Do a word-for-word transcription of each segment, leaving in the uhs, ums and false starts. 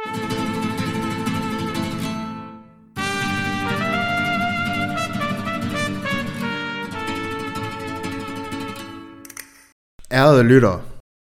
Ærede lyttere.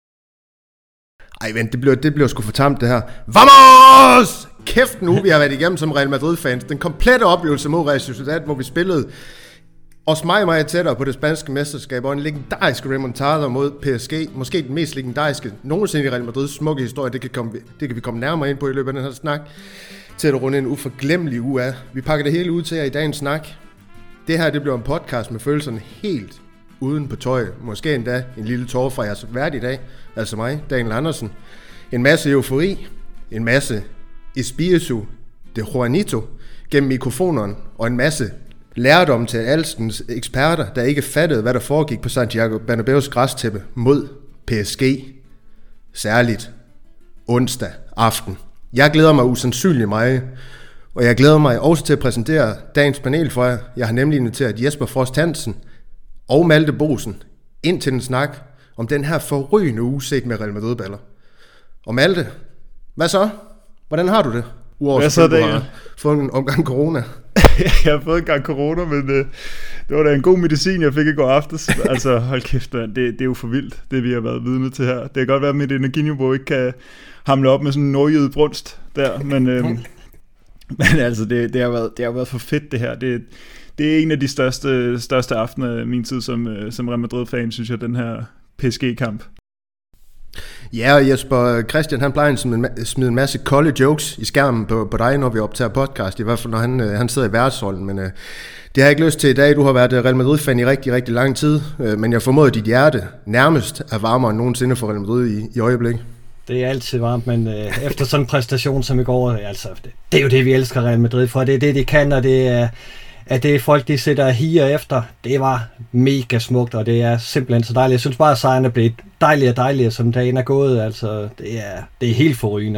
Ej, vent, det bliver, det bliver sgu for tamt det her. Vamos! Kæft nu, vi har været igennem som Real Madrid-fans. Den komplette oplevelse mod Real Sociedad, hvor vi spillede os meget, meget tættere på det spanske mesterskab, og en legendarisk remontada mod P S G. Måske den mest legendariske nogensinde i Real Madrids smukke historie. Det kan, komme, det kan vi komme nærmere ind på i løbet af den her snak. Til at runde en uforglemmelig uge af. Vi pakker det hele ud til jer i dagens snak. Det her, det bliver en podcast med følelserne helt uden på tøj. Måske endda en lille tårer fra jeres vært i dag. Altså mig, Daniel Andersen. En masse eufori. En masse espiritu de Juanito gennem mikrofonerne. Og en masse lærdom til alskens eksperter, der ikke fattede, hvad der foregik på Santiago Bernabéus græstæppe mod P S G. Særligt onsdag aften. Jeg glæder mig usandsynligt meget, og jeg glæder mig også til at præsentere dagens panel for jer. Jeg har nemlig inviteret Jesper Frost Hansen og Malte Bosen ind til en snak om den her forrygende uge set med Real Madrid-baller. Og Malte, hvad så? Hvordan har du det? Uover hvad så, du har fået en omgang corona. Jeg har fået en gang corona, men det, det var da en god medicin, jeg fik i går aftes. Altså, hold kæft, man. Det, det er jo for vildt, det vi har været vidne til her. Det kan godt være, at mit energiniveau ikke kan hamle op med sådan en nordjyde brunst der, men, øhm, men altså, det, det, har været, det har været for fedt, det her. Det, det er en af de største, største aftener af min tid som, som Real Madrid-fan, synes jeg, den her P S G-kamp. Ja, og Jesper Christian, han plejer at smide en masse kolde jokes i skærmen på, på dig, når vi optager podcast, i hvert fald når han, han sidder i værtsrollen, men uh, det har jeg ikke lyst til i dag. Du har været Real Madrid-fan i rigtig, rigtig lang tid, uh, men jeg formoder, at dit hjerte nærmest er varmere end nogensinde for Real Madrid i, i øjeblik. Det er altid varmt, men uh, efter sådan en præstation som i går, altså, det, det er jo det, vi elsker Real Madrid for. Det er det, de kan, og det er, at det er folk, de sætter higer efter. Det var mega smukt, og det er simpelthen så dejligt. Jeg synes bare, at sejren er blevet dejligere og dejligere, som dagen er gået. Altså, det er, det er helt forrygende.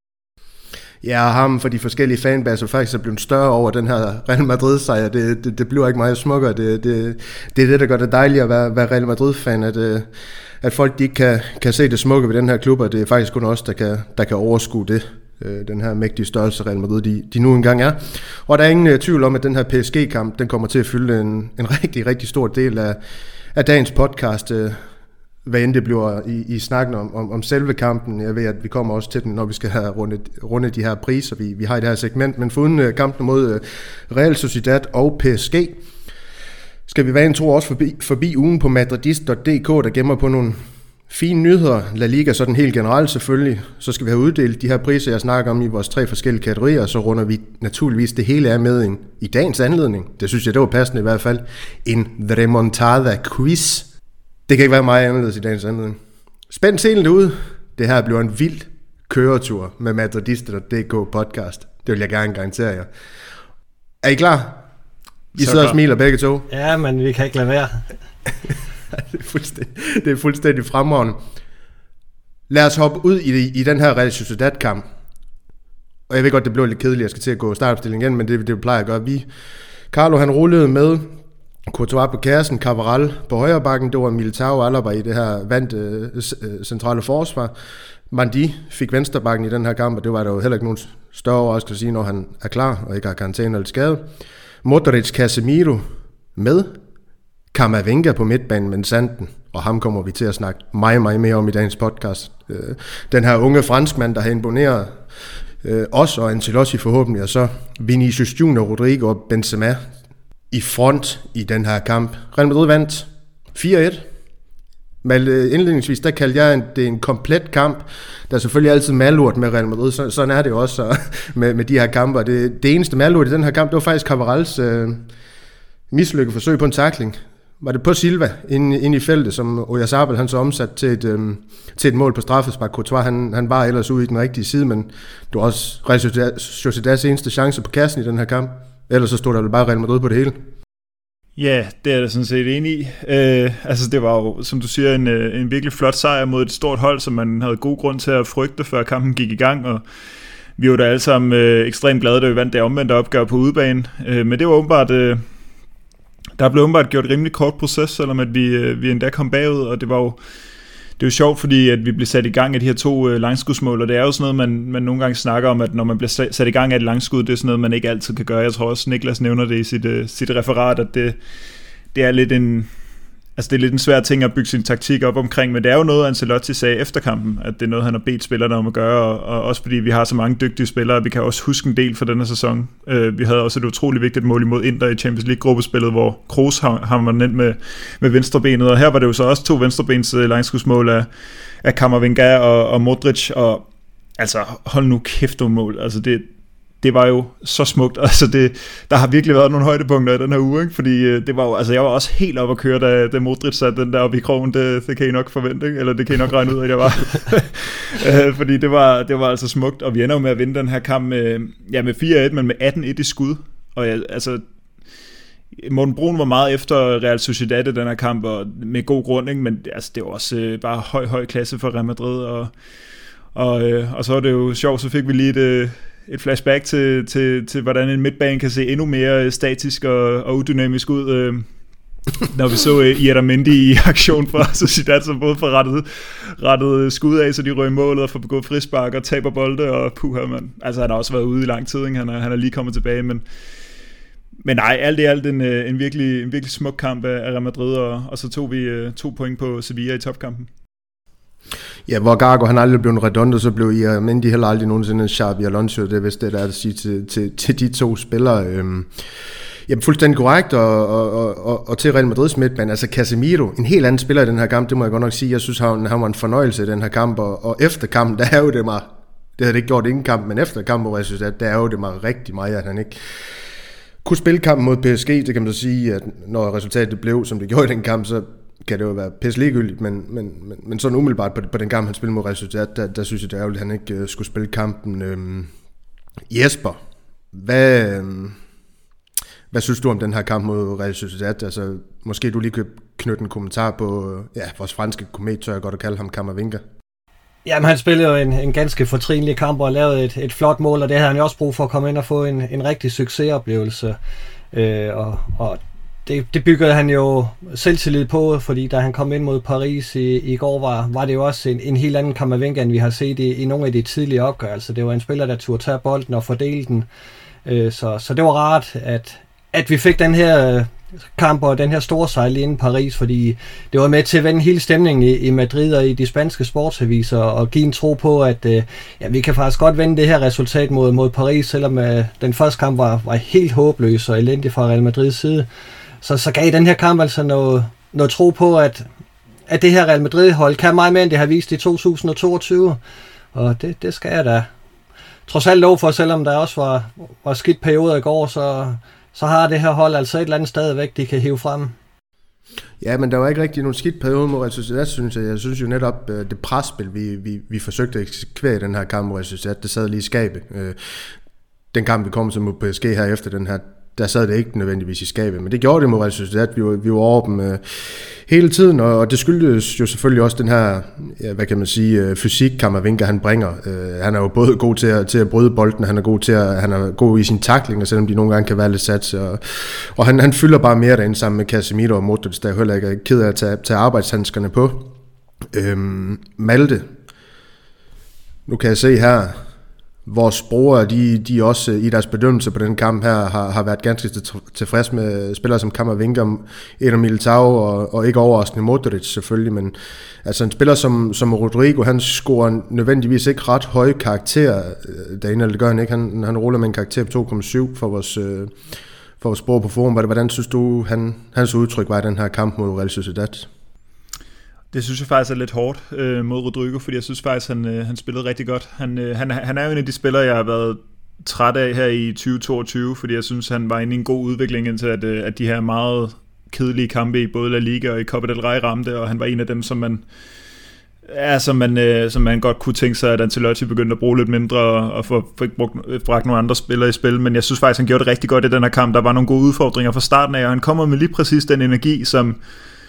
Ja, ham for de forskellige fanbaser faktisk er blevet større over den her Real Madrid-sejr. Det, det, det bliver ikke meget smukkere. Det, det, det er det, der gør det dejligt at være, være Real Madrid-fan, at, at folk de ikke kan, kan se det smukke ved den her klub, og det er faktisk kun os, der kan, der kan overskue det. Den her mægtige størrelse Real Madrid, de, de nu engang er. Og der er ingen tvivl om, at den her P S G-kamp, den kommer til at fylde en, en rigtig, rigtig stor del af, af dagens podcast, hvad end det bliver i, i snakken om, om, om selve kampen. Jeg ved, at vi kommer også til den, når vi skal have rundet, rundet de her priser, vi, vi har i det her segment. Men foruden kampen mod Real Sociedad og P S G, skal vi være en tro også forbi, forbi ugen på madridist punktum d k, der gemmer på nogle fine nyheder, La Liga sådan helt generelt selvfølgelig. Så skal vi have uddelt de her priser, jeg snakker om i vores tre forskellige kategorier, og så runder vi naturligvis det hele af med en, i dagens anledning. Det synes jeg, det var passende i hvert fald. En remontada quiz. Det kan ikke være meget anderledes i dagens anledning. Spænd selen derude. Det her bliver en vild køretur med madridist punktum d k podcast. Det vil jeg gerne garantere jer. Er I klar? I så sidder klar og smiler begge to. Ja, men vi kan ikke lade være. Det er fuldstændig, det er fuldstændig fremragende. Lad os hoppe ud i, i den her Real Sociedad-kamp. Og jeg ved godt, det blev lidt kedeligt, jeg skal til at gå startopstillingen igen, men det, det plejer at gøre. Vi, Carlo han rullede med Courtois på kassen, Cavaral på højre bakken, det var Militao Alaba i det her vandt øh, centrale forsvar. Mandi fik venstre bakken i den her kamp, og det var der jo heller ikke nogen større overraskelse at sige, når han er klar og ikke har karantæne eller skade. Modric, Casemiro med Camavinga på midtbanen, men Sanden, og ham kommer vi til at snakke meget, meget mere om i dagens podcast. Den her unge franskmand, der har imponeret os og Ancelotti forhåbentlig, og så Vinicius Junior, Rodrigo og Benzema i front i den her kamp. Real Madrid vandt fire et. Men indledningsvis, der kaldte jeg det en komplet kamp. Der er selvfølgelig altid malurt med Real Madrid, så, sådan er det jo også med, med de her kamper. Det, det eneste malurt i den her kamp, det var faktisk Cavarals øh, mislykket forsøg på en tackling. Var det på Silva inde, inde i feltet, som Oyarzabal han så omsat til et, øhm, til et mål på straffespark. Courtois han, han var ellers ude i den rigtige side, men det var også Real Sociedads eneste chance på kassen i den her kamp. Ellers så stod der bare Real Madrid på det hele. Ja, det er jeg sådan set enig i. Øh, altså det var jo, som du siger, en, en virkelig flot sejr mod et stort hold, som man havde god grund til at frygte, før kampen gik i gang, og vi var da alle sammen øh, ekstremt glade, da vi vandt det omvendte opgør på udebane. Øh, men det var åbenbart... Øh, Der blev åbenbart gjort et rimelig kort proces, selvom at vi, vi endda kom bagud, og det var jo det er jo sjovt, fordi at vi bliver sat i gang af de her to øh, langskudsmål, og det er jo sådan noget, man, man nogle gange snakker om, at når man bliver sat i gang af et langskud, det er sådan noget, man ikke altid kan gøre. Jeg tror også, Niklas nævner det i sit, øh, sit referat, at det, det er lidt en... Altså det er lidt en svær ting at bygge sin taktik op omkring, men det er jo noget, Ancelotti sagde efter kampen, at det er noget, han har bedt spillerne om at gøre, og, og også fordi vi har så mange dygtige spillere, vi kan også huske en del fra denne sæson. Uh, vi havde også et utroligt vigtigt mål imod Inter i Champions League-gruppespillet, hvor Kroos hammer den ind med, med venstrebenet, og her var det jo så også to venstrebens uh, langskudsmål af, af Camavinga og, og Modric, og altså hold nu kæft om mål, altså det det var jo så smukt, altså det, der har virkelig været nogle højdepunkter i den her uge, ikke? Fordi det var jo, altså jeg var også helt op at køre, da, da Modric satte den der op i krogen, det, det kan I nok forvente, ikke? Eller det kan I nok regne ud, at jeg var, fordi det var, det var altså smukt, og vi ender jo med at vinde den her kamp med, ja, med fire et, men med atten et i skud, og jeg, altså Morten Brun var meget efter Real Sociedad i den her kamp, og med god grund, ikke? Men altså, det var også øh, bare høj, høj klasse for Real Madrid, og, og, øh, og så var det jo sjovt, så fik vi lige et et flashback til, til, til, hvordan en midtbane kan se endnu mere statisk og, og udynamisk ud, øh, når vi så øh, Ieramendi i aktion for Sociedad, som både får rettet, rettet skud af, så de røg i målet og får begået frispark og taber bolde, og puha, man. Altså han har også været ude i lang tid, ikke? Han, er, han er lige kommet tilbage, men, men nej, alt i alt en, en, virkelig, en virkelig smuk kamp af Real Madrid, og, og så tog vi øh, to point på Sevilla i topkampen. Ja, hvor Gargo han aldrig blev en Redondo, så blev Ieramendi heller aldrig nogensinde en Xabi Alonso. Det er vist det, der er at sige til, til, til de to spillere. Øhm, jamen, fuldstændig korrekt, og, og, og, og til Real Madrids midtbane, altså Casemiro, en helt anden spiller i den her kamp, det må jeg godt nok sige. Jeg synes, han, han var en fornøjelse i den her kamp, og, og efter kampen, der er jo det mig, det havde det ikke gjort inden kamp, men efter kampen, hvor jeg synes, at der er jo det mig rigtig meget, at han ikke kunne spille kampen mod P S G. Det kan man så sige, at når resultatet blev, som det gjorde i den kamp, så kan det jo være pisse ligegyldigt, men, men, men, men sådan umiddelbart på, på den kamp, han spillede mod Real Sociedad, der, der synes jeg, det er ærgerligt, at han ikke uh, skulle spille kampen. Øhm, Jesper, hvad, øhm, hvad synes du om den her kamp mod Real Sociedad? Altså, måske du lige kan knytte en kommentar på ja, vores franske komet, tør jeg godt at kalde ham, Camavinga. Jamen, han spillede jo en, en ganske fortrinlig kamp og lavede et, et flot mål, og det havde han jo også brug for at komme ind og få en, en rigtig succesoplevelse. Øh, og, og Det, det byggede han jo selvtillid på, fordi da han kom ind mod Paris i, i går, var, var det jo også en, en helt anden Camavinga, end vi har set i, i nogle af de tidlige opgørelser. Det var en spiller, der turde tage bolden og fordele den. Øh, så, så det var rart, at, at vi fik den her kamp og den her store sejl inden Paris, fordi det var med til at vende hele stemningen i, i Madrid og i de spanske sportsaviser, og give en tro på, at øh, ja, vi kan faktisk godt vende det her resultat mod, mod Paris, selvom øh, den første kamp var, var helt håbløs og elendig fra Real Madrids side. Så, så gav den her kamp altså noget, noget tro på, at, at det her Real Madrid-hold kan meget mere, end det har vist i to tusind og toogtyve. Og det, det skal jeg da trods alt lov for, selvom der også var, var skidt perioder i går, så, så har det her hold altså et eller andet stadigvæk, de kan hive frem. Ja, men der var ikke rigtig nogen skidt periode mod Real Sociedad, synes jeg. Jeg synes jo netop, det presspil, vi, vi, vi forsøgte at eksekvere i den her kamp mod Real Sociedad, det sad lige i skabet. Den kamp, vi kom til mod P S G her efter den her, der sad det ikke nødvendigvis i skabet, men det gjorde det mod Real Sociedad. Vi var, vi var over dem øh, hele tiden, og, og det skyldtes jo selvfølgelig også den her, ja, hvad kan man sige, øh, fysik, Camavinga han bringer. Øh, han er jo både god til at, til at bryde bolden, han er god til at, han er god i sin tackling, og selvom de nogle gange kan være lidt sats, og, og han, han fylder bare mere derinde sammen med Casemiro og Modric, der heller ikke er ked af at tage, tage arbejdshandskerne på. Øh, Malte, nu kan jeg se her, vores brugere, de, de også i deres bedømmelse på den kamp her, har, har været ganske tilfreds med spillere som Camavinga, Eder Militao og, og ikke overraskende Modric selvfølgelig, men altså en spiller som, som Rodrigo, han scorer nødvendigvis ikke ret høje karakterer derinde, eller det gør han ikke, han, han ruller med en karakter på to komma syv for vores, for vores brugere på forum. Hvordan synes du, han, hans udtryk var i den her kamp mod Real Sociedad? Det synes jeg faktisk er lidt hårdt øh, mod Rodrigo, fordi jeg synes faktisk, han, øh, han spillede rigtig godt. Han, øh, han, han er jo en af de spillere, jeg har været træt af her i tyve toogtyve, fordi jeg synes, han var inde i en god udvikling indtil, at, øh, at de her meget kedelige kampe i både La Liga og i Copa del Rey ramte, og han var en af dem, som man, ja, som man, øh, som man godt kunne tænke sig, at Ancelotti begyndte at bruge lidt mindre og få bragt nogle andre spillere i spil, men jeg synes faktisk, han gjorde det rigtig godt i den her kamp. Der var nogle gode udfordringer fra starten af, og han kommer med lige præcis den energi, som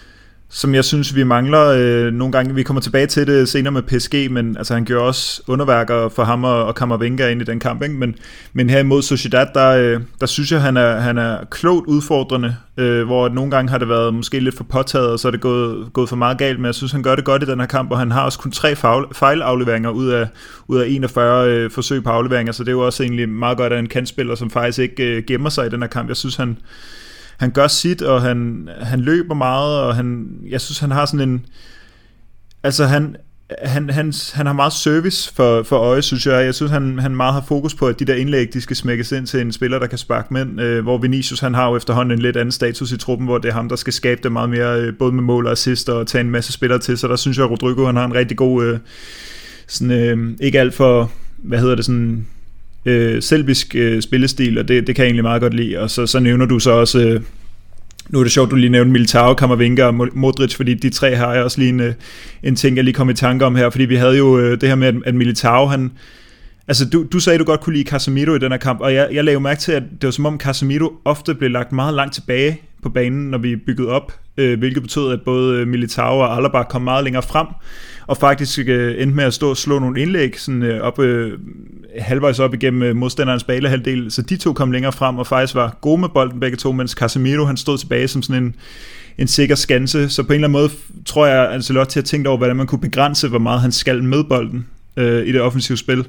som jeg synes, vi mangler øh, nogle gange. Vi kommer tilbage til det senere med P S G, men altså, han gjorde også underværker for ham og, og Camavinga ind i den kamp, ikke? Men, men her imod Sociedad, der, øh, der synes jeg, han er, han er klogt udfordrende, øh, hvor nogle gange har det været måske lidt for påtaget, og så er det gået, gået for meget galt, men jeg synes, han gør det godt i den her kamp, og han har også kun tre fejlafleveringer ud af, ud af enogfyrre øh, forsøg på afleveringer, så det er jo også egentlig meget godt af en kantspiller, som faktisk ikke øh, gemmer sig i den her kamp. Jeg synes, han Han gør sit, og han, han løber meget, og han, jeg synes, han har sådan en... Altså, han, han, han, han har meget service for, for øje, synes jeg. Jeg synes, han, han meget har fokus på, at de der indlæg, de skal smækkes ind til en spiller, der kan sparke mænd. Øh, hvor Vinicius, han har jo efterhånden en lidt anden status i truppen, hvor det er ham, der skal skabe det meget mere, øh, både med mål og assist, og tage en masse spillere til. Så der synes jeg, at Rodrygo, han har en rigtig god... Øh, sådan, øh, ikke alt for... Hvad hedder det? Sådan... Øh, selvisk øh, spillestil, og det, det kan jeg egentlig meget godt lide. Og så, så nævner du så også, øh, nu er det sjovt, du lige nævnte Militao, Camavinga og Modric, fordi de tre har jeg også lige en, en ting, jeg lige kom i tanke om her, fordi vi havde jo øh, det her med, at, at Militao, han, altså du, du sagde, du godt kunne lide Casemiro i den her kamp, og jeg, jeg lagde jo mærke til, at det var som om Casemiro ofte blev lagt meget langt tilbage på banen, når vi byggede op, øh, hvilket betød, at både Militao og Alaba kom meget længere frem, og faktisk øh, endte med at stå og slå nogle indlæg sådan, øh, op, øh, halvvejs op igennem øh, modstanderens banehalvdel, så de to kom længere frem og faktisk var gode med bolden begge to, mens Casemiro han stod tilbage som sådan en, en sikker skanse, så på en eller anden måde tror jeg, at Ancelotti har tænkt over, hvordan man kunne begrænse, hvor meget han skal med bolden øh, i det offensive spil.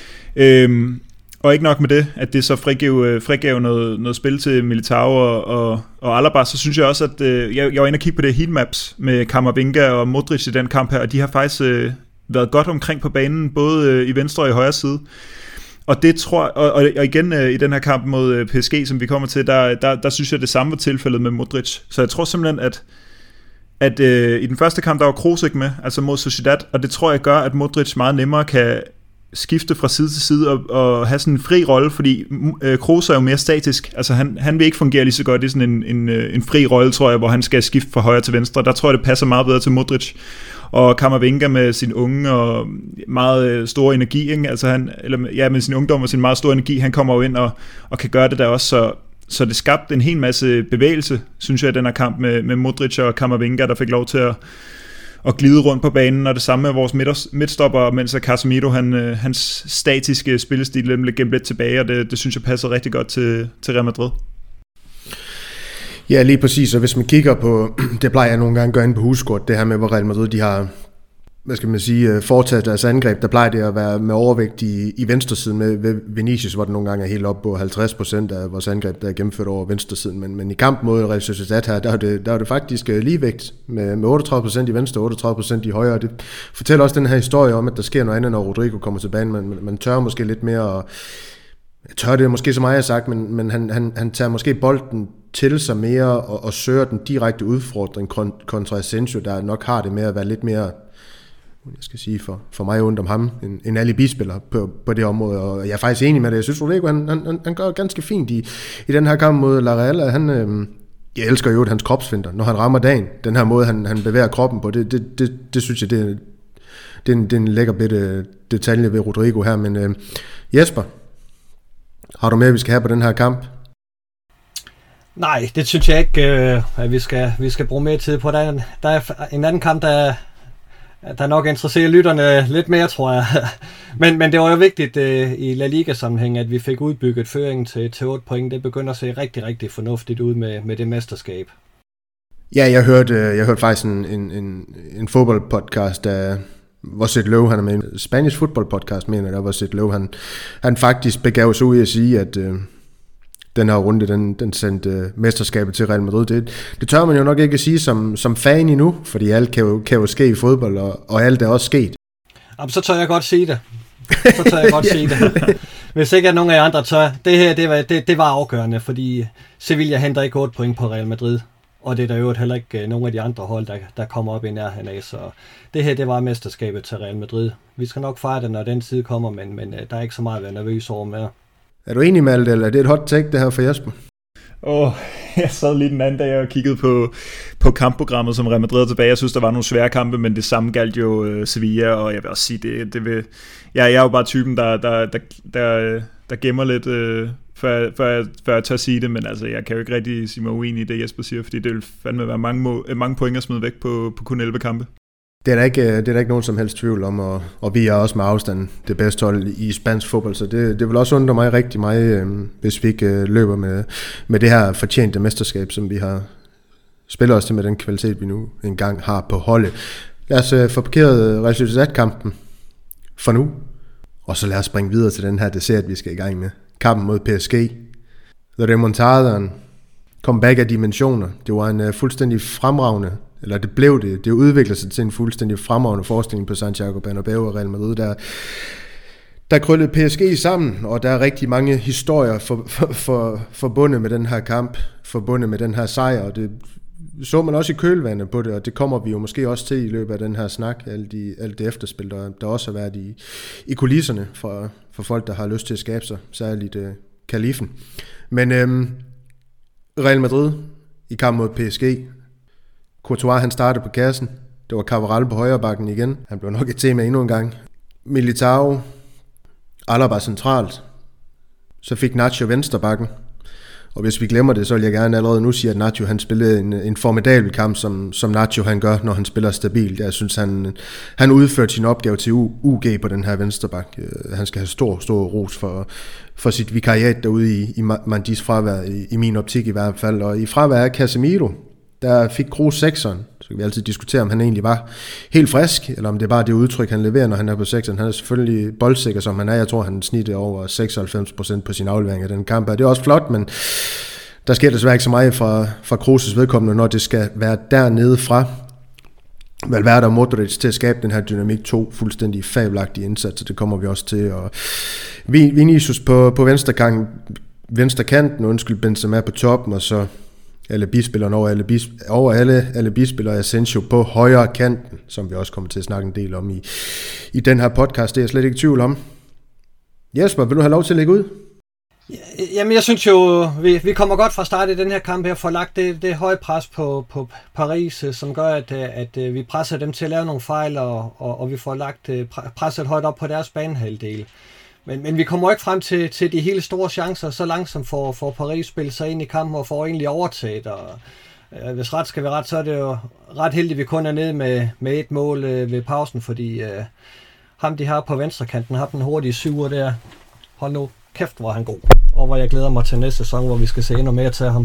Øhm, og ikke nok med det, at det så frigav, frigav noget, noget spil til Militao og, og, og Alaba, så synes jeg også, at øh, jeg, jeg var inde og kigge på det heatmaps med Camavinga og Modric i den kamp her, og de har faktisk øh, været godt omkring på banen, både øh, i venstre og i højre side. Og det tror og, og, og igen øh, i den her kamp mod øh, P S G, som vi kommer til, der, der, der synes jeg, det samme var tilfældet med Modric. Så jeg tror simpelthen, at at øh, i den første kamp, der var Kroos ikke med, altså mod Sociedad, og det tror jeg gør, at Modric meget nemmere kan skifte fra side til side og, og have sådan en fri rolle, fordi øh, Kroos er jo mere statisk, altså han, han vil ikke fungere lige så godt i sådan en, en, en fri rolle, tror jeg, hvor han skal skifte fra højre til venstre. Der tror jeg, det passer meget bedre til Modric. Og Camavinga med sin unge og meget store energi, ikke? Altså han, eller, ja, med sin ungdom og sin meget store energi, han kommer jo ind og, og kan gøre det der også, så, så det skabte en hel masse bevægelse, synes jeg, i den her kamp med, med Modric og Camavinga, der fik lov til at og glide rundt på banen, og det samme med vores midtstopper, mens Casemiro, han, hans statiske spillestil blev gemt lidt tilbage, og det, det synes jeg passer rigtig godt til, til Real Madrid. Ja, lige præcis, og hvis man kigger på, det plejer jeg nogle gange at gøre inde på Huskort, det her med, hvor Real Madrid, de har, hvad skal man sige, foretaget deres angreb, der plejer det at være med overvægt i, i venstresiden med Vinicius, hvor det nogle gange er helt op på halvtreds procent af vores angreb, der er gennemført over venstresiden, men, men i kamp mod Real Sociedad her, der er det, der er det faktisk ligevægt med, med otteogtredive procent i venstre og otteogtredive procent i højre, og det fortæller også den her historie om, at der sker noget andet, når Rodrygo kommer til banen, man, man tør måske lidt mere, og jeg tør det måske så meget, jeg har sagt, men, men han, han, han tager måske bolden til sig mere, og, og søger den direkte udfordring kontra Asensio, der nok har det med at være lidt mere, jeg skal sige for, for mig ondt om ham, en, en alibi-spiller på, på det område, og jeg er faktisk enig med det. Jeg synes, Rodrygo, han, han, han gør ganske fint i, i den her kamp mod La Real. Han, øh, jeg elsker jo hans kropsfinder, når han rammer dagen. Den her måde, han, han bevæger kroppen på, det, det, det, det synes jeg, det, det, er en, det er en lækker bitte detalje ved Rodrygo her. Men øh, Jesper, har du mere, vi skal have på den her kamp? Nej, det synes jeg ikke, at vi skal, vi skal bruge mere tid på. Der er, der er en anden kamp, der der nok interesserer lytterne lidt mere, tror jeg. men, men det var jo vigtigt uh, i La Liga-sammenhæng, at vi fik udbygget føringen til, til otte point. Det begynder at se rigtig, rigtig fornuftigt ud med, med det mesterskab. Ja, jeg hørte, jeg hørte faktisk en, en, en, en fodboldpodcast, der, hvor Sid Lowe, han er med en Spanish football podcast, mener der, hvor Sid Lowe, han, han faktisk begav sig ud i at sige, at uh, den her runde, den, den sendte uh, mesterskabet til Real Madrid. Det, det tør man jo nok ikke at sige som, som fan endnu, fordi alt kan jo, kan jo ske i fodbold, og, og alt er også sket. Jamen, så tør jeg godt sige det. Så tør jeg godt sige det. Hvis ikke at nogen af jer andre tør. Det her, det var, det, det var afgørende, fordi Sevilla henter ikke otte point på Real Madrid, og det er der jo heller ikke nogen af de andre hold, der, der kommer op i nærheden af. Så det her, det var mesterskabet til Real Madrid. Vi skal nok fejre det, når den tid kommer, men, men der er ikke så meget at være nervøs over med. Er du enig med alt, eller er det et hot take, det her for Jesper? Åh, oh, jeg sad lige den anden dag og kiggede på, på kampprogrammet, som Real Madrid tilbage. Jeg synes, der var nogle svære kampe, men det samme galt jo uh, Sevilla, og jeg vil også sige, det, det vil... Ja, jeg er jo bare typen, der, der, der, der, der gemmer lidt, uh, før, før, før jeg tør sige det, men altså, jeg kan jo ikke rigtig sige mig uenig i det, Jesper siger, fordi det vil fandme være mange, må, mange point at smide væk på, på kun elleve kampe. Det er, der ikke, det er der ikke nogen som helst tvivl om, og, og vi er også med afstand det bedste hold i spansk fodbold, så det, det vil også undre mig rigtig meget, øh, hvis vi ikke øh, løber med, med det her fortjente mesterskab, som vi har spillet os til med den kvalitet, vi nu engang har på holdet. Lad os øh, få parkeret Real Sociedad-kampen for nu, og så lad os springe videre til den her dessert, vi skal i gang med. Kampen mod P S G. The Remontaden. Comeback af dimensioner. Det var en øh, fuldstændig fremragende, eller det blev det, det udviklede sig til en fuldstændig fremragende forestilling på Santiago Bernabeu og Real Madrid, der, der krøllede P S G sammen, og der er rigtig mange historier for, for, for, forbundet med den her kamp, forbundet med den her sejr, og det så man også i kølvandet på det, og det kommer vi jo måske også til i løbet af den her snak, alt, de, alt det efterspil, der, der også har været i, i kulisserne for, for folk, der har lyst til at skabe sig, særligt uh, kalifen. Men øhm, Real Madrid i kamp mod P S G, Courtois, han startede på kassen. Det var Cabral på højre bakken igen. Han blev nok et tema endnu en gang. Militao, Alaba centralt. Så fik Nacho venstre bakken. Og hvis vi glemmer det, så vil jeg gerne allerede nu sige, at Nacho han spillede en, en formidabel kamp, som, som Nacho han gør, når han spiller stabilt. Jeg synes, han, han udførte sin opgave til U G på den her venstre bak. Han skal have stor, stor ros for, for sit vikariat derude i, i Mandis fravær, i, i min optik i hvert fald. Og i fravær af Casemiro, der fik Kroos sekseren, så kan vi altid diskutere, om han egentlig var helt frisk, eller om det er bare det udtryk, han leverer, når han er på sekseren. Han er selvfølgelig boldsikker, som han er. Jeg tror, han snitter over seksoghalvfems procent på sin aflevering af den kamp. Det er også flot, men der sker desværre ikke så meget fra, fra Kroos' vedkommende, når det skal være dernede fra. Valverde og Modric til at skabe den her dynamik, to fuldstændig fabelagtige indsatser, det kommer vi også til. Og Vinicius på, på venstre, kant, venstre kanten, undskyld, Benzema på toppen, og så alle bispillerne over alle, bis, over alle, alle bispillere, Asensio på højre kanten, som vi også kommer til at snakke en del om i, i den her podcast. Det er jeg slet ikke i tvivl om. Jesper, vil du have lov til at lægge ud? Jamen, jeg synes jo, vi, vi kommer godt fra start i den her kamp her, for lagt det, det høje pres på, på Paris, som gør, at, at vi presser dem til at lave nogle fejl, og, og, og vi får lagt presset højt op på deres banehalvdel. Men, men vi kommer ikke frem til, til de helt store chancer, så langsomt får, får Paris spillet sig ind i kampen og får egentlig overtaget. Og, øh, hvis ret skal være ret, så er det jo ret heldigt, at vi kun er nede med, med et mål øh, ved pausen, fordi øh, ham de har på venstrekanten, har den hurtige syver der. Hold nu kæft, hvor er han god. Og hvor jeg glæder mig til næste sæson, hvor vi skal se endnu mere til ham.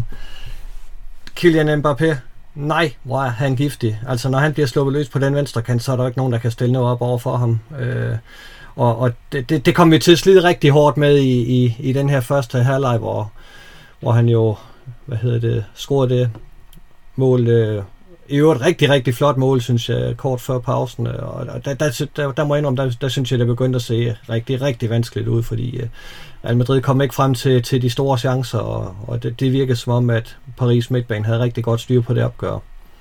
Kylian Mbappé, nej, hvor er han giftig. Altså når han bliver sluppet løs på den venstrekant, så er der ikke nogen, der kan stille noget op over for ham. Øh, Og, og det, det, det kom vi til at slide rigtig hårdt med i, i, i den her første halvleg, hvor, hvor han jo, hvad hedder det, scorede det mål. Øh, I øvrigt rigtig, rigtig flot mål, synes jeg, kort før pausen. Og der, der, der, der må jeg indrømme, der, der synes jeg, det begyndte at se rigtig, rigtig vanskeligt ud, fordi øh, Real Madrid kom ikke frem til, til de store chancer, og, og det, det virkede som om, at Paris midtbane havde rigtig godt styr på det opgør.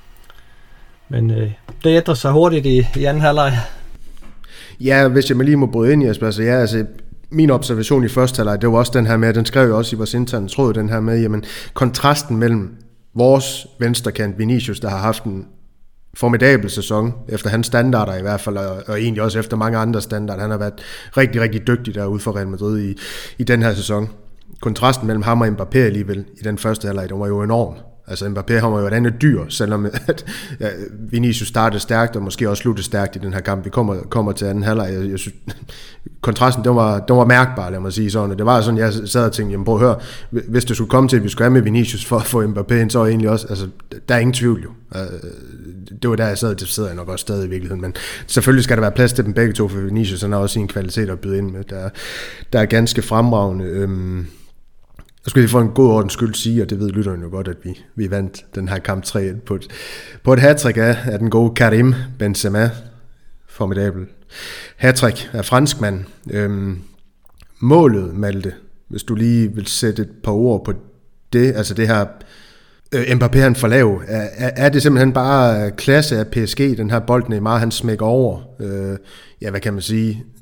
Men øh, det ændrer sig hurtigt i, i anden halvleg. Ja, hvis jeg lige må bryde ind, Jesper, så ja, altså, min observation i første halvleg, det var også den her med, den skrev jeg også i vores interne tråd, den her med, jamen, kontrasten mellem vores venstrekant, Vinicius, der har haft en formidabel sæson, efter hans standarder i hvert fald, og, og egentlig også efter mange andre standarder. Han har været rigtig, rigtig dygtig derude for Real Madrid i, i den her sæson. Kontrasten mellem ham og Mbappé alligevel i den første halvleg, den var jo enorm. Altså Mbappé, han var jo et andet dyr, selvom at, ja, Vinicius startede stærkt, og måske også sluttede stærkt i den her kamp. Vi kommer, kommer til anden halvleg. Jeg, jeg synes, kontrasten, den var, den var mærkbar, lad mig sige sådan. Og det var sådan, jeg sad og tænkte, jamen prøv at høre, hvis det skulle komme til, at vi skulle have med Vinicius for at få Mbappé ind, så er egentlig også, altså, der er ingen tvivl jo. Det var der, jeg sad, det sidder jeg nok også stadig i virkeligheden, men selvfølgelig skal der være plads til dem begge to, for Vinicius, han har også en kvalitet at byde ind med, der, der er ganske fremragende. Øhm, Jeg skulle lige for en god ordens skyld sige, og det ved lytterne jo godt, at vi, vi vandt den her kamp tre et på et, på et hattrick af, af den gode Karim Benzema. Formidabel hattrick af franskmand. Øhm, målet, Malte, hvis du lige vil sætte et par ord på det, altså det her øh, Mbappé han for lav, er, er det simpelthen bare klasse af P S G, den her bold Neymar han smækker over, øh, ja hvad kan man sige,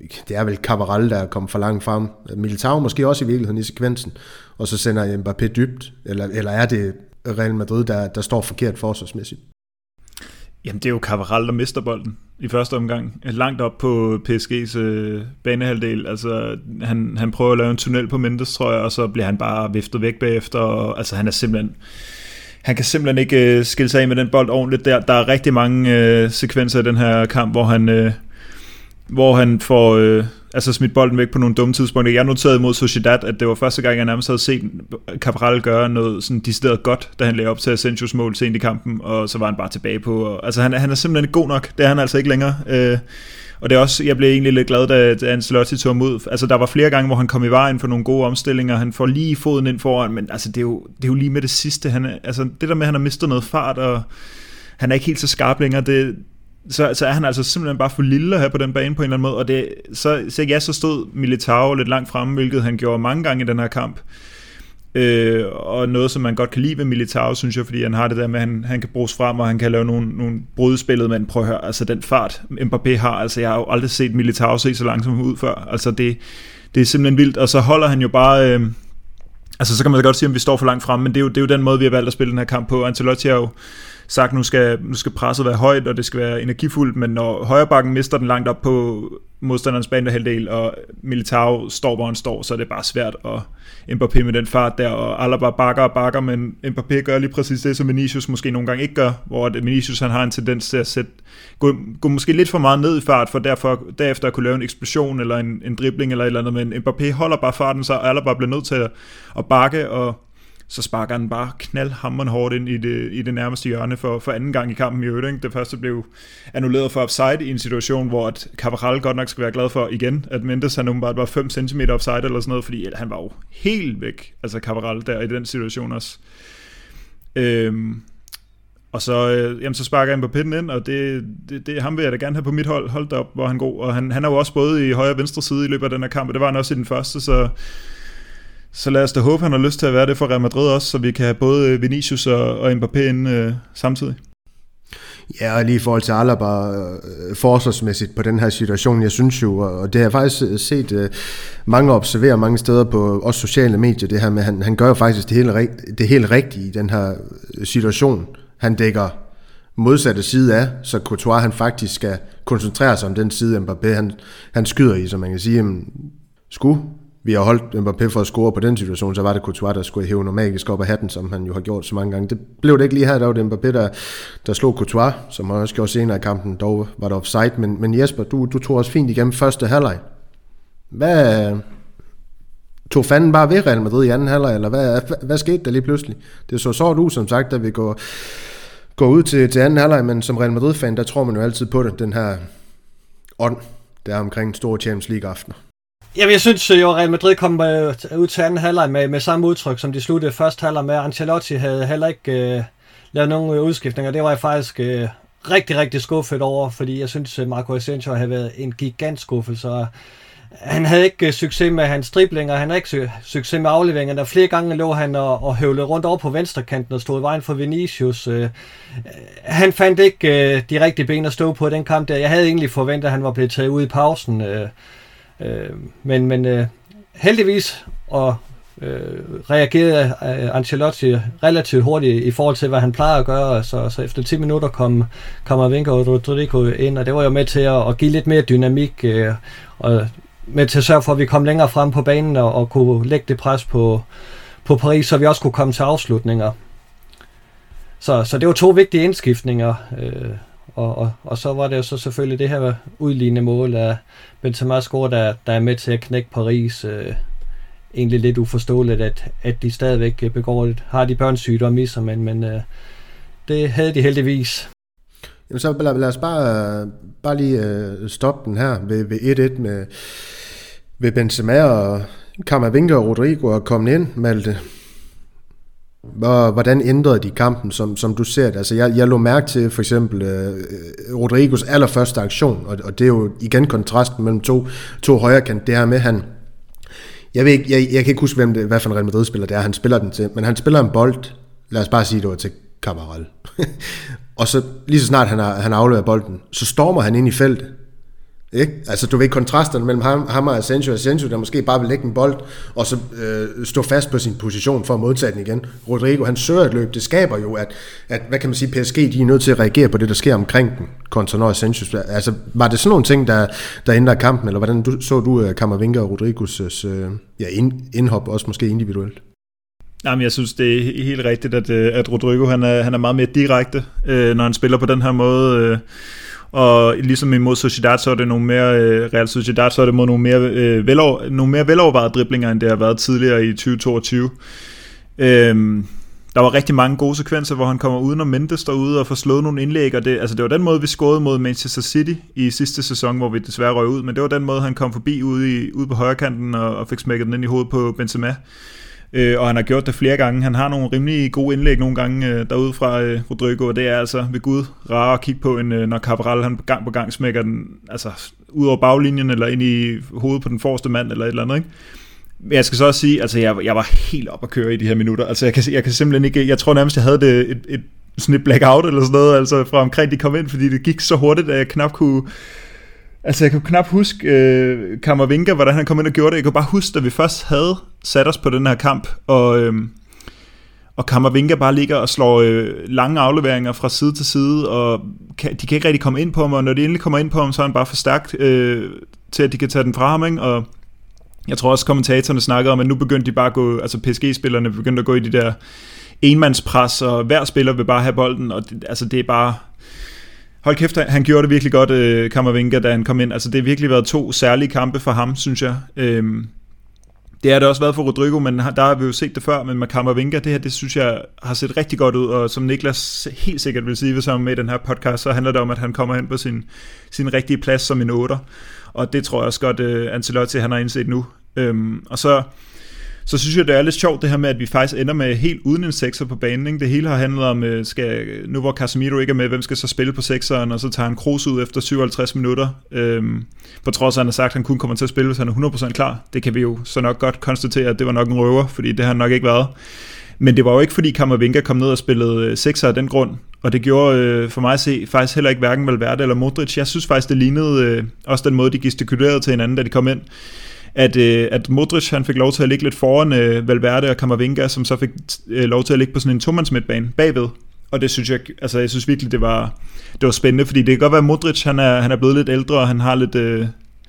det er vel Cabral, der er kommet for langt frem. Militao måske også i virkeligheden i sekvensen, og så sender Mbappé dybt, eller, eller er det Real Madrid, der, der står forkert forsvarsmæssigt? Jamen, det er jo Cabral, der mister bolden i første omgang. Langt op på P S G's øh, banehalvdel. Altså, han, han prøver at lave en tunnel på Mendes, tror jeg, og så bliver han bare viftet væk bagefter. Og, altså, han er simpelthen... Han kan simpelthen ikke øh, skille sig af med den bold ordentligt. Der, der er rigtig mange øh, sekvenser i den her kamp, hvor han... Øh, hvor han får øh, altså smidt bolden væk på nogle dumme tidspunkter. Jeg noterede mod Sociedad, at det var første gang, jeg nærmest havde set Cabral gøre noget sådan decideret godt, da han lagde op til Asensios mål sent i kampen, og så var han bare tilbage på. Og, altså han, han er simpelthen ikke god nok, det er han altså ikke længere. Øh, og det er også, jeg blev egentlig lidt glad, da, da Ancelotti tog ham ud. Altså der var flere gange, hvor han kom i vejen for nogle gode omstillinger, han får lige foden ind foran, men altså det er jo, det er jo lige med det sidste. Han er, altså det der med, at han har mistet noget fart, og han er ikke helt så skarp længere, det Så, så er han altså simpelthen bare for lille at have på den bane på en eller anden måde, og det, så, så ja, så stod Militao lidt langt fremme, hvilket han gjorde mange gange i den her kamp, øh, og noget, som man godt kan lide ved Militao, synes jeg, fordi han har det der med, at han, han kan bruges frem, og han kan lave nogle, nogle brudspillet, men prøv at høre, altså den fart, Mbappé har, altså jeg har jo aldrig set Militao se så langsomt ud før, altså det, det er simpelthen vildt, og så holder han jo bare, øh, altså så kan man da godt sige, om vi står for langt fremme, men det er jo, det er jo den måde, vi har valgt at spille den her kamp på. Ancelotti har jo sagt, nu skal, nu skal presset være højt, og det skal være energifuldt, men når højrebakken mister den langt op på modstanderens banehalvdel, og Militao står, hvor han står, så er det bare svært, og Mbappé med den fart der, og Alaba bakker og bakker, men Mbappé gør lige præcis det, som Vinicius måske nogle gange ikke gør, hvor Vinicius han har en tendens til at sætte, gå, gå måske lidt for meget ned i fart, for derfor, derefter at kunne lave en eksplosion, eller en, en dribling, eller et eller andet, men Mbappé holder bare farten, så Alaba bliver nødt til at, at bakke, og så sparker han bare knaldhamrende hårdt ind i det, i det nærmeste hjørne for, for anden gang i kampen i øvrigt. Det første blev annulleret for offside i en situation, hvor at Cabral godt nok skal være glad for igen, at Mendes han umiddelbart var fem centimeter offside eller sådan noget, fordi han var jo helt væk, altså Cabral der i den situation også. Øhm, og så, øh, jamen, så sparker han på pinden ind, og det, det, det ham vil jeg da gerne have på mit hold, hold op, hvor han god. Og han, han er jo også både i højre og venstre side i løbet af den her kamp, og det var han også i den første, så Så lad os da håbe, han har lyst til at være det for Real Madrid også, så vi kan have både Vinicius og, og Mbappé inde øh, samtidig. Ja, og lige i forhold til Alaba øh, forsvarsmæssigt på den her situation, jeg synes jo, og det har jeg faktisk set øh, mange observere mange steder på også sociale medier, det her med, han, han gør jo faktisk det helt, det helt rigtige i den her situation. Han dækker modsatte side af, så Courtois han faktisk skal koncentrere sig om den side, Mbappé han, han skyder i, så man kan sige, jamen, skulle vi har holdt Mbappé for at score på den situation, så var det Courtois, der skulle hæve magisk op af hatten, som han jo har gjort så mange gange. Det blev det ikke lige her, der var det Mbappé, der, der slog Courtois, som han også gjorde senere i kampen, dog var der offside, men, men Jesper, du, du tog også fint igennem første halvleg. Hvad tog fanden bare ved Real Madrid i anden halvleg, eller hvad, hvad, hvad skete der lige pludselig? Det så så du, som sagt, da vi går, går ud til, til anden halvleg, men som Real Madrid-fan, der tror man jo altid på det, den her ånd, der er omkring store Champions League-aftener. Jamen, jeg synes jo, Real Madrid kom øh, ud til anden halvleg med, med samme udtryk, som de sluttede første halvleg med. Ancelotti havde heller ikke øh, lavet nogen øh, udskiftninger. Det var jeg faktisk øh, rigtig, rigtig skuffet over, fordi jeg synes, at Marco Asensio havde været en gigant skuffelse. Han havde ikke øh, succes med hans driblinger, han havde ikke su- succes med afleveringerne. Flere gange lå han og, og høvlede rundt over på venstrekanten og stod i vejen for Vinicius. Øh, han fandt ikke øh, de rigtige ben at stå på den kamp der. Jeg havde egentlig forventet, at han var blevet taget ud i pausen. Øh, Øh, men men øh, heldigvis og øh, reagerede øh, Ancelotti relativt hurtigt i forhold til, hvad han plejer at gøre, så, så efter ti minutter kom Camavinga og Rodrigo ind, og det var jo med til at, at give lidt mere dynamik, øh, og med til at sørge for, at vi kom længere frem på banen og, og kunne lægge det pres på, på Paris, så vi også kunne komme til afslutninger. Så, så det var to vigtige indskiftninger, øh, Og, og, og så var det jo så selvfølgelig det her udlignende mål af Benzema score, der, der er med til at knække Paris. Øh, egentlig lidt uforståeligt, at, at de stadigvæk begår det. Har de børnssygdom i sig, men, men øh, det havde de heldigvis. Jamen så lad, lad os bare, bare lige øh, stoppe den her ved, ved et et med ved Benzema og Camavinga og Rodrigo og komme ind, Malte. Hvordan ændrede de kampen, som, som du ser det? Altså, jeg, jeg lå mærke til for eksempel øh, Rodrigos allerførste aktion, og, og det er jo igen kontrasten mellem to, to højrekant, det her med, han, jeg, ved ikke, jeg, jeg kan ikke huske, hvem det, hvad for en Real Madrid-spiller det er, han spiller den til, men han spiller en bold, lad os bare sige, det var til Cabral, og så lige så snart han, har, han afleverer bolden, så stormer han ind i feltet, Ikke? Altså du ved kontrasterne mellem ham, ham og Asensio. Asensio, der måske bare vil lægge en bold, og så øh, stå fast på sin position for at modtage den igen. Rodrigo, han søger et løb. Det skaber jo, at, at hvad kan man sige, P S G, de er nødt til at reagere på det, der sker omkring den, kontra når Asensio. Altså var det sådan nogle ting, der, der ændrer kampen, eller hvordan du, så du uh, Camavinga og Rodrigos øh, ja, ind, indhop, også måske individuelt? Jamen, jeg synes, det er helt rigtigt, at, at Rodrigo, han er, han er meget mere direkte, øh, når han spiller på den her måde, øh, og ligesom imod Sociedad, så er det nogle mere, øh, Real Sociedad, så er det mod nogle mere, øh, velover, nogle mere velovervejede driblinger, end det har været tidligere i tyve toogtyve. Øh, der var rigtig mange gode sekvenser, hvor han kommer uden og Mendes derude og får slået nogle indlæg, og det, altså det var den måde, vi scorede mod Manchester City i sidste sæson, hvor vi desværre røg ud, men det var den måde, han kom forbi ude, i, ude på højre kanten og, og fik smækket den ind i hovedet på Benzema. Øh, og han har gjort det flere gange. Han har nogle rimelig gode indlæg nogle gange øh, derude fra øh, Rodrigo, og det er altså ved Gud rare at kigge på, en, øh, når Cabral han gang på gang smækker den altså, ud over baglinjen, eller ind i hovedet på den forreste mand, eller et eller andet, ikke? Men jeg skal så også sige, altså jeg, jeg var helt op at køre i de her minutter. Altså jeg kan, jeg kan simpelthen ikke, jeg tror nærmest, jeg havde det et, et, sådan et blackout eller sådan noget, altså fra omkring de kom ind, fordi det gik så hurtigt, at jeg knap kunne... Altså jeg kan knap huske øh, Camavinga, hvordan han kom ind og gjorde det. Jeg kan bare huske, da vi først havde sat os på den her kamp, og, øh, og Camavinga bare ligger og slår øh, lange afleveringer fra side til side, og kan, de kan ikke rigtig komme ind på ham, og når de endelig kommer ind på ham, så er han bare for stærkt øh, til, at de kan tage den fra ham, ikke? Og jeg tror også, kommentatorerne snakkede om, at nu begyndte de bare at gå, altså P S G-spillerne begyndte at gå i de der enmandspres, og hver spiller vil bare have bolden, og det, altså det er bare... Hold kæft, han gjorde det virkelig godt, øh, Camavinga, da han kom ind. Altså, det har virkelig været to særlige kampe for ham, synes jeg. Øhm, det har det også været for Rodrigo, men der har vi jo set det før, men med Camavinga, det her, det synes jeg har set rigtig godt ud, og som Niklas helt sikkert vil sige, hvis han er med i den her podcast, så handler det om, at han kommer hen på sin, sin rigtige plads som en otter, og det tror jeg også godt, øh, Ancelotti, han har indset nu. Øhm, og så... Så synes jeg, det er lidt sjovt det her med, at vi faktisk ender med helt uden en sekser på banen. Ikke? Det hele har handlet om, skal, nu hvor Casemiro ikke er med, hvem skal så spille på sekseren, og så tager han Kroos ud efter syvoghalvtreds minutter. Øhm, på trods af, at han har sagt, at han kun kommer til at spille, hvis han er hundrede procent klar. Det kan vi jo så nok godt konstatere, at det var nok en røver, fordi det har han nok ikke været. Men det var jo ikke, fordi Camavinga kom ned og spillede sekser af den grund, og det gjorde øh, for mig at se faktisk heller ikke hverken Valverde eller Modric. Jeg synes faktisk, det lignede øh, også den måde, de gestikulerede til hinanden, da de kom ind. At, øh, at Modric han fik lov til at ligge lidt foran øh, Valverde og Camavinga, som så fik øh, lov til at ligge på sådan en tomands midtbane bagved. Og det synes jeg, altså jeg synes virkelig, det var, det var spændende, fordi det kan godt være, at Modric han er, han er blevet lidt ældre, og han har lidt, øh,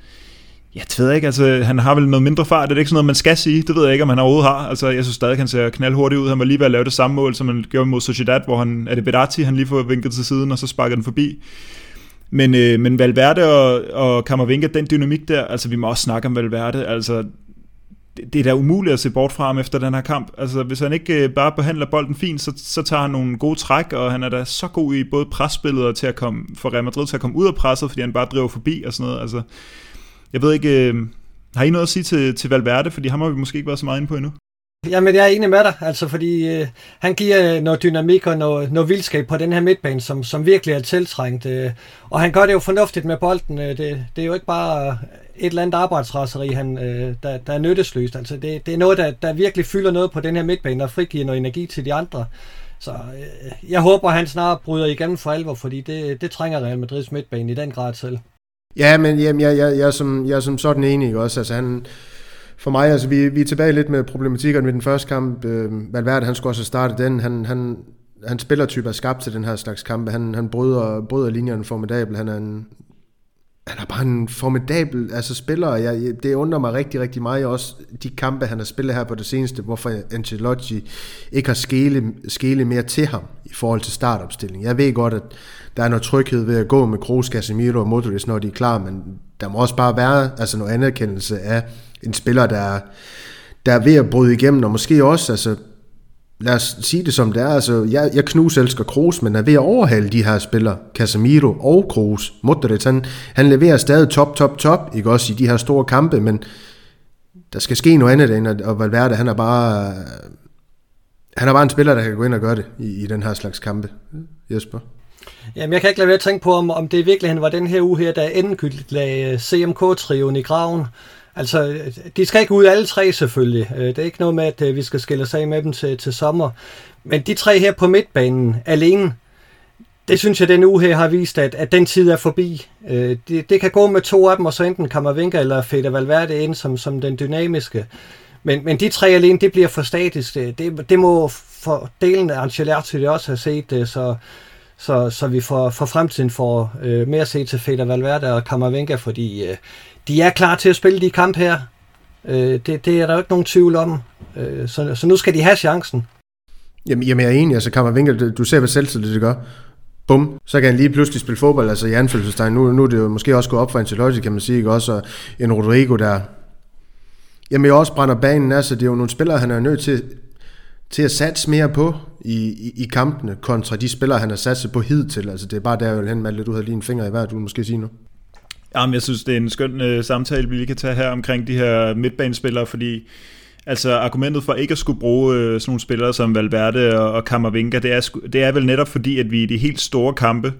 jeg ved ikke, altså han har vel noget mindre fart, det er ikke sådan noget, man skal sige, det ved jeg ikke, om han overhovedet har. Altså jeg synes stadig, han ser knaldhurtigt ud, han var lige ved at lave det samme mål, som han gjorde mod Sociedad, hvor han, er det Verratti, han lige får vinket til siden, og så sparker den forbi. Men, øh, men Valverde og, og Camavinga, den dynamik der, altså vi må også snakke om Valverde, altså det, det er da umuligt at se bort fra ham efter den her kamp. Altså hvis han ikke øh, bare behandler bolden fint, så, så tager han nogle gode træk, og han er da så god i både presspillet og til at komme, for Real Madrid til at komme ud af presset, fordi han bare driver forbi og sådan noget. Altså, jeg ved ikke, øh, har I noget at sige til, til Valverde, fordi ham har vi måske ikke været så meget inde på endnu? Jamen, jeg er enig med dig, altså, fordi øh, han giver noget dynamik og noget, noget vildskab på den her midtbane, som, som virkelig er tiltrængt. Øh, og han gør det jo fornuftigt med bolden. Øh, det, det er jo ikke bare et eller andet arbejdsraseri, han, øh, der, der er nyttesløst. Altså, det, det er noget, der, der virkelig fylder noget på den her midtbane, og frigiver noget energi til de andre. Så øh, jeg håber, han snart bryder igennem for alvor, fordi det, det trænger Real Madrids midtbane i den grad til. Ja, men jamen, jeg, jeg, jeg, er som, jeg er som sådan enig også. Altså, han... For mig, altså vi, vi er tilbage lidt med problematikkerne ved den første kamp. Øh, Valverde, han skulle også starte den. Han, han, han spillertype er skabt til den her slags kampe. Han, han bryder, bryder linjerne formidabel. Han er, en, han er bare en formidabel altså spiller. Jeg, det undrer mig rigtig, rigtig meget. Også de kampe, han har spillet her på det seneste, hvorfor Ancelotti ikke har skele, skele mere til ham i forhold til startopstilling. Jeg ved godt, at der er noget tryghed ved at gå med Kroos, Casemiro og Modric, når de er klar, men der må også bare være altså noget anerkendelse af en spiller, der er, der er ved at bryde igennem, og måske også, altså, lad os sige det som det er, altså, jeg, jeg knuselsker Kroos, men er ved at overhale de her spillere, Casemiro og Kroos. Modric, han, han leverer stadig top, top, top, ikke også i de her store kampe, men der skal ske noget andet end, og Valverde, han er bare, han er bare en spiller, der kan gå ind og gøre det i, i den her slags kampe. Jesper? Jamen, jeg kan ikke lade være at tænke på, om, om det i virkeligheden var den her uge her, der endegyldigt lagde C M K-trioen i graven. Altså, de skal ikke ud alle tre selvfølgelig. Det er ikke noget med, at vi skal skille os af med dem til, til sommer. Men de tre her på midtbanen alene, Det synes jeg, den uge her har vist, at, at den tid er forbi. Øh, det, det kan gå med to af dem, og så enten Camavinga eller Fede Valverde ind som, som den dynamiske. Men, men de tre alene, det bliver for statisk. Det, det må for delen af Ancelotti det også have set det, så, så, så vi for, for fremtiden får øh, mere at se til Fede Valverde og Camavinga, fordi øh, de er klar til at spille de kamp her. Øh, det, det er der jo ikke nogen tvivl om. Øh, så, så nu skal de have chancen. Jamen, jamen jeg er enig, altså Camavinga, du ser hvad selvtillid det gør. Bum, så kan han lige pludselig spille fodbold, altså i anfølgelsestegn. Nu, nu er det jo måske også gået op for Ancelotti, kan man sige, ikke? Også og en Rodrigo der. Jamen jeg også brænder banen af, så det er jo nogle spillere, han er nødt til, til at satse mere på i, i, i kampene, kontra de spillere, han har satset på hidtil. Altså det er bare der, jeg vil hen med, at du havde lige en finger i hver, du vil måske sige nu. Jamen jeg synes, det er en skøn øh, samtale, vi lige kan tage her omkring de her midtbanespillere, fordi altså argumentet for ikke at skulle bruge øh, sådan nogle spillere som Valverde og, og Camavinga, det er, det er vel netop fordi, at vi i de helt store kampe,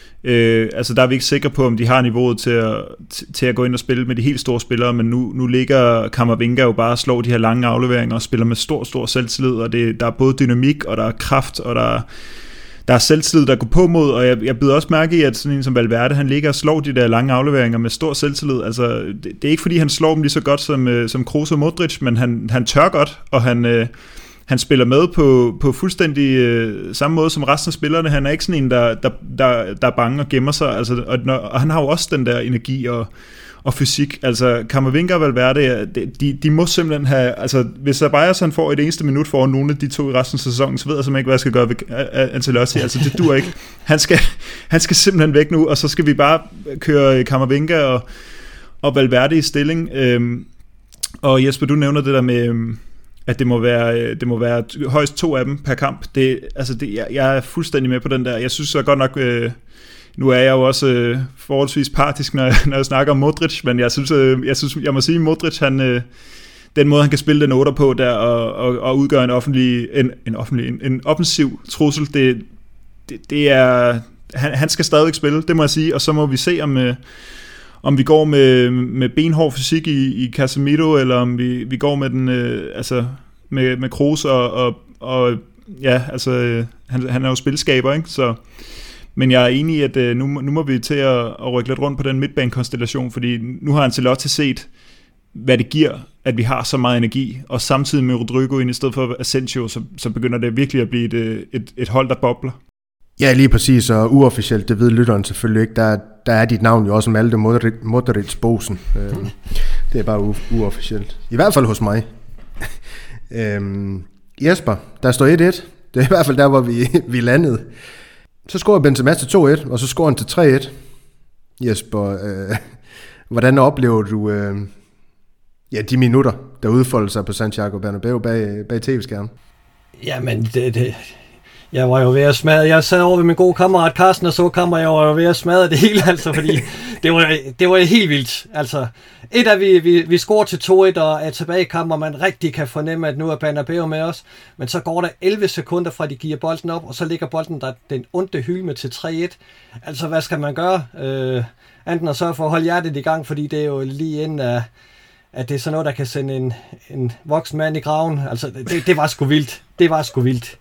øh, altså der er vi ikke sikre på, om de har niveauet til at, til at gå ind og spille med de helt store spillere, men nu, nu ligger Camavinga jo bare og slår de her lange afleveringer og spiller med stor, stor selvtillid, og det, der er både dynamik, og der er kraft, og der er Der er selvtillid, der går på mod, og jeg, jeg bider også mærke i, at sådan en som Valverde, han ligger og slår de der lange afleveringer med stor selvtillid. Altså, det, det er ikke fordi, han slår dem lige så godt som, som Kroos og Modric, men han, han tør godt, og han, øh, han spiller med på, på fuldstændig øh, samme måde som resten af spillerne. Han er ikke sådan en, der, der, der, der er bange og gemmer sig, altså, og, når, og han har jo også den der energi og og fysik. Altså Camavinga og Valverde, de, de må simpelthen have, altså hvis Ceballos han får et eneste minut foran nogle af de to i resten af sæsonen, så ved jeg simpelthen ikke, hvad jeg skal gøre ved Ancelotti. Altså det dur ikke. Han skal, han skal simpelthen væk nu, og så skal vi bare køre Camavinga og, og Valverde i stilling. Øhm, og Jesper, du nævner det der med, at det må være, det må være højst to af dem per kamp. Det, altså det, jeg, jeg er fuldstændig med på den der. Jeg synes så godt nok... Øh, Nu er jeg jo også øh, forholdsvis partisk, når jeg, når jeg snakker om Modric, men jeg synes, øh, jeg, synes jeg må sige, Modric, han, øh, den måde, han kan spille den otter på der, og, og, og udgøre en offentlig, en, en, offentlig, en, en offensiv trussel, det, det, det er, han, han skal stadig spille, det må jeg sige, og så må vi se, om, øh, om vi går med, med benhård fysik i, i Casemiro, eller om vi, vi går med den, øh, altså, med, med Kroos, og, og, og ja, altså, øh, han, han er jo spilskaber, ikke, så... Men jeg er enig i, at øh, nu, nu må vi til at, at rykke lidt rundt på den midtbanekonstellation, fordi nu har Ancelotti set, hvad det giver, at vi har så meget energi, og samtidig med Rodrigo ind i stedet for Asensio, så, så begynder det virkelig at blive et, et, et hold, der bobler. Ja, lige præcis, og uofficielt, det ved lytteren selvfølgelig ikke, der, der er dit navn jo også Malte Modric, Modric Bosen. øhm, det er bare u- uofficielt. I hvert fald hos mig. øhm, Jesper, der står et et. Det er i hvert fald der, hvor vi, vi landede. Så scorer Benzema til to et, og så scorer han til tre et. Jesper, øh, hvordan oplever du øh, ja, de minutter, der udfolder sig på Santiago Bernabeu bag, bag tv-skærmen? Jamen, det, det, jeg var jo ved at smadre. Jeg sad over ved min gode kammerat Carsten og så kammer, jeg var jo ved at smadre det hele, altså, fordi det var, det var helt vildt. Altså, et af vi, vi, vi scorer til to et og er tilbage i kamp, og man rigtig kan fornemme, at nu er Bernabeu med os. Men så går der elleve sekunder fra, de giver bolden op, og så ligger bolden der den onde hylme til tre et. Altså, hvad skal man gøre? Øh, enten at sørge for at holde hjertet i gang, fordi det er jo lige inden af, at det er sådan noget, der kan sende en, en voksen mand i graven. Altså, det, det var sgu vildt. Det var sgu vildt.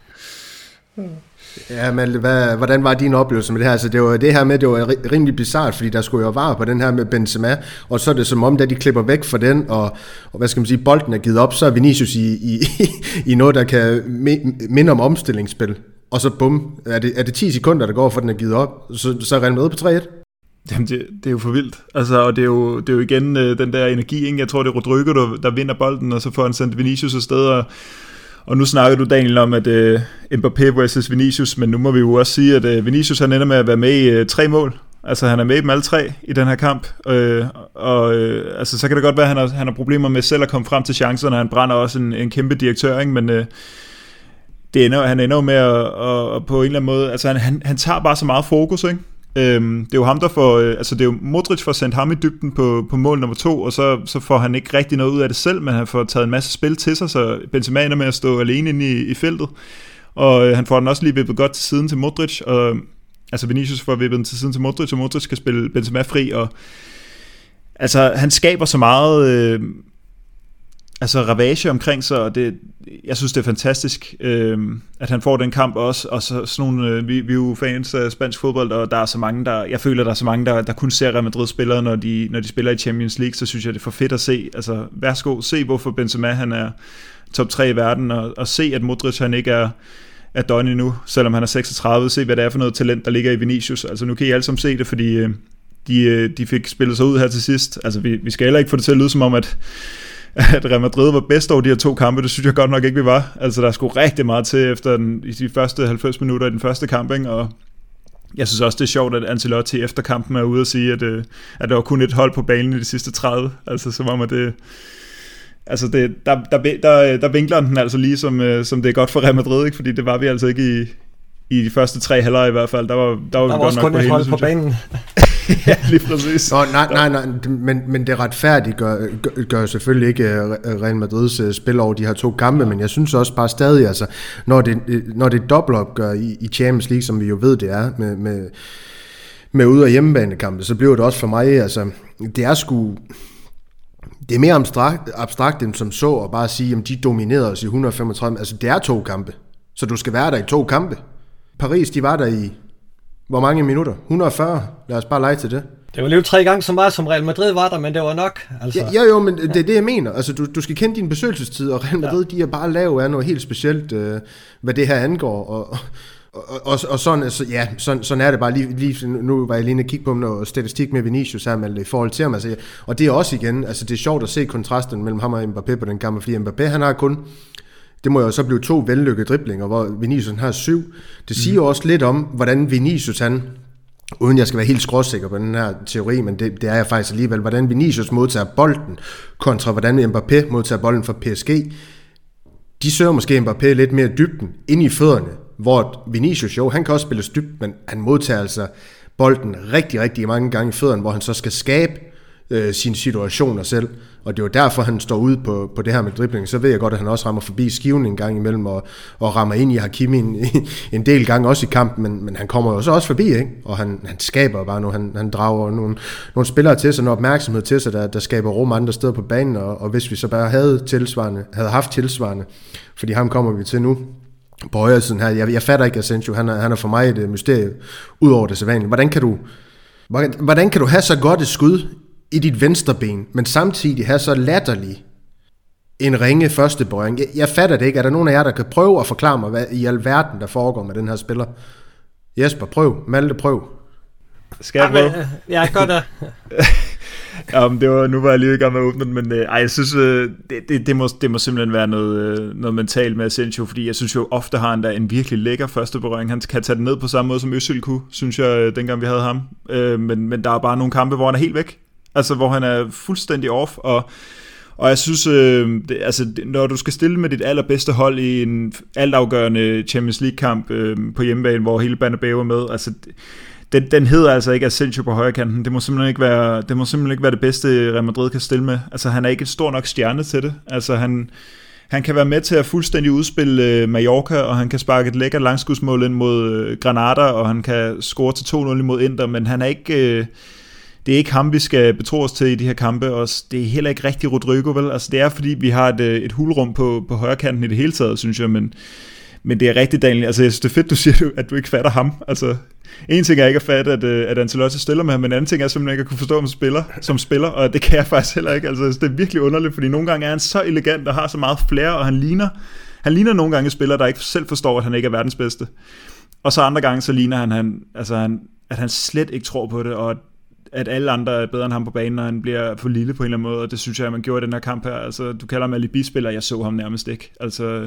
Ja, men hvad, hvordan var din oplevelse med det her? Altså, det var det her med, det var rimelig bizart, fordi der skulle jo være på den her med Benzema, og så er det som om, da de klipper væk fra den, og, og hvad skal man sige, bolden er givet op, så er Vinicius i, i, i noget, der kan minde om omstillingsspil, og så bum, er det, er det ti sekunder, der går, for den er givet op, så, så er den med på tre et. Jamen, det, det er jo for vildt. Altså, og det er jo, det er jo igen øh, den der energi, ikke? Jeg tror, det er Rodrigo, der, der vinder bolden, og så får han sendt Vinicius afsted, og Og nu snakker du, Daniel, om, at uh, Mbappé versus Vinicius, men nu må vi jo også sige, at uh, Vinicius han ender med at være med i uh, tre mål. Altså, han er med i dem alle tre i den her kamp. Uh, og uh, altså, så kan det godt være, at han har, han har problemer med selv at komme frem til chancerne. Han brænder også en, en kæmpe direktør, ikke? Men uh, det ender, han ender med at, at, at på en eller anden måde... Altså, han, han, han tager bare så meget fokus, ikke? Øhm, det er jo ham, der får, øh, altså det er jo Modric får sendt ham i dybden på, på mål nummer to, og så, så får han ikke rigtig noget ud af det selv, men han får taget en masse spil til sig, så Benzema ender med at stå alene inde i, i feltet, og øh, han får den også lige vippet godt til siden til Modric, og altså Vinicius får vippet den til siden til Modric, og Modric skal spille Benzema fri, og altså han skaber så meget, øh, altså ravage omkring sig, og det, jeg synes, det er fantastisk, øh, at han får den kamp også, og så sådan nogle, øh, vi, vi er jo fans af spansk fodbold, og der er så mange, der, jeg føler, der er så mange, der, der kun ser Real Madrid spillere, når de, når de spiller i Champions League, så synes jeg, det er for fedt at se, altså værsgo, se hvorfor Benzema, han er top tre i verden, og, og se, at Modric, han ikke er, er done endnu, selvom han er seksogtredive, se hvad det er for noget talent, der ligger i Vinicius, altså nu kan I alle sammen se det, fordi øh, de, de fik spillet sig ud her til sidst, altså vi, vi skal heller ikke få det til at lyde som om, at at Real Madrid var bedst over de her to kampe, det synes jeg godt nok ikke, vi var. Altså, der skulle rigtig meget til efter den, i de første halvfems minutter i den første kamp, ikke? Og jeg synes også, det er sjovt, at Ancelotti efter kampen er ude og sige, at, at der var kun et hold på banen i de sidste tredive. Altså, som om, at det... Altså, det, der, der, der, der vinkler den altså lige, som, som det er godt for Real Madrid, ikke? Fordi det var vi altså ikke i, i de første tre halvleje i hvert fald. Der var, der var, der vi var også godt kun et hold på banen. Ja, lige præcis. Nå, nej, nej, nej, men, men det retfærdigt gør, gør, gør selvfølgelig ikke Real Madrids spil over de her to kampe, men jeg synes også bare stadig, altså, når det, når det er dobbeltopgør i, i Champions League, som vi jo ved, det er, med, med, med ude- og hjemmebanekampe, så bliver det også for mig, altså, det er sgu... Det er mere abstrakt, abstrakt end som så, og bare sige, at de dominerede os i et hundrede og femogtredive, altså det er to kampe, så du skal være der i to kampe. Paris, de var der i hvor mange minutter? et hundrede og fyrre? Lad os bare lege til det. Det var lige tre gange så meget, som Real Madrid var der, men det var nok. Altså. Ja, ja, jo, men det er det, jeg mener. Altså, du, du skal kende din besøgelsestid, og Real Madrid, ja. De er bare lave af noget helt specielt, øh, hvad det her angår. Og, og, og, og sådan, altså, ja, sådan, sådan er det bare. Lige, lige, nu var jeg lige inde og kigge på noget statistik med Vinicius her, med, i forhold til ham. Altså, og det er også igen, altså det er sjovt at se kontrasten mellem ham og Mbappé på den kamp, fordi Mbappé, han har kun... Det må jo så blive to vellykkede driblinger, hvor Vinicius har syv. Det siger mm. også lidt om, hvordan Vinicius han, uden jeg skal være helt skråsikker på den her teori, men det, det er jeg faktisk alligevel, hvordan Vinicius modtager bolden, kontra hvordan Mbappé modtager bolden fra P S G. De søger måske Mbappé lidt mere dybden ind i fødderne, hvor Vinicius jo, han kan også spille dybt, men han modtager altså bolden rigtig, rigtig mange gange i fødderne, hvor han så skal skabe øh, sine situationer selv. Og det er jo derfor, han står ude på, på det her med dribling. Så ved jeg godt, at han også rammer forbi skiven en gang imellem, og, og rammer ind i Hakimi en, en del gange også i kampen, men, men han kommer jo så også forbi, ikke? Og han, han skaber bare nu, han, han drager nogle, nogle spillere til sig, noget opmærksomhed til sig, der, der skaber rum andre steder på banen, og, og hvis vi så bare havde, tilsvarende, havde haft tilsvarende, fordi ham kommer vi til nu, på højre siden her, jeg, jeg fatter ikke, Asensio, han er, han er for mig et mysterie, ud over det sædvanlige. Hvordan kan du, hvordan, hvordan kan du have så godt et skud i dit venstre ben, men samtidig have så latterlig en ringe første berøring? Jeg, jeg fatter det ikke. Er der nogen af jer, der kan prøve at forklare mig, hvad i alverden der foregår med den her spiller? Jesper, prøv. Malte, prøv. Skal jeg prøve? Ja, jeg gør det. um, det var, nu var jeg lige i gang med at åbne den, men øh, ej, jeg synes, øh, det, det, det, må, det må simpelthen være noget, øh, noget mentalt med Asensio, fordi jeg synes jo ofte har han da en virkelig lækker første berøring. Han kan tage den ned på samme måde som Özil kunne, synes jeg, øh, dengang vi havde ham. Øh, men, men der er bare nogle kampe, hvor han er helt væk. Altså, hvor han er fuldstændig off, og, og jeg synes, øh, det, altså, når du skal stille med dit allerbedste hold i en altafgørende Champions League-kamp øh, på hjemmebane, hvor hele Bernabeu er med, altså, den, den hedder altså ikke Asensio på højre kanten. Det må simpelthen ikke være det, må simpelthen ikke være det bedste, Real Madrid kan stille med. Altså, han er ikke en stor nok stjerne til det. Altså, han, han kan være med til at fuldstændig udspille øh, Mallorca, og han kan sparke et lækkert langskudsmål ind mod øh, Granada, og han kan score til to nul imod Inter, men han er ikke... Øh, Det er ikke ham, vi skal betro os til i de her kampe, og det er heller ikke rigtig Rodrigo, vel? Altså, det er, fordi vi har et, et hulrum på, på højre kanten i det hele taget, synes jeg, men, men det er rigtig, Daniel. Altså, jeg synes, det er fedt, du siger, at du ikke fatter ham. Altså, en ting er ikke at fatte, at, at Ancelotti stiller med ham, men en anden ting er simpelthen ikke at kunne forstå ham spiller, som spiller, og det kan jeg faktisk heller ikke. Altså, det er virkelig underligt, fordi nogle gange er han så elegant og har så meget flair, og han ligner, han ligner nogle gange spiller, der ikke selv forstår, at han ikke er verdens bedste. Og så andre gange, så ligner han, han, altså, han at han slet ikke tror på det, og at alle andre er bedre end ham på banen, og han bliver for lille på en eller anden måde, og det synes jeg, at man gjorde i den her kamp her. Altså, du kalder ham alibi-spiller, jeg så ham nærmest ikke. Altså,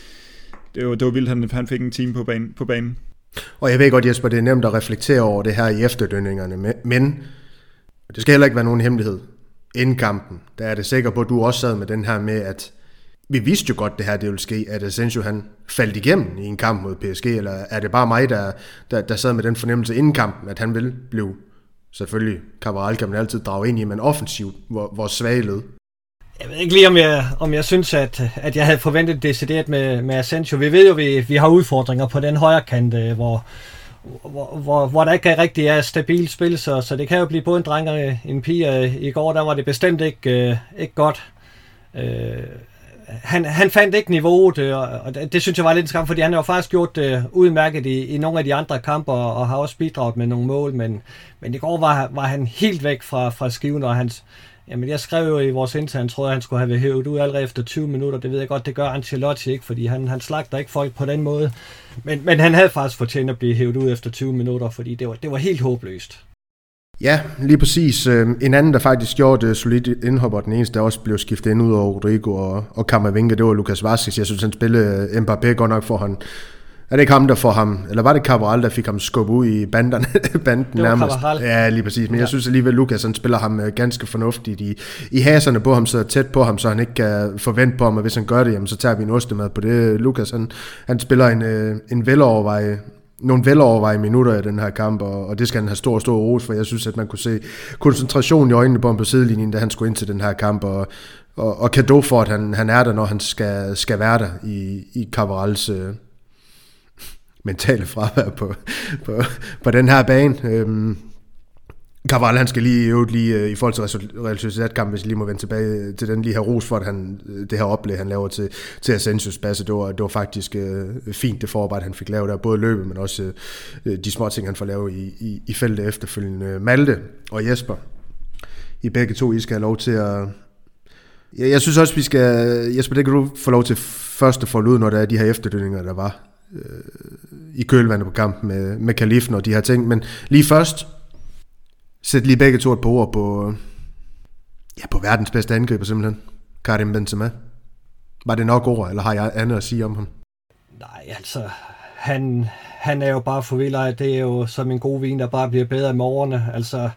det var, det var vildt, han, han fik en time på banen, på banen. Og jeg ved godt, Jesper, det er nemt at reflektere over det her i efterdønningerne, men det skal heller ikke være nogen hemmelighed. Inden kampen, der er det sikker på, at du også sad med den her med, at vi vidste jo godt, det her det ville ske, at Asensio han faldt igennem i en kamp mod P S G, eller er det bare mig, der, der, der sad med den fornemmelse inden kampen, at han ville blive... Selvfølgelig, Cabral kan man altid drage ind i, men offensivt, hvor, hvor svage led. Jeg ved ikke lige, om jeg, om jeg synes, at, at jeg havde forventet decideret med, med Asensio. Vi ved jo, at vi, vi har udfordringer på den højre kant, hvor, hvor, hvor, hvor der ikke rigtig er stabilt spil, så, så det kan jo blive både en dreng og en pige. I går der var det bestemt ikke, øh, ikke godt. Øh, han, han fandt ikke niveauet, og, og det, det synes jeg var lidt en skam, fordi han har jo faktisk gjort det uh, udmærket i, i nogle af de andre kampe, og, og har også bidraget med nogle mål, men, men i går var, var han helt væk fra, fra skiven, og hans, jamen jeg skrev jo i vores intern, troede at han skulle have hævet ud allerede efter tyve minutter, det ved jeg godt, det gør Ancelotti ikke, fordi han, han slagter ikke folk på den måde, men, men han havde faktisk fortjent at blive hævet ud efter tyve minutter, fordi det var, det var helt håbløst. Ja, lige præcis. En anden, der faktisk gjorde det solidt indhop, og den eneste, der også blev skiftet ind ud over Rodrigo og, og Camavinga, det var Lucas Vázquez. Jeg synes, han spillede Mbappé godt nok for han. Er det ikke ham, der får ham, eller var det Cabral, der fik ham skubbet ud i banderne, banden nærmest? Ja, lige præcis. Men ja. Jeg synes alligevel, Lucas, han spiller ham ganske fornuftigt i, i haserne på ham, så tæt på ham, så han ikke kan forvente på ham, og hvis han gør det, jamen, så tager vi en ostemad på det. Lucas, han, han spiller en, en velovervejet nogle velovervejede minutter i den her kamp, og, og det skal han have stor, stor ros for. Jeg synes, at man kunne se koncentrationen i øjnene på ham på sidelinjen, da han skulle ind til den her kamp, og, og, og cadeau for, at han, han er der, når han skal, skal være der i, i Cabrals øh, mentale fravær på, på, på den her bane. Øhm, Cabral, han skal lige øve lige i forhold til Real Sociedad-kampen, hvis jeg lige må vende tilbage til den, lige her ros for, at han, det her oplæg, han laver til, til Asensios basse, det var, det var faktisk øh, fint, det forarbejde, han fik lavet der, både løbet, men også øh, de små ting, han får lavet i, i, i feltet efterfølgende. Malte og Jesper, I begge to, I skal have lov til at... Jeg, jeg synes også, vi skal... Jesper, det kan du få lov til først at folde ud, når der er de her efterdønninger, der var øh, i kølvandet på kampen med, med Kalifen og de her ting, men lige først... Sæt lige begge to et par ord på, ja, på verdens bedste angriber simpelthen. Karim Benzema. Var det nok ord, eller har jeg andet at sige om ham? Nej, altså, han, han er jo bare forvildet. Det er jo som en god vin, der bare bliver bedre med årene. Altså,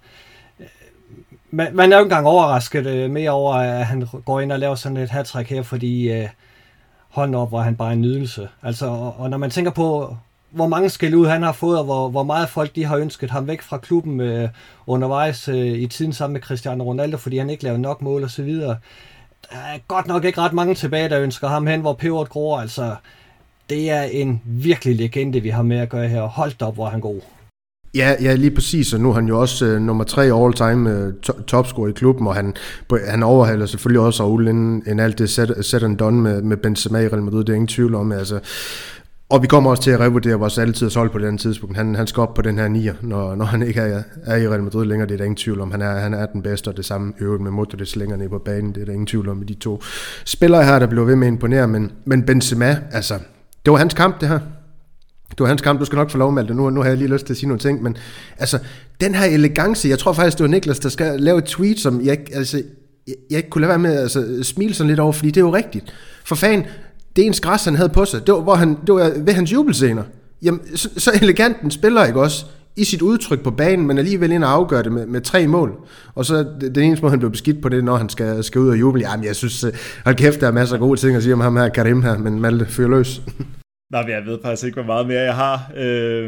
man, man er jo engang overrasket mere over, at han går ind og laver sådan et hattrick her, fordi øh, hånden op var han bare en nydelse. Altså, og, og når man tænker på... hvor mange skæld ud han har fået, og hvor, hvor meget folk de har ønsket ham væk fra klubben øh, undervejs øh, i tiden sammen med Cristiano Ronaldo, fordi han ikke lavede nok mål og så videre. Der er godt nok ikke ret mange tilbage, der ønsker ham hen, hvor peberet gror. Altså, det er en virkelig legende, vi har med at gøre her. Hold da op, hvor han god. Ja, ja, lige præcis, og nu er han jo også øh, nummer tre all-time øh, to- topscorer i klubben, og han, han overhaler selvfølgelig også Raul end, end alt det set, set and done med, med Benzema i Real Madrid, det er ingen tvivl om, altså. Og vi kommer også til at revurdere vores altid hold på den tidspunkt. Han, han skal op på den her nier, når, når han ikke er, er i Real Madrid længere. Det er der ingen tvivl om. Han er, han er den bedste, og det samme øvrigt med Modric længere nede på banen. Det er der ingen tvivl om med de to spillere her, der blev ved med at imponere. Men, men Benzema, altså, det var hans kamp, det her. Det var hans kamp. Du skal nok få lov, Malte. Nu, nu har jeg lige lyst til at sige nogle ting. Men altså, den her elegance, jeg tror faktisk, det var Niklas, der skal lave et tweet, som jeg, altså, jeg, jeg ikke kunne lade være med at altså, smile sådan lidt over, fordi det er jo rigtigt. For fanden, det ens græs, han havde på sig, det var, hvor han, det var ved hans jubelscener. Jamen, så, så elegant en spiller, ikke også? I sit udtryk på banen, men alligevel ind og afgøre det med, med tre mål. Og så det, det eneste måde, han blev beskidt på det, når han skal, skal ud og juble. Jamen, jeg synes, hold kæft, der er masser af gode ting at sige om ham her, Karim her, men Malte, fyr løs. Nej, jeg ved faktisk ikke, hvor meget mere jeg har. Øh...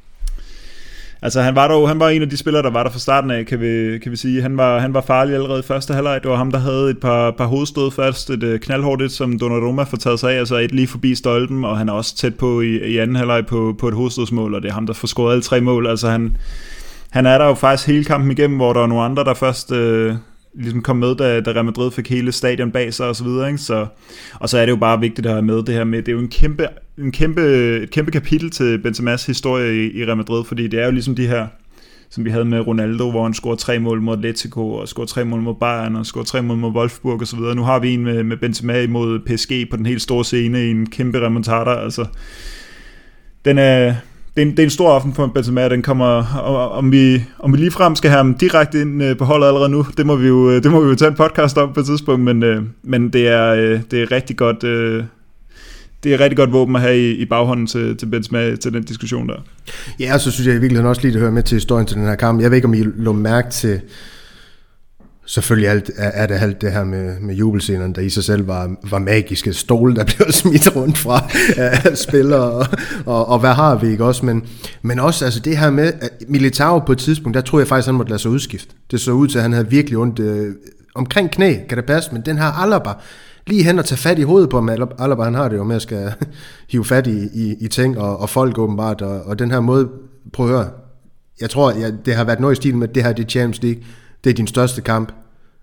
Altså, han var, dog, han var en af de spillere, der var der fra starten af, kan vi, kan vi sige. Han var, han var farlig allerede i første halvleg. Det var ham, der havde et par, par hovedstød først. Et uh, knaldhårdt et, som Donnarumma får taget sig af, altså et lige forbi stolpen, og han er også tæt på i, i anden halvleg på, på et hovedstødsmål, og det er ham, der får scoret alle tre mål. Altså, han, han er der jo faktisk hele kampen igennem, hvor der var nogle andre, der først... Uh, ligesom kom med, da, da Real Madrid fik hele stadion bag sig og så videre, ikke? Så, og så er det jo bare vigtigt at have med det her med, det er jo en kæmpe, en kæmpe, et kæmpe kapitel til Benzemas historie i, i Real Madrid, fordi det er jo ligesom de her, som vi havde med Ronaldo, hvor han scorede tre mål mod Atletico, og scorede tre mål mod Bayern, og scorede tre mål mod Wolfsburg og så videre. Nu har vi en med, med Benzema imod P S G på den helt store scene i en kæmpe remontada, altså den er... Det er, en, det er en stor aften for Benzema, den kommer, om vi, om vi ligefrem skal have ham direkte ind på holdet allerede nu, det må vi jo, det må vi jo tage en podcast om på et tidspunkt, men, men det, er, det er rigtig godt, det er rigtig godt våben at have i, i baghånden til, til Benzema til den diskussion der. Ja, og så synes jeg i virkeligheden også lige, det hører med til historien til den her kamp. Jeg ved ikke, om I lå mærke til, selvfølgelig alt, er det alt det her med, med jubelscenerne, der i sig selv var, var magiske stole, der blev smidt rundt fra uh, spillere, og, og, og hvad har vi ikke også, men, men også altså det her med, at Militao på et tidspunkt, der tror jeg faktisk, han måtte lade sig udskifte. Det så ud til, at han havde virkelig ondt uh, omkring knæ, kan det passe, men den her Alaba, lige hen og tage fat i hovedet på ham, Alaba han har det jo med at skal hive fat i, i, i ting, og, og folk åbenbart, og, og den her måde, prøv at høre, jeg tror, jeg, det har været noget i stil med, det her det er Champions League, det er din største kamp.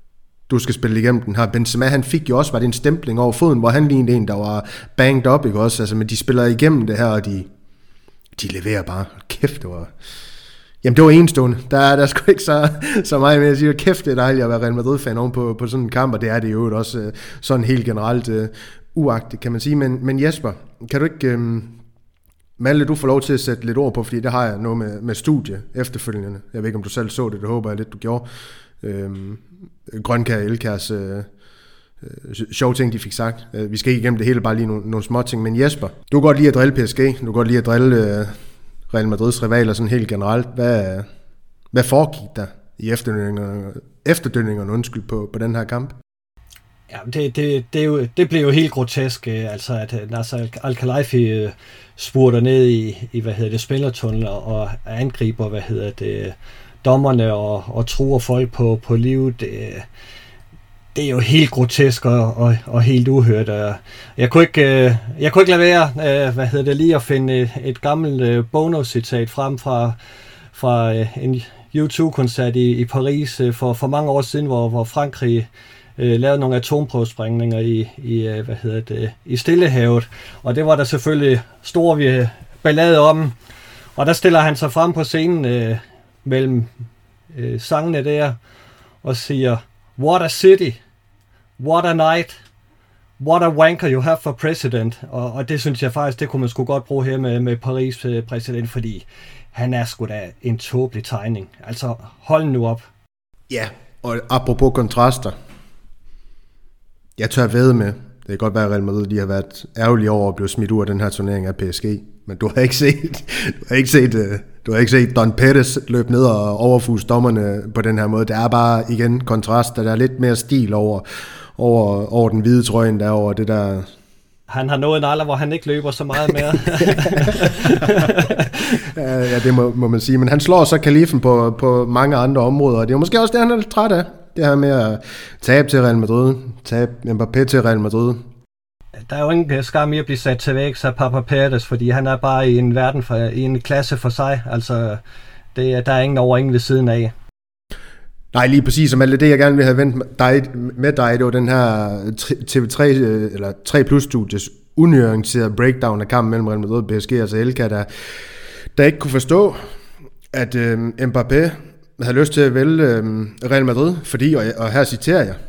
du skal spille igennem den her. Benzema, han fik jo også, var det en stempling over foden, hvor han lignede en, der var banged up, ikke også? Altså, men de spiller igennem det her, og de, de leverer bare. Kæft, det var... Jamen, det var enestående. Der er der sgu ikke så, så meget mere at sige. Kæft, det er dejligt at være Real Madrid-fan oven på, på sådan en kamp, og det er det jo også uh, sådan helt generelt uh, uagtigt, kan man sige. Men, men Jesper, kan du ikke... Um, Malte, du får lov til at sætte lidt ord på, fordi det har jeg noget med, med studie efterfølgende. Jeg ved ikke, om du selv så det, det håber jeg lidt, du gjorde. Øhm, Grønkær og Elkærs øh, øh, sjove ting, de fik sagt. Øh, vi skal ikke igennem det hele, bare lige nogle, nogle små ting. Men Jesper, du kan godt lide at drille P S G, du kan godt lide at drille øh, Real Madrids rivaler sådan helt generelt. Hvad, hvad foregik der i efterdønningerne, efterdønningerne undskyld, på, på den her kamp? Ja, det, det, det, jo, det blev jo helt grotesk, altså at Nasser Al-Khelaifi spurter ned i, i hvad hedder det, spillertunnel og angriber, hvad hedder det, dommerne og, og truer folk på, på livet. Det, det er jo helt grotesk og, og, og helt uhørt. Jeg kunne ikke, jeg kunne ikke lade være, hvad hedder det, lige at finde et, et gammelt Bono-citat frem fra, fra en YouTube-koncert i, i Paris for, for mange år siden, hvor, hvor Frankrig øh, lavede nogle atomprøvesprængninger i, i, hvad hedder det, i Stillehavet. Og det var der selvfølgelig stor ballade om. Og der stiller han sig frem på scenen øh, mellem øh, sangene der og siger, "What a city, what a night, what a wanker you have for president." Og, og det synes jeg faktisk, det kunne man sgu godt bruge her med, med Paris øh, præsident, fordi han er sgu da en tåbelig tegning. Altså, hold nu op. Ja, og apropos kontraster. Jeg tør ved med, det kan godt være, at Real Madrid de har været ærgerlige over at blive smidt ud af den her turnering af P S G. Men du har ikke set, du har ikke set, du har ikke set Don Pettis løbe ned og overfuse dommerne på den her måde. Det er bare igen kontrast, der er lidt mere stil over, over, over den hvide trøjen der over det der. Han har nået en alder, hvor han ikke løber så meget mere. Ja, det må, må man sige. Men han slår så kalifen på, på mange andre områder, og det er måske også det, han er lidt træt af. Det her med at tabe til Real Madrid, tabe Mbappé til Real Madrid. Der er jo ingen skam i at blive sat til væk af Papa Perez, fordi han er bare i en verden for, i en klasse for sig. Altså, det, der er ingen over, ingen ved siden af. Nej, lige præcis, som alt det, jeg gerne vil have vendt dig, med dig, det var den her T V tre eller tre plus studies unuancerede breakdown af kampen mellem Real Madrid og P S G, altså Elka, der, der ikke kunne forstå, at øh, Mbappé havde lyst til at vælge øh, Real Madrid, fordi, og, og her citerer jeg,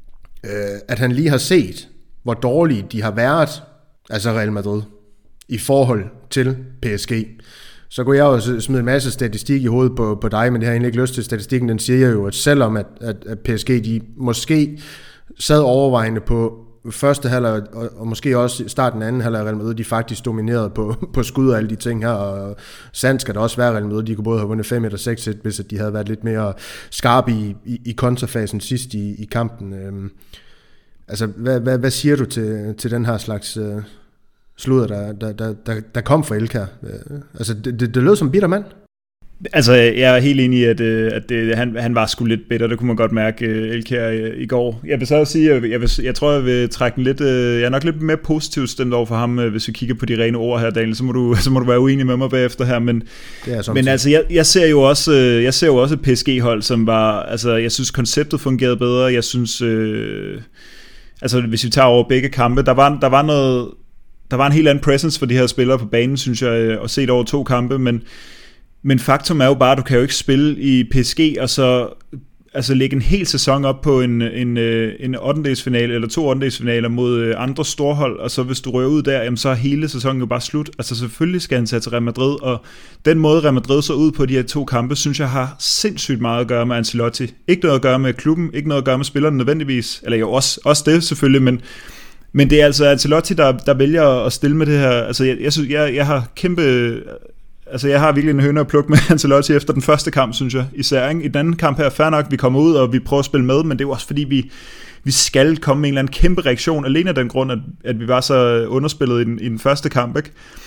øh, at han lige har set, hvor dårlige de har været, altså Real Madrid, i forhold til P S G. Så kunne jeg jo smide en masse statistik i hovedet på, på dig, men det har jeg egentlig ikke lyst til. Statistikken den siger jo, at selvom at, at, at P S G de måske sad overvejende på første halvleg, og, og måske også starten af anden halvleg, Real Madrid, de faktisk dominerede på, på skud og alle de ting her, og sandt skal det også være, Real Madrid, de kunne både have vundet fem eller seks et, hvis de havde været lidt mere skarpe i, i, i kontrafasen sidst i, i kampen. Øhm, altså, hvad, hvad, hvad siger du til, til den her slags øh, sludder, der, der, der, der, der kom fra Elkær? Øh, altså, det, det, det lød som bitter mand. Altså, jeg er helt enig i, at, at det, han, han var sgu lidt bitter. Det kunne man godt mærke, Elkær, i går. Jeg vil så også sige, jeg, vil, jeg tror, jeg vil trække den lidt... Jeg er nok lidt mere positivt stemt over for ham, hvis vi kigger på de rene ord her, Daniel. Så må du, så må du være uenig med mig bagefter her. Men, men altså, jeg, jeg, ser jo også, jeg ser jo også et P S G-hold, som var... Altså, jeg synes, konceptet fungerede bedre. Jeg synes... Øh, altså, hvis vi tager over begge kampe, der var, der var noget... Der var en helt anden presence for de her spillere på banen, synes jeg, og set over to kampe, men... Men faktum er jo bare, at du kan jo ikke spille i P S G og så altså lægge en hel sæson op på en, en, en ottendedelsfinale eller to ottendedelsfinaler mod andre storhold, og så hvis du rører ud der, jamen så er hele sæsonen jo bare slut. Altså selvfølgelig skal han tage til Real Madrid, og den måde Real Madrid så ud på de her to kampe, synes jeg har sindssygt meget at gøre med Ancelotti. Ikke noget at gøre med klubben, ikke noget at gøre med spillerne nødvendigvis, eller jo også, også det selvfølgelig, men men det er altså Ancelotti, der, der vælger at stille med det her. Altså jeg, jeg synes, jeg, jeg har kæmpe... Altså, jeg har virkelig en høne at plukke med Ancelotti efter den første kamp, synes jeg, især. Ikke? I den anden kamp her, fair nok, vi kommer ud, og vi prøver at spille med, men det er jo også fordi, vi, vi skal komme med en eller anden kæmpe reaktion, alene af den grund, at, at vi var så underspillet i den, i den første kamp, ikke?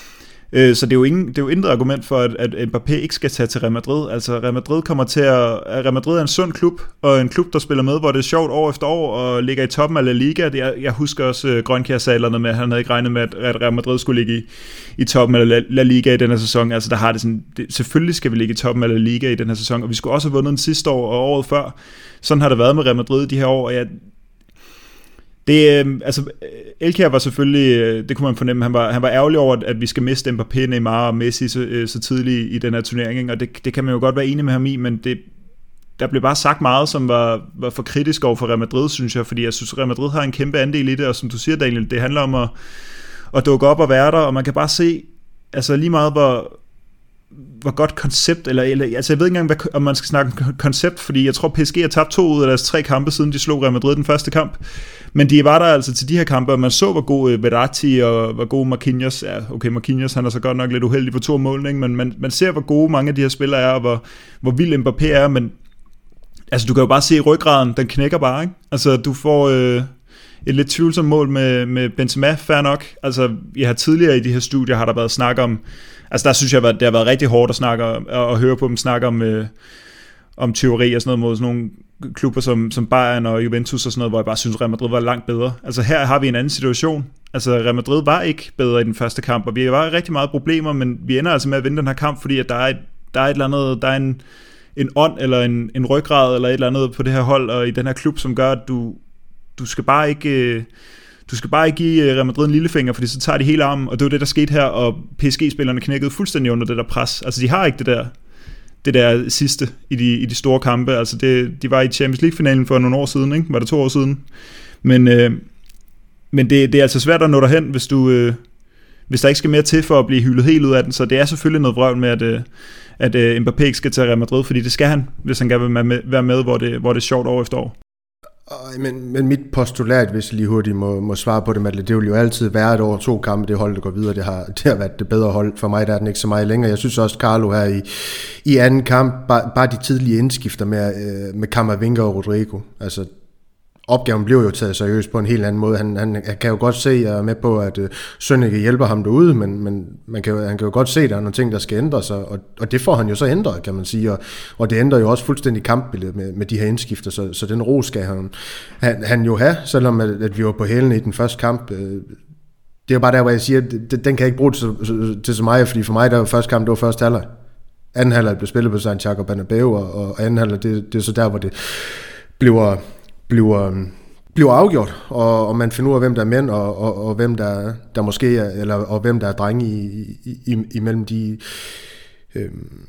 Øh, så det er jo ingen, det er jo intet argument for, at, at Mbappé ikke skal tage til Real Madrid. Altså Real Madrid kommer til at... Real Madrid er en sund klub, og en klub, der spiller med, hvor det er sjovt år efter år, og ligger i toppen af La Liga. Jeg, jeg husker også uh, Grønkjær salerne med, at han havde ikke regnet med, at Real Madrid skulle ligge i, i toppen af La, La Liga i den her sæson. Altså der har det sådan... Det, selvfølgelig skal vi ligge i toppen af La Liga i den her sæson, og vi skulle også have vundet den sidste år og året før. Sådan har det været med Real Madrid de her år, og jeg... Det, øh, altså, Elkjær var selvfølgelig, øh, det kunne man fornemme, han var, han var ærgerlig over, at vi skal miste Mbappé, Neymar og Messi så, øh, så tidligt i den her turnering, og det, det kan man jo godt være enig med ham i, men det, der blev bare sagt meget, som var, var for kritisk over for Real Madrid, synes jeg, fordi jeg synes, Real Madrid har en kæmpe andel i det, og som du siger, Daniel, det handler om at, at dukke op og være der, og man kan bare se, altså lige meget hvor, hvor godt koncept, eller, eller altså jeg ved ikke engang, hvad, om man skal snakke koncept, fordi jeg tror, P S G har tabt to ud af deres tre kampe, siden de slog Real Madrid den første kamp. Men de var der altså til de her kampe, og man så, hvor god Verratti og hvor god Marquinhos er. Okay, Marquinhos, han er så godt nok lidt uheldig på to mål, ikke? Men man, man ser, hvor gode mange af de her spillere er, og hvor, hvor vild Mbappé er, men altså, du kan jo bare se ryggraden, den knækker bare, ikke? Altså, du får øh, et lidt tvivlsomt mål med, med Benzema, fair nok. Altså, jeg har tidligere i de her studier, har der været snak om, altså der synes jeg, det har været rigtig hårdt at snakke og, og høre på dem snakke om, øh, om teori og sådan noget mod sådan nogle klubber som, som Bayern og Juventus og sådan noget, hvor jeg bare synes, Real Madrid var langt bedre. Altså her har vi en anden situation. Altså Real Madrid var ikke bedre i den første kamp, og vi var rigtig meget problemer, men vi ender altså med at vinde den her kamp, fordi at der er et, der er et eller andet, der er en, en ånd eller en, en ryggrad eller et eller andet på det her hold og i den her klub, som gør, at du, du skal bare ikke... Du skal bare ikke give Real Madrid en lillefinger, fordi så tager de hele armen, og det var det, der skete her, og P S G-spillerne knækkede fuldstændig under det der pres. Altså de har ikke det der det der sidste i de, i de store kampe. Altså det, de var i Champions League-finalen for nogle år siden, ikke? Var det to år siden? Men, øh, men det, det er altså svært at nå derhen, hvis, du, øh, hvis der ikke skal mere til for at blive hyldet helt ud af den. Så det er selvfølgelig noget vrøvl med, at, øh, at øh, Mbappé ikke skal til Real Madrid, fordi det skal han, hvis han gerne vil være med, hvor det, hvor det er sjovt år efter år. Men, men mit postulat, hvis jeg lige hurtigt må, må svare på det, Matle, det vil jo altid være, at over to kampe, det hold, der går videre, det har, det har været det bedre hold. For mig der er den ikke så meget længere. Jeg synes også, Carlo her i, i anden kamp, bare, bare de tidlige indskifter med, med Camavinga og Rodrigo, altså opgaven blev jo taget seriøst på en helt anden måde. Han, han, han kan jo godt se, at jeg er med på, at uh, Sønneke hjælper ham derude, men, men man kan jo, han kan jo godt se, at der er nogle ting, der skal ændre sig, og, og det får han jo så ændret, kan man sige, og, og det ændrer jo også fuldstændig kampbilledet med, med de her indskifter, så, så den ro skal han, han, han jo have, selvom at, at vi var på hælene i den første kamp. Uh, det er jo bare der, hvor jeg siger, at den kan jeg ikke bruge til, til så meget, fordi for mig, der var første kamp, det var første halvleg. Anden halvleg blev spillet på Santiago Bernabeu, og, og anden halvleg, det, det er så der, hvor det bliver... bliver bliver afgjort, og, og man finder ud af, hvem der er mænd, og, og, og hvem der, der måske er, eller, og hvem der er drenge i, i, imellem de øh,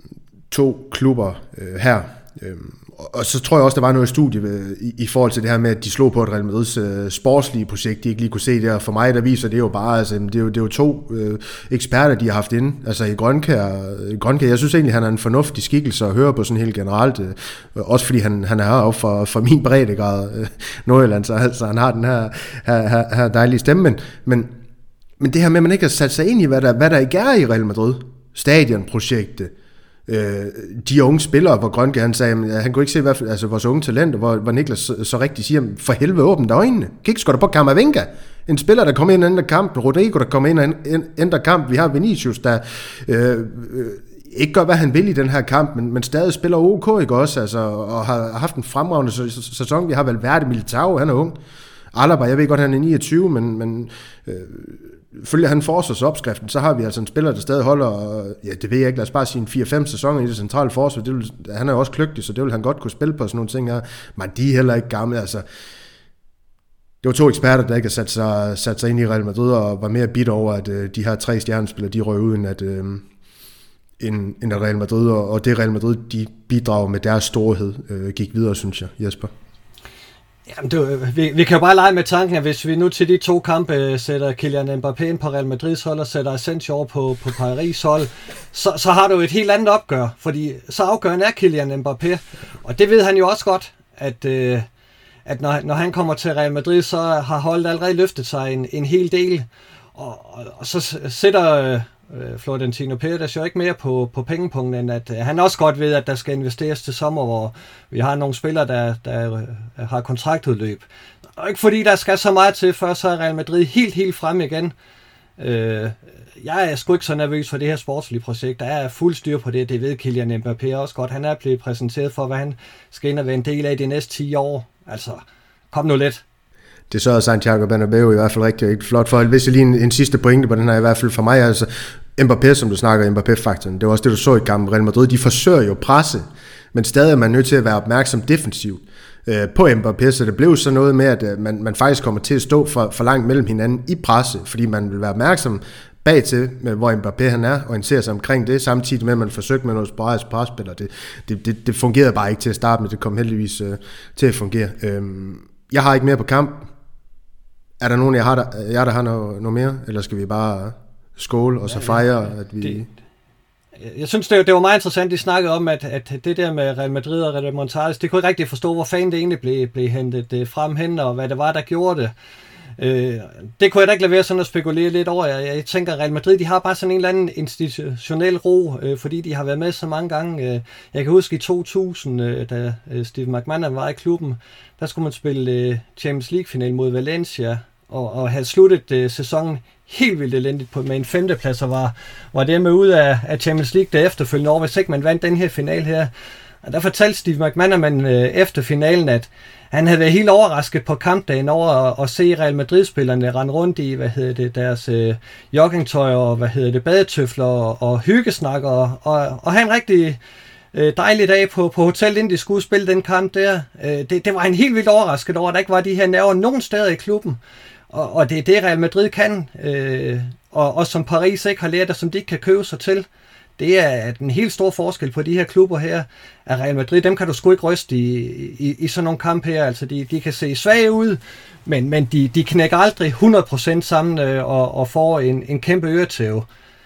to klubber øh, her. Øh, og så tror jeg også, der var noget studie ved, i, i forhold til det her med, at de slog på et Real Madrids øh, sportslige projekt, de ikke lige kunne se det, og for mig, der viser det jo bare, altså, det er jo, det er jo to øh, eksperter, de har haft inde, altså i Grønkjær, Grønkjær, jeg synes egentlig, han er en fornuftig skikkelse at høre på sådan helt generelt, øh, også fordi han, han er heroppe for, for min breddegrad, øh, Nordjylland, så altså, han har den her, her, her, her dejlige stemme, men, men, men det her med, at man ikke har sat sig ind i, hvad der, hvad der ikke er i Real Madrid, stadionprojektet, Øh, de unge spillere, hvor Grønke han sagde, at han kunne ikke se hvad, altså vores unge talenter, hvor, hvor Niklas så, så rigtig siger, for helvede åbent øjnene. Kig sgu da på Camavinga. En spiller, der kommer ind og ændrer kampen. Rodrigo, der kommer ind og ændrer kampen. Vi har Vinicius, der øh, øh, ikke gør, hvad han vil i den her kamp, men, men stadig spiller OK, ikke også? Altså, og har haft en fremragende sæson. Vi har vel været i Militao, han er ung. Alaba, jeg ved godt, han er niogtyve, men, men øh, følger han forsvarsopskriften, så har vi altså en spiller, der stadig holder, ja, det ved jeg ikke, lad os bare sige en fire fem sæsoner i det centrale forsvar. Det vil, han er jo også kløgtig, så det vil han godt kunne spille på sådan nogle ting her. Men de er heller ikke gamle, altså. Det var to eksperter, der ikke har sat sig, sat sig ind i Real Madrid og var mere bitter over, at øh, de her tre stjernespillere, de røg uden at, øh, end, end at Real Madrid, og, og det Real Madrid, de bidrager med deres storhed, øh, gik videre, synes jeg, Jesper. Jamen, du, vi, vi kan jo bare lege med tanken, at hvis vi nu til de to kampe sætter Kylian Mbappé ind på Real Madrids hold og sætter Asensio over på, på Paris hold, så, så har du et helt andet opgør, fordi så afgørende er Kylian Mbappé, og det ved han jo også godt, at, øh, at når, når han kommer til Real Madrid, så har holdet allerede løftet sig en, en hel del, og, og, og så sætter øh, Florentino Pérez jo ikke mere på, på pengepunkten, end at øh, han også godt ved, at der skal investeres til sommer, hvor vi har nogle spillere, der, der øh, har kontraktudløb. Og ikke fordi der skal så meget til, før så er Real Madrid helt, helt frem igen. Øh, jeg er sgu ikke så nervøs for det her sportslige projekt. Der er fuld styr på det. Det ved Kylian Mbappé også godt. Han er blevet præsenteret for, hvad han skal ind og være en del af de næste ti år. Altså, kom nu lidt. Det sørger Santiago Bernabeu i hvert fald rigtig, rigtig flot for. Hvis jeg lige en, en sidste pointe på den her, i hvert fald for mig, altså Mbappé, som du snakker, Mbappé-faktoren, det var også det, du så i kampen. Real Madrid, de forsøger jo presse, men stadig er man nødt til at være opmærksom defensivt øh, på Mbappé, så det blev så noget med, at øh, man, man faktisk kommer til at stå for, for langt mellem hinanden i presse, fordi man vil være opmærksom bagtil, med hvor Mbappé han er, og orienterer sig omkring det, samtidig med, at man forsøgte med noget sporadisk presspil, og det, det, det, det fungerede bare ikke til at starte med, det kom heldigvis øh, til at fungere. Øh, jeg har ikke mere på kamp. Er der nogen, jeg har der, jeg der har noget, noget mere, eller skal vi bare skåle og så fejre, at vi... Det, jeg synes, det, det var meget interessant, de snakkede om, at, at det der med Real Madrid og Remontadas, det kunne ikke rigtig forstå, hvor fanden det egentlig blev, blev hentet frem hen, og hvad det var, der gjorde det. Øh, det kunne jeg da ikke lade være sådan at spekulere lidt over. Jeg, jeg tænker, at Real Madrid, de har bare sådan en eller anden institutionel ro, øh, fordi de har været med så mange gange. Øh, jeg kan huske i to tusind, øh, da øh, Steve McManaman var i klubben, der skulle man spille øh, Champions League-final mod Valencia, og, og have sluttet øh, sæsonen helt vildt elendigt på, med en femteplads, og var, var dermed ud af, af Champions League der efterfølgende år, hvis ikke man vandt den her final her. Og der fortalte Steve McManaman øh, efter finalen, at han havde været helt overrasket på kampdagen over at, at se Real Madrid-spillerne rende rundt i, hvad hedder det, deres øh, joggingtøj og, hvad hedder det, badetøfler og, og hyggesnakker, og, og, og have en rigtig øh, dejlig dag på, på hotellet, inden de skulle spille den kamp der. Øh, det, det var han helt vildt overrasket over, at der ikke var de her nerver nogen steder i klubben. Og, og det er det, Real Madrid kan, øh, og, og som Paris ikke har lært, og som de ikke kan købe sig til. Det er en helt stor forskel på de her klubber her af Real Madrid. Dem kan du sgu ikke ryste i, i, i sådan nogle kamp her. Altså, de, de kan se svage ud, men, men de, de knækker aldrig hundrede procent sammen øh, og, og får en, en kæmpe øretæve.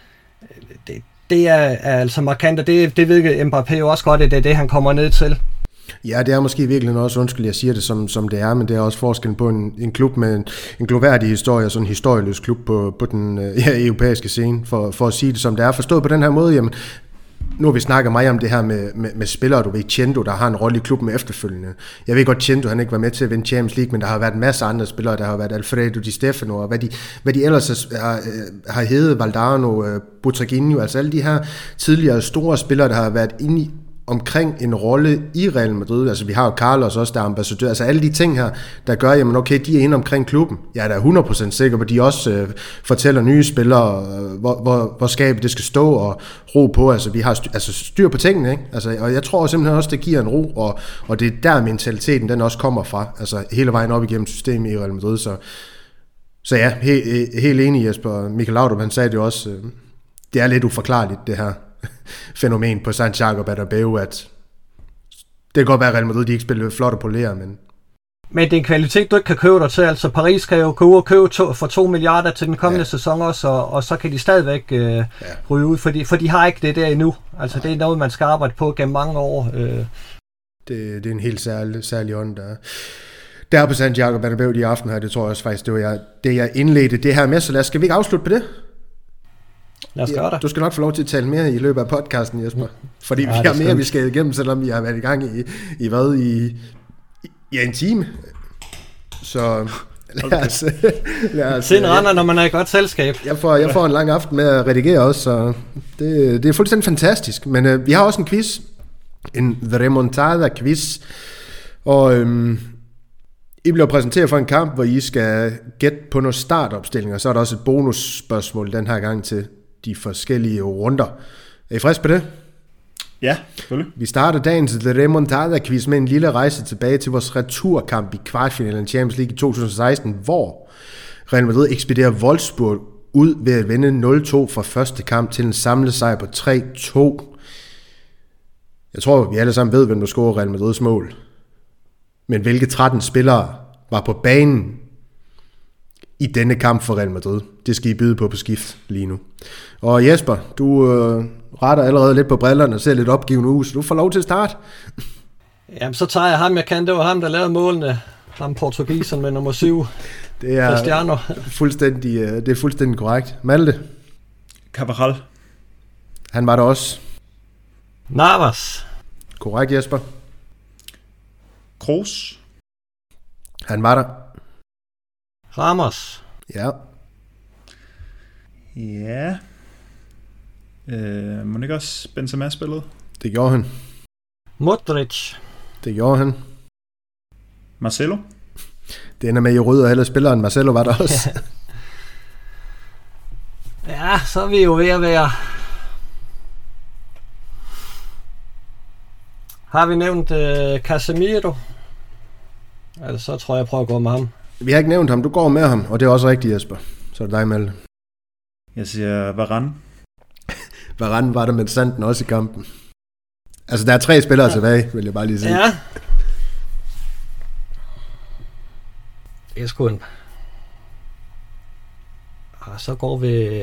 Det, det er, er altså markant, og det, det ved Mbappé jo også godt, at det er det, han kommer ned til. Ja, det er måske virkelig også, undskyld, jeg siger det som, som det er, men det er også forskellen på en, en klub med en, en gloværdig historie, og sådan en historieløs klub på, på den ja, europæiske scene, for, for at sige det som det er. Forstået på den her måde, jamen, nu har vi snakket meget om det her med, med, med spillere, du ved, Chendo, der har en rolle i klubben med efterfølgende. Jeg ved godt, Chendo, han ikke var med til at vinde Champions League, men der har været en masse andre spillere, der har været Alfredo Di Stefano, og hvad de, hvad de ellers har, har heddet, Valdano, Butraguinho, altså alle de her tidligere store spillere, der har været inde i omkring en rolle i Real Madrid. Altså vi har jo Carlos også, der er ambassadør. Altså alle de ting her, der gør, jamen okay, de er inde omkring klubben. Jeg er da hundrede procent sikker på, at de også øh, fortæller nye spillere, øh, hvor, hvor, hvor skabet det skal stå og ro på. Altså vi har styr, altså, styr på tingene, ikke? Altså, og jeg tror simpelthen også, det giver en ro, og, og det er der mentaliteten, den også kommer fra. Altså hele vejen op igennem systemet i Real Madrid. Så, så ja, he, helt enig Jesper. Michael Laudrup, han sagde det jo også, øh, det er lidt uforklarligt, det her fænomen på Santiago Bernabeu, at det kan godt være, at Real Madrid de ikke spiller flot og polere, men... Men det er en kvalitet, du ikke kan købe dig til. Altså Paris kan jo gå ud og købe to, for to milliarder til den kommende ja. sæson også, og, og så kan de stadigvæk øh, ja. ryge ud, for de, for de har ikke det der endnu. Altså ja. det er noget, man skal arbejde på gennem mange år. Øh. Det, det er en helt særlig, særlig ånd, der der på Santiago Bernabeu i aften her. Det tror jeg også faktisk, det var jeg, det jeg indledte det her med, så lad os, skal vi ikke afslutte på det? Lad os gøre det. Du skal nok få lov til at tale mere i løbet af podcasten, Jesper. Fordi ja, vi har mere, vi skal igennem, selvom vi har været i gang i, i hvad, i, i ja, en time. Så lad os... lad os Sind render, når man er i godt selskab. Jeg får, jeg får en lang aften med at redigere også, så det, det er fuldstændig fantastisk. Men øh, vi har også en quiz. En The Remontada quiz. Og øhm, I bliver præsenteret for en kamp, hvor I skal gætte på nogle startopstillinger. Så er der også et bonusspørgsmål den her gang til de forskellige runder. Er I friske på det? Ja, selvfølgelig. Vi starter dagens The Remontada-quiz med en lille rejse tilbage til vores returkamp i kvartfinalen Champions League i to tusind og seksten, hvor Real Madrid ekspederer Wolfsburg ud ved at vinde nul to fra første kamp til en samlet sejr på tre to. Jeg tror, vi alle sammen ved, hvem der scorer Real Madrids mål. Men hvilke tretten spillere var på banen i denne kamp for Real Madrid? Det skal I byde på på skift lige nu. Og Jesper, du øh, retter allerede lidt på brillerne og ser lidt opgivende ud, så du får lov til at starte. Jamen, så tager jeg ham, jeg kan. Det var ham, der lavede målene. Ham portugiseren med nummer syv. Det er fuldstændig, det er fuldstændig korrekt. Malte? Cabral. Han var der også. Navas. Korrekt, Jesper. Kroos. Han var der. Ramos. Ja. Ja. Øh, må ikke også Benzema spillede? Det gjorde han. Modric. Det gjorde han. Marcelo? Det ender med, at I rydder alle spilleren. Marcelo var der også. Ja, så er vi jo ved at være... Har vi nævnt uh, Casemiro? Altså, så tror jeg, jeg prøver at gå med ham. Vi har ikke nævnt ham. Du går med ham, og det er også rigtigt, Jesper. Så er det dig, Malte. Jeg siger Varane. Varane var der med Sanden også i kampen. Altså, der er tre spillere ja. tilbage, vil jeg bare lige sige. Ja. Det er sgu en... Og så går vi...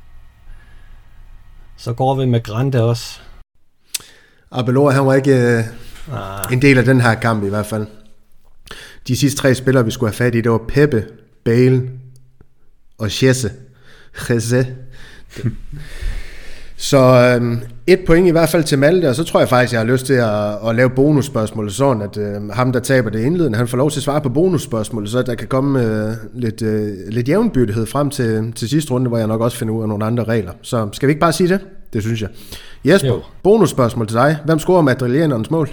Så går vi med Grande også. Abelor, han var ikke uh, ah. en del af den her kamp i hvert fald. De sidste tre spillere, vi skulle have fat i, det var Pepe, Bale og Jesse. Jesse. Så øhm, et point i hvert fald til Malte, og så tror jeg faktisk, jeg har lyst til at, at lave bonusspørgsmål, sådan at øh, ham, der taber det indledende, han får lov til at svare på bonusspørgsmål, så der kan komme øh, lidt, øh, lidt jævnbyrdighed frem til, til sidste runde, hvor jeg nok også finder ud af nogle andre regler. Så skal vi ikke bare sige det? Det synes jeg. Jesper, jo. Bonusspørgsmål til dig. Hvem scorer madrillianernes mål?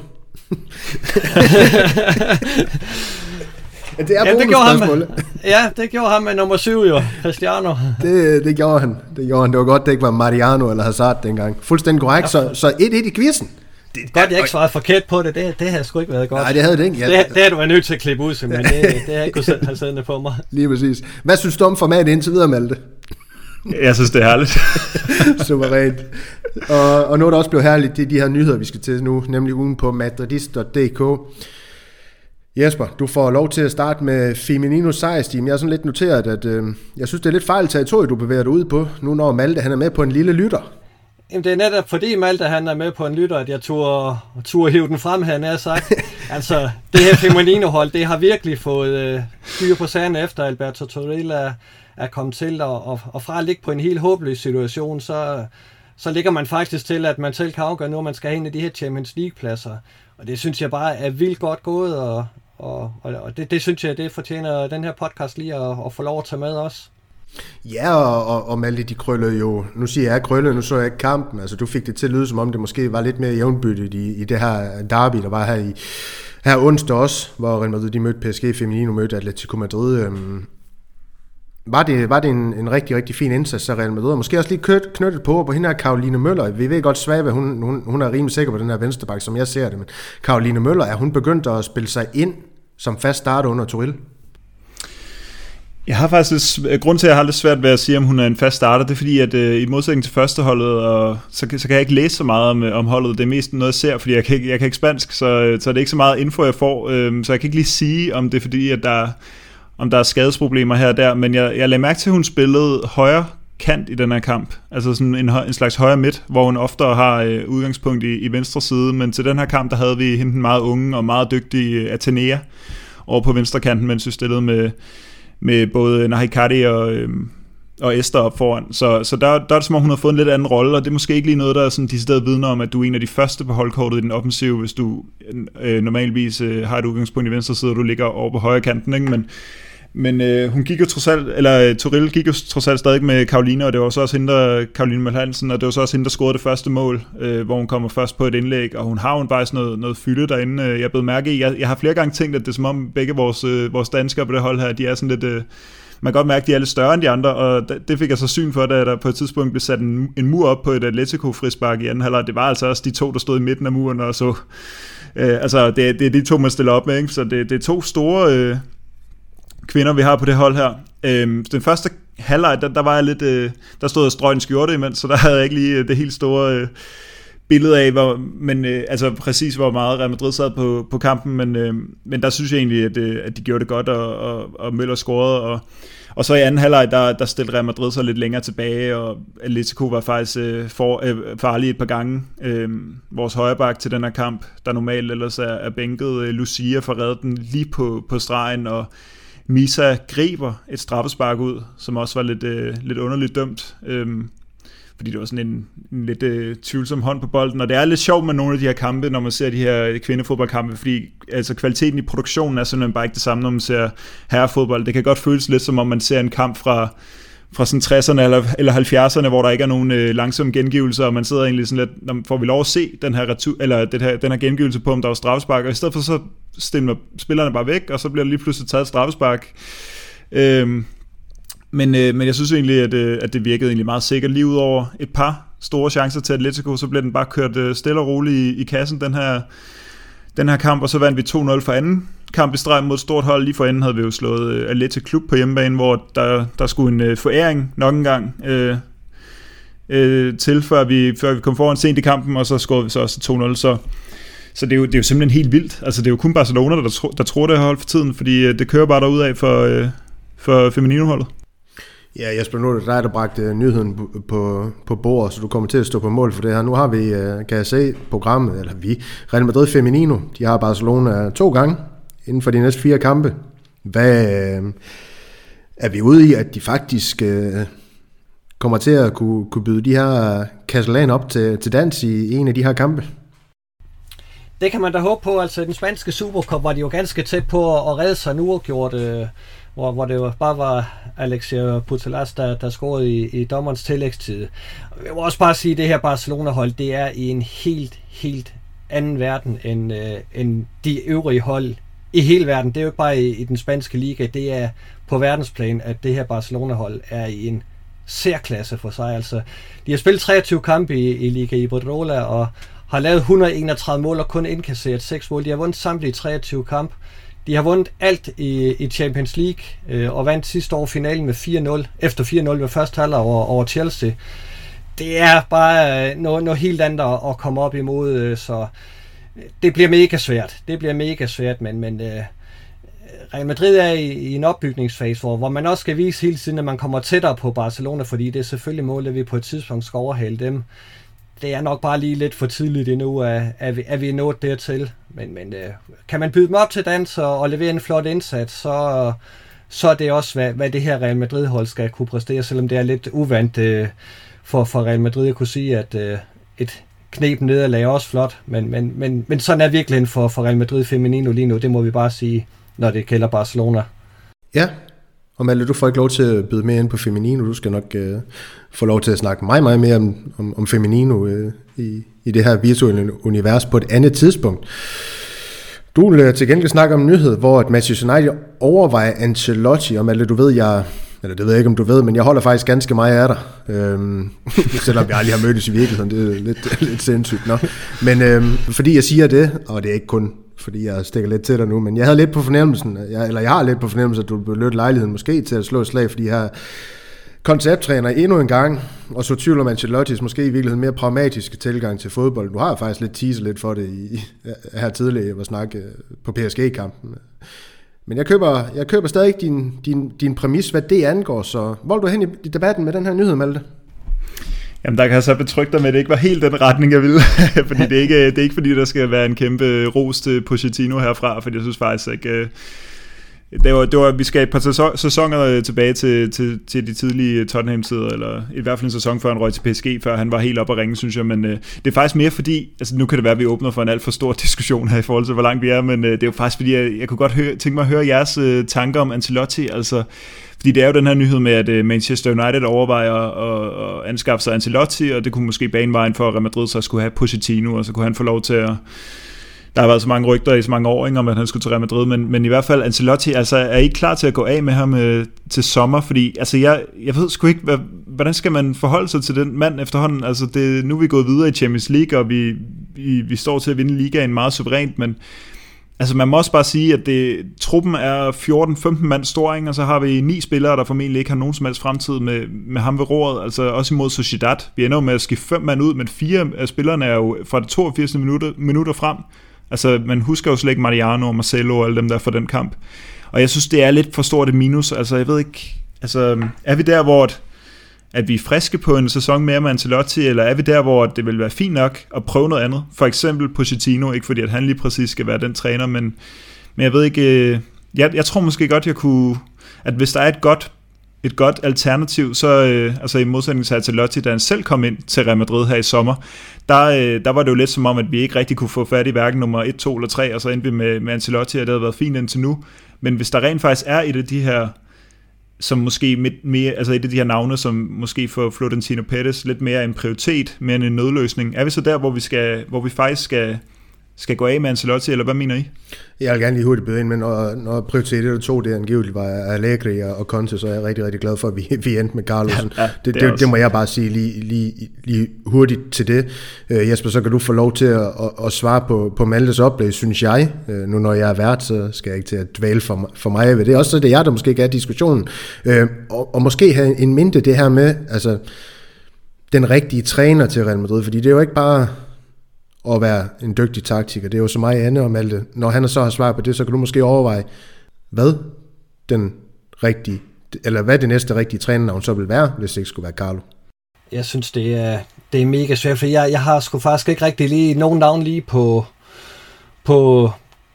Det er ja, det gjorde ham. Ja, det gjorde ham med nummer syv jo, Cristiano. det, det gjorde han. Det gjorde han. Det var godt, det ikke var Mariano eller Hazard dengang. Fuldstændig korrekt. Ja. Så, så et et i quizzen. Det, godt, jeg ikke svarede forkert på det. Det, det havde sgu ikke været godt. Nej, det havde det ikke. Ja. Det, det havde du været nødt til at klippe ud, men det, det har jeg ikke kunnet have siddende på mig. Lige præcis. Hvad synes du om formatet indtil videre, Malte? Jeg synes, det er herligt. Suverænt. Og, og nu er der også blevet herligt, det er de her nyheder, vi skal til nu, nemlig ugen på madridist punktum d k. Jesper, du får lov til at starte med Femenino sejrsteam. Jeg har sådan lidt noteret, at øh, jeg synes, det er lidt fejl territorie, du bevæger dig ud på, nu når Malte han er med på en lille lytter. Jamen, det er netop fordi Malte han er med på en lytter, at jeg turde, turde hive den frem, han har sagt. Altså, det her Femenino-hold, det har virkelig fået øh, styr på sagen efter Alberto Toril er, er kommet til, og, og, og fra at ligge på en helt håbløs situation, så, så ligger man faktisk til, at man selv kan afgøre, når man skal hen i de her Champions League-pladser. Og det synes jeg bare er vildt godt gået, og, og, og det, det synes jeg, det fortjener den her podcast lige at, at få lov at tage med også. Ja, og, og, og Malte, de krøllede jo, nu siger jeg krøllede, nu så jeg ikke kampen, altså du fik det til at lyde, som om det måske var lidt mere jævnbyttet i, i det her derby, der var her i her onsdag også, hvor Real Madrid de mødte P S G, Femenino mødte Atletico Madrid. Øhm, var det, var det en, en rigtig, rigtig fin indsats af Real Madrid, og måske også lige kørt, knyttet på på hende her Caroline Møller. Vi ved godt, Svave, hun, hun, hun er rimelig sikker på den her venstreback, som jeg ser det, men Caroline Møller, er hun begyndt at spille sig ind som fast starter under Toril? Jeg har faktisk lidt, grund til, at jeg har lidt svært ved at sige, om hun er en fast starter, det er fordi, at øh, i modsætning til førsteholdet, og, så, så kan jeg ikke læse så meget om, om holdet. Det er mest noget, jeg ser, fordi jeg kan ikke, jeg kan ikke spansk, så, så det er ikke så meget info, jeg får. Øh, så jeg kan ikke lige sige, om det er fordi, at der, om der er skadesproblemer her og der, men jeg, jeg lagde mærke til, at hun spillede højre kant i den her kamp. Altså sådan en, en slags højre midt, hvor hun ofte har øh, udgangspunkt i, i venstre side, men til den her kamp, der havde vi hende den meget unge og meget dygtige Atenea over på venstre kanten, mens vi stillede med med både Nahikari og, øhm, og Esther op foran. Så, så der, der er det som om, hun har fået en lidt anden rolle, og det er måske ikke lige noget, der er sådan decideret vidner om, at du er en af de første på holdkortet i den offensiv, hvis du øh, normalvis øh, har et udgangspunkt i venstre side, og du ligger over på højre kanten, ikke? Men, men øh, hun gik jo trods alt, eller Toril gik jo trods alt stadig med Caroline, og det var så også hende, der, Caroline Møller-Hansen, og det var så også hende, der scorede det første mål, øh, hvor hun kommer først på et indlæg, og hun har jo faktisk noget, noget fylde derinde. Jeg er blevet mærke i, jeg, jeg har flere gange tænkt, at det er som om begge vores, øh, vores danskere på det hold her, de er sådan lidt, øh, man kan godt mærke, at de er lidt større end de andre, og det fik jeg så syn for, da der på et tidspunkt blev sat en, en mur op på et Atletico-frispark i anden halvleg. Det var altså også de to, der stod i midten af muren, og så, øh, altså det, det er de to, man stiller op med, ikke? Så det, det er to store øh, kvinder, vi har på det hold her. Øhm, den første halvleg, der, der var jeg lidt, øh, der stod jeg strøg en skjorte imens, så der havde jeg ikke lige øh, det helt store øh, billede af, hvor, men øh, altså præcis hvor meget Real Madrid sad på, på kampen, men, øh, men der synes jeg egentlig, at, øh, at de gjorde det godt, og, og, og Møller scorede, og, og så i anden halvleg, der, der stillede Real Madrid sig lidt længere tilbage, og Atletico var faktisk øh, for, øh, farlig et par gange. Øh, vores højreback til den her kamp, der normalt ellers er, er bænket, øh, Lucia får reddet den lige på, på stregen, og Misa griber et straffespark ud, som også var lidt, øh, lidt underligt dømt, øh, fordi det var sådan en, en lidt øh, tvivlsom hånd på bolden, og det er lidt sjovt med nogle af de her kampe, når man ser de her kvindefodboldkampe, fordi altså, kvaliteten i produktionen er simpelthen bare ikke det samme, når man ser herrefodbold. Det kan godt føles lidt som om man ser en kamp fra, fra sådan tresserne eller, eller halvfjerdserne, hvor der ikke er nogen øh, langsomme gengivelser, og man sidder egentlig sådan lidt, når får vi lov at se den her, retur, eller det her, den her gengivelse på, om der var straffespark, og i stedet for så stiller spillerne bare væk, og så bliver der lige pludselig taget straffespark. Øhm, men, øh, men jeg synes egentlig, at, øh, at det virkede egentlig meget sikkert. Lige ud over et par store chancer til Atletico, så blev den bare kørt øh, stille og roligt i, i kassen, den her, den her kamp, og så vandt vi to nul for anden kamp i streg mod et stort hold. Lige for enden havde vi jo slået øh, Atletico Klub på hjemmebane, hvor der, der skulle en øh, foræring nok en gang øh, øh, til, før vi, før vi kom foran sent i kampen, og så scorede vi så også to nul, så Så det er, jo, det er jo simpelthen helt vildt. Altså det er jo kun Barcelona, der, tro, der tror det her hold for tiden, fordi det kører bare derudad for, øh, for Femenino-holdet. Ja, Jesper, nu er det dig, der bragte nyheden på, på, på bordet, så du kommer til at stå på mål for det her. Nu har vi, kan jeg se, programmet, eller vi, Real Madrid Femenino. De har Barcelona to gange inden for de næste fire kampe. Hvad er vi ude i, at de faktisk øh, kommer til at kunne, kunne byde de her Catalan op til, til dans i en af de her kampe? Det kan man da håbe på. Altså, den spanske Supercup var de jo ganske tæt på at redde sig en uafgjort, øh, hvor, hvor det jo bare var Alexia Putellas, der, der scorede i, i dommerens tillægstid. Jeg vil også bare sige, at det her Barcelona-hold, det er i en helt, helt anden verden end, øh, end de øvrige hold i hele verden. Det er jo ikke bare i, i den spanske liga, det er på verdensplan, at det her Barcelona-hold er i en særklasse for sig. Altså, de har spillet treogtyve kampe i, i Liga Iberdrola, og har lavet et hundrede og enogtredive mål og kun indkasseret seks mål. De har vundet samtlige treogtyve kamp. De har vundet alt i, i Champions League øh, og vandt sidste år finalen med fire nul, efter fire nul ved første halvleg over, over Chelsea. Det er bare øh, noget, noget helt andet at, at komme op imod, øh, så det bliver mega svært. Det bliver mega svært, men, men øh, Real Madrid er i, i en opbygningsfase, hvor, hvor man også skal vise hele tiden, at man kommer tættere på Barcelona, fordi det er selvfølgelig målet, at vi på et tidspunkt skal overhale dem. Det er nok bare lige lidt for tidligt endnu, at, at, vi, at vi er nået dertil. Men, men øh, kan man byde dem op til dans og, og levere en flot indsats, så, så er det også, hvad, hvad det her Real Madrid-hold skal kunne præstere, selvom det er lidt uvant øh, for, for Real Madrid at kunne sige, at øh, et knep nederlag er også flot. Men, men, men, men sådan er virkeligheden for, for Real Madrid Femenino lige nu, det må vi bare sige, når det gælder Barcelona. Ja, og Malte, du får ikke lov til at byde mere ind på Femenino. Du skal nok øh, få lov til at snakke meget, meget mere om, om, om Femenino øh, i, i det her virtuelle univers på et andet tidspunkt. Du vil til gengæld snakke om en nyhed, hvor at Manchester United overvejer Ancelotti, og Malte, du ved, jeg, eller det ved jeg ikke, om du ved, men jeg holder faktisk ganske meget af dig. Øhm, selvom vi aldrig har mødtes i virkeligheden, det er lidt, lidt sindssygt. Nå. Men øhm, fordi jeg siger det, og det er ikke kun fordi jeg stikker lidt til dig nu, men jeg havde lidt på fornemmelsen, jeg, eller jeg har lidt på fornemmelsen, at du benytte lejligheden måske til at slå et slag for de her koncepttræner endnu en gang, og så tvivl om Ancelottis måske i virkeligheden mere pragmatiske tilgang til fodbold. Du har faktisk lidt teaset lidt for det i, her tidligere, jeg var snakke på P S G-kampen. Men jeg køber, jeg køber stadig din, din, din præmis, hvad det angår, så hvor er du hen i debatten med den her nyhed, Malte? Jamen, der kan jeg så betrygge dig med, at det ikke var helt den retning, jeg ville. Fordi det er, ikke, det er ikke fordi, der skal være en kæmpe ros til Pochettino herfra, fordi jeg synes faktisk ikke... Det var, det var, vi skal et par sæsoner tilbage til, til, til de tidlige Tottenham-tider, eller i hvert fald en sæson før han røg til P S G, før han var helt op at ringe, synes jeg. Men øh, det er faktisk mere fordi, altså nu kan det være, at vi åbner for en alt for stor diskussion her i forhold til, hvor langt vi er, men øh, det er jo faktisk fordi, jeg, jeg kunne godt høre, tænke mig at høre jeres øh, tanker om Ancelotti, altså... Fordi det er jo den her nyhed med, at Manchester United overvejer at, at anskaffe sig Ancelotti, og det kunne måske bane vejen for, at Real Madrid så skulle have Pochettino, og så kunne han få lov til at... Der har været så mange rygter i så mange år, ikke, om at han skulle til Real Madrid, men, men i hvert fald Ancelotti, altså er I klar til at gå af med ham øh, til sommer? Fordi altså jeg, jeg ved sgu ikke, hvad, hvordan skal man forholde sig til den mand efterhånden? Altså det, nu er vi gået videre i Champions League, og vi, vi, vi står til at vinde ligaen meget suverænt, men altså man må også bare sige, at det, truppen er fjorten femten mand stor, ikke? Og så har vi ni spillere, der formentlig ikke har nogen som helst fremtid med, med ham ved roret, altså også imod Sociedad. Vi ender jo med at skifte fem mand ud, men fire af spillerne er jo fra de toogfirs minutter, minutter frem. Altså man husker jo slet ikke Mariano og Marcelo og alle dem der fra den kamp. Og jeg synes, det er lidt for stort et minus. Altså jeg ved ikke, altså er vi der, hvor at, at vi er friske på en sæson mere med Ancelotti, eller er vi der, hvor det vil være fint nok at prøve noget andet? For eksempel Pochettino, ikke fordi at han lige præcis skal være den træner, men, men jeg ved ikke, jeg, jeg tror måske godt, jeg kunne, at hvis der er et godt, et godt alternativ, så øh, altså i modsætning til Ancelotti, da han selv kom ind til Real Madrid her i sommer, der, øh, der var det jo lidt som om, at vi ikke rigtig kunne få fat i hverken nummer et, to eller tre, og så endte vi med, med Ancelotti, og det havde været fint indtil nu. Men hvis der rent faktisk er et af de her som måske med, mere, altså et af de her navne, som måske for Florentino Pérez lidt mere en prioritet, mere end en nødløsning. Er vi så der, hvor vi, skal, hvor vi faktisk skal, skal gå af med Ancelotti, eller hvad mener I? Jeg vil gerne lige hurtigt byde ind, men når, når prioritet et og to, det angiveligt var Allegri og Conte, så er jeg rigtig, rigtig glad for, at vi, vi endte med Carlos. Ja, ja, det, det, det, det må jeg bare sige lige, lige, lige hurtigt til det. Uh, Jesper, så kan du få lov til at, at, at svare på, på Maltes oplæg, synes jeg. Uh, nu når jeg er vært, så skal jeg ikke til at dvæle for, for mig ved det. Også så det er jeg, der måske ikke er diskussionen. Uh, og, og måske have en mente det her med, altså den rigtige træner til Real Madrid, fordi det er jo ikke bare at være en dygtig taktiker. Det er jo så meget andet om alt det. Når han så har svar på det, så kan du måske overveje, hvad den rigtige, eller hvad det næste rigtige trænernavn så vil være, hvis det ikke skulle være Carlo. Jeg synes, det er, det er mega svært, for jeg, jeg har sgu faktisk ikke rigtig lige nogen navn lige på, på,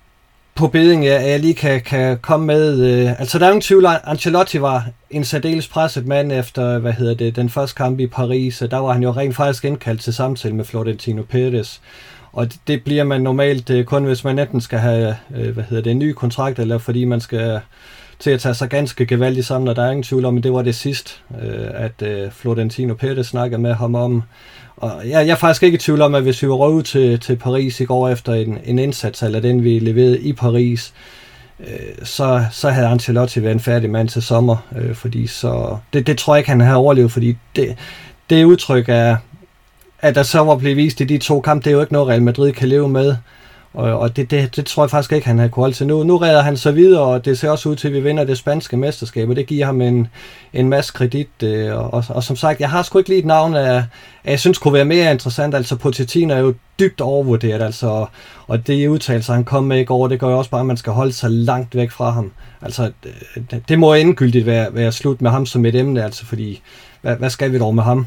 på beding, jeg, jeg lige kan, kan komme med. Øh, altså, der er jo ingen tvivl, at Ancelotti var en særdeles presset mand efter, hvad hedder det, den første kamp i Paris. Der var han jo rent faktisk indkaldt til samtale med Florentino Pérez. Og det, det bliver man normalt øh, kun, hvis man enten skal have øh, hvad hedder det, en ny kontrakt, eller fordi man skal til at tage sig ganske gevaldigt sammen, og der er ingen tvivl om, at det var det sidste, øh, at øh, Florentino Pérez snakkede med ham om. Og jeg, jeg er faktisk ikke i tvivl om, at hvis vi var røget til, til Paris i går efter en, en indsats, eller den vi leverede i Paris, øh, så, så havde Ancelotti været en færdig mand til sommer, øh, fordi så, det, det tror jeg ikke, han har overlevet, fordi det, det udtryk er, at der så var blevet vist i de to kampe, det er jo ikke noget, Real Madrid kan leve med. Og, og det, det, det tror jeg faktisk ikke, han har kunnet holde til nu. Nu redder han sig videre, og det ser også ud til, at vi vinder det spanske mesterskab, og det giver ham en, en masse kredit. Og, og, og som sagt, jeg har sgu ikke lige et navn, af, at jeg synes kunne være mere interessant. Altså, Pochettino er jo dybt overvurderet, altså, og det udtalelser, han kom med i går, det gør jo også bare, at man skal holde sig langt væk fra ham. Altså, det, det må endegyldigt være, være slut med ham som et emne, altså, fordi hvad, hvad skal vi dog med ham?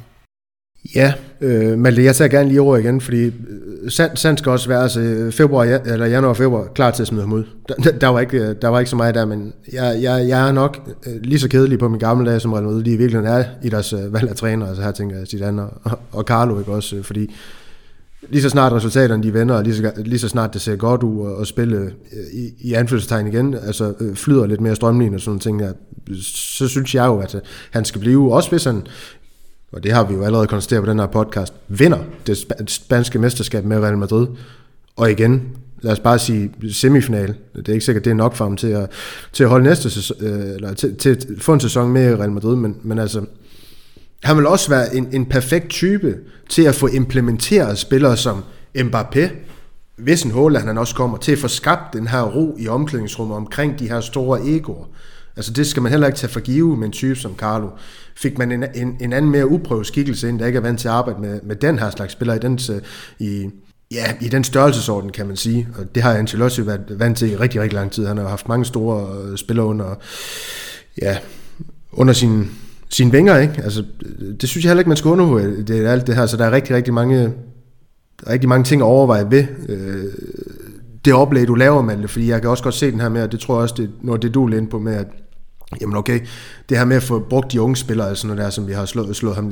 Ja, øh, Malte, jeg tager gerne lige over igen, fordi øh, sand, sand skal også være altså, februar, eller januar og februar klar til at smide ham ud. Der, der, var ikke, der var ikke så meget der, men jeg, jeg, jeg er nok øh, lige så kedelig på min gamle dage, som Real Madrid, de i virkeligheden er i deres øh, valg af træner. Altså her tænker jeg Zidane og, og Carlo, ikke også, fordi lige så snart resultaterne de vender, og lige så, lige så snart det ser godt ud, og, og spille øh, i, i anførselstegn igen, altså øh, flyder lidt mere strømligende og sådan ting, ja, så synes jeg jo, at øh, han skal blive, også hvis han, og det har vi jo allerede konstateret på den her podcast, vinder det spanske mesterskab med Real Madrid. Og igen, lad os bare sige semifinal. Det er ikke sikkert, det er nok for ham til at, til at holde næste sæson, eller til, til at få en sæson med Real Madrid, men, men altså, han vil også være en, en perfekt type til at få implementeret spillere som Mbappé, hvis en Haaland han også kommer, til at få skabt den her ro i omklædningsrummet omkring de her store egoer. Altså det skal man heller ikke tage for give med en type som Carlo. Fik man en, en, en anden mere uprøvet skikkelse ind, der ikke er vant til at arbejde med, med den her slags spillere i den, i, ja, i den størrelsesorden, kan man sige. Og det har Ancelotti været vant til i rigtig, rigtig lang tid. Han har haft mange store spillere under, ja, under sine, sine vinger, ikke? Altså, det synes jeg heller ikke, man skal underhøre. Det er alt det her, så der er rigtig, rigtig mange, rigtig mange ting at overveje ved øh, det oplæg, du laver, Malte, fordi jeg kan også godt se den her med, og det tror jeg også, det, når det du er ind på med, at jamen okay, det her med at få brugt de unge spillere, altså noget der, som vi har slået, slået ham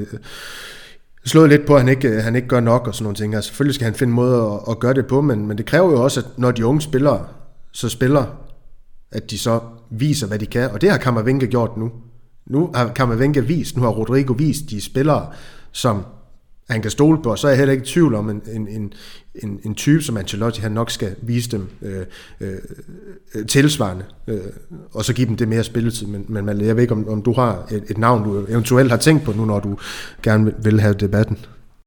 slået lidt på, at han ikke, han ikke gør nok og sådan nogle ting. Altså, selvfølgelig skal han finde en måde at, at gøre det på, men, men det kræver jo også, at når de unge spillere så spiller, at de så viser, hvad de kan, og det har Camavinga gjort nu. Nu har Camavinga vist, nu har Rodrigo vist de spillere, som han kan stole på, og så er jeg heller ikke i tvivl om en, en, en, en, en type som Ancelotti, han nok skal vise dem øh, øh, tilsvarende, øh, og så give dem det mere spilletid. Men, men jeg ved ikke, om, om du har et, et navn, du eventuelt har tænkt på nu, når du gerne vil have debatten.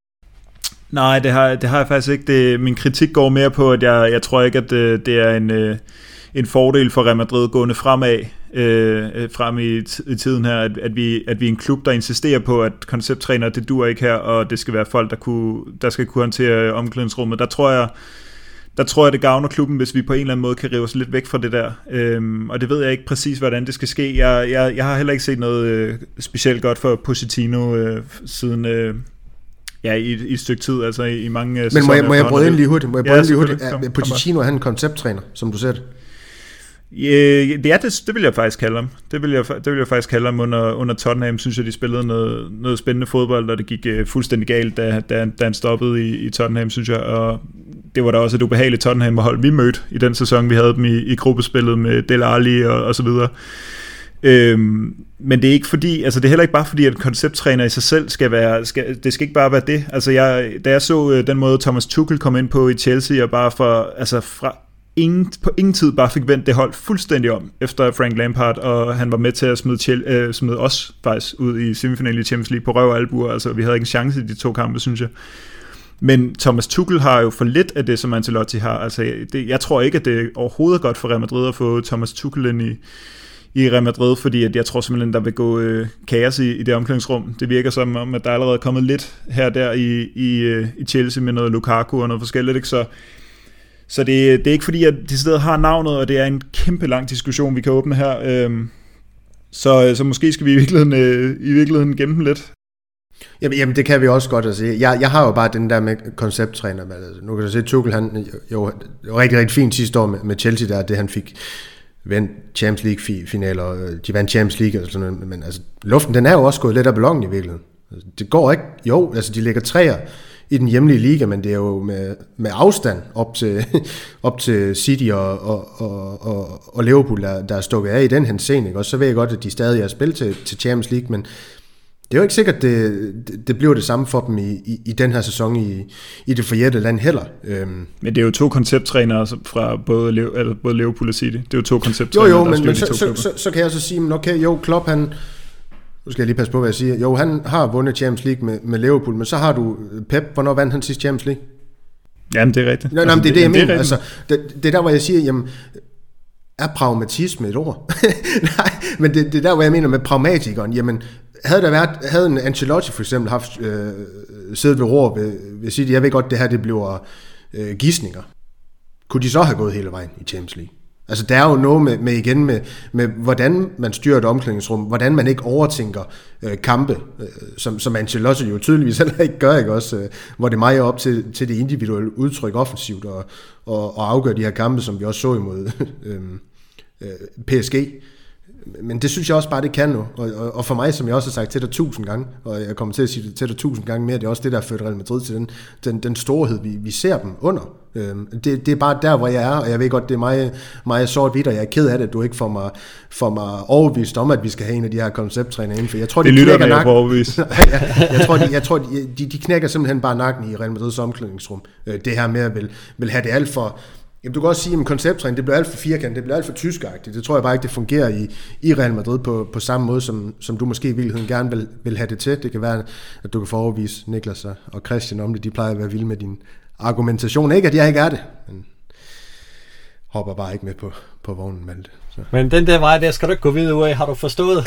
Nej, det har, det har jeg faktisk ikke. Det, min kritik går mere på, at jeg, jeg tror ikke, at det, det er en, en fordel for Real Madrid gående fremad, øh, frem i, i tiden her, at, at, vi, at vi er en klub, der insisterer på, at koncepttræner, det dur ikke her, og det skal være folk, der, kunne, der skal kunne håndtere omklædningsrummet. Der tror jeg, der tror jeg, det gavner klubben, hvis vi på en eller anden måde kan rive os lidt væk fra det der. Øhm, og det ved jeg ikke præcis, hvordan det skal ske. Jeg, jeg, jeg har heller ikke set noget øh, specielt godt for Pochettino øh, siden... Øh, Ja, i, i et stykke tid, altså i, i mange Men sæsoner. Men må jeg, må jeg bryde ind lige hurtigt? Må jeg bryde ja, ind lige hurtigt? Er Pochettino er han en koncepttræner, som du siger det? Ja, det, det, det vil jeg faktisk kalde ham. Det vil jeg, det vil jeg faktisk kalde ham under, under Tottenham. Synes jeg, de spillede noget, noget spændende fodbold, og det gik uh, fuldstændig galt, da, da, da han stoppede i, i Tottenham, synes jeg. Og det var da også et ubehageligt Tottenham-hold, vi mødte i den sæson, vi havde dem i, i gruppespillet med Del Alli og, og så videre. Øhm, men det er ikke fordi, altså det er heller ikke bare fordi, at koncepttræner i sig selv skal være, skal, det skal ikke bare være det. Altså jeg, da jeg så øh, den måde Thomas Tuchel kom ind på i Chelsea, og bare for, altså fra ingen, på ingen tid bare fik vendt det hold fuldstændig om, efter Frank Lampard, og han var med til at smide, Chel, øh, smide os faktisk ud i semifinalen i Champions League på røv og albuer. Altså vi havde ikke en chance i de to kampe, synes jeg. Men Thomas Tuchel har jo for lidt af det, som Ancelotti har. Altså det, jeg tror ikke, at det er overhovedet godt for Real Madrid at få Thomas Tuchel ind i i Real Madrid, fordi at jeg tror simpelthen, der vil gå øh, kaos i, i det omklædningsrum. Det virker som om, at der er allerede kommet lidt her der i, i, øh, i Chelsea med noget Lukaku og noget forskelligt, ikke? Så, så det, det er ikke fordi, at de steder har navnet, og det er en kæmpe lang diskussion, vi kan åbne her. Øhm, så, så måske skal vi i virkeligheden, øh, i virkeligheden gemme den lidt. Jamen, jamen det kan vi også godt at sige. Jeg, jeg har jo bare den der med koncepttræner. Altså, nu kan du se, Tuchel, han jo rigtig, rigtig fint sidste år med, med Chelsea der, det han fik vandt Champions League-finaler, de vandt Champions League og sådan noget, men altså, luften, den er jo også gået lidt af ballonen i virkeligheden. Altså, det går ikke, jo, altså de ligger træer i den hjemlige liga, men det er jo med, med afstand op til, op til City og, og, og, og, og Liverpool, der, der er stukket af i den henseende, og så ved jeg godt, at de stadig er spil til, til Champions League, men det er jo ikke sikkert, at det, det, det bliver det samme for dem i, i, i den her sæson i, i det forjættede land heller. Øhm. Men det er jo to koncepttrænere fra både, eller både Liverpool og City. Det er jo to koncepttrænere, jo, jo, der men, men så, så, så, så, så kan jeg så sige, men okay, jo, Klopp, han, nu skal jeg lige passe på, hvad jeg siger, jo, han har vundet Champions League med, med Liverpool, men så har du Pep, hvornår vandt han sidst Champions League? Jamen, det er rigtigt. Nå, altså, nej, det er det, jeg mener. Det, altså, det, det er der, hvor jeg siger, jamen, er pragmatisme et ord? Nej, men det, det er der, hvor jeg mener med pragmatikeren, jamen, havde der været, havde en Ancelotti for eksempel haft øh, siddet ved roer ved, ved City, jeg ved godt, det her det bliver øh, gidsninger. Kunne de så have gået hele vejen i Champions League? Altså der er jo noget med, med igen med, med, hvordan man styrer et omklædningsrum, hvordan man ikke overtænker øh, kampe, øh, som, som Ancelotti jo tydeligvis heller ikke gør, ikke også? Øh, hvor det er meget op til, til det individuelle udtryk offensivt og, og, og afgøre de her kampe, som vi også så imod øh, øh, P S G. Men det synes jeg også bare, det kan nu. Og, og, og for mig, som jeg også har sagt til dig tusind gange, og jeg kommer til at sige det til dig tusind gange mere, det er også det, der har ført Real Madrid til den, den, den storhed, vi, vi ser dem under. Øhm, det, det er bare der, hvor jeg er, og jeg ved godt, det er meget, meget sort-hvidt, og jeg er ked af det, at du ikke får mig, får mig overbevist om, at vi skal have en af de her koncepttræner inden for. Jeg tror, det de lytter jeg på overbevist. ja, jeg tror, de, jeg tror de, de, de knækker simpelthen bare nakken i Real Madrids omklædningsrum. Øh, det her med at vil, vil have det alt for... Jamen, du kan også sige, at koncepttræning, det bliver alt for firkant, det bliver alt for tyskagtigt. Det tror jeg bare ikke, det fungerer i, i Real Madrid på, på samme måde, som, som du måske i virkeligheden gerne vil, vil have det til. Det kan være, at du kan få overvise Niklas og Christian om det. De plejer at være vilde med din argumentation. Ikke, at jeg ikke er det, men hopper bare ikke med på, på vognen, Malte. Så. Men den der vej, der skal du ikke gå videre ud af, har du forstået?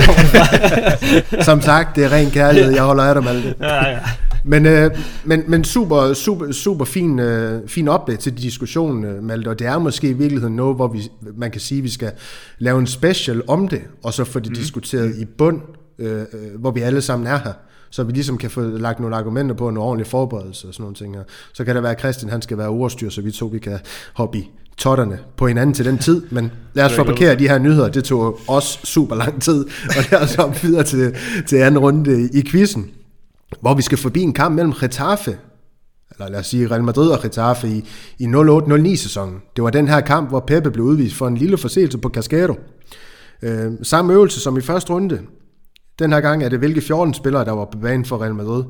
Som sagt, det er ren kærlighed, jeg holder af dig, Malte. Ja, ja. Men, øh, men, men super, super, super fin, øh, fin oplæg til diskussionen, øh, Malte, og det er måske i virkeligheden noget, hvor vi, man kan sige, at vi skal lave en special om det, og så få det mm. diskuteret i bund, øh, hvor vi alle sammen er her, så vi ligesom kan få lagt nogle argumenter på, en ordentlig forberedelse og sådan nogle ting her. Så kan det være, at Christian han skal være ordstyr, så vi to vi kan hoppe i totterne på hinanden til den tid, men lad os fabrikere de her nyheder, det tog også super lang tid, og lad os hoppe videre til, til anden runde i quizzen, hvor vi skal forbi en kamp mellem Getafe, eller lad os sige Real Madrid og Getafe i, i nul otte nul ni sæsonen. Det var den her kamp, hvor Pepe blev udvist for en lille forseelse på Cascado. Øh, samme øvelse som i første runde. Den her gang er det hvilke fjorten spillere, der var på banen for Real Madrid.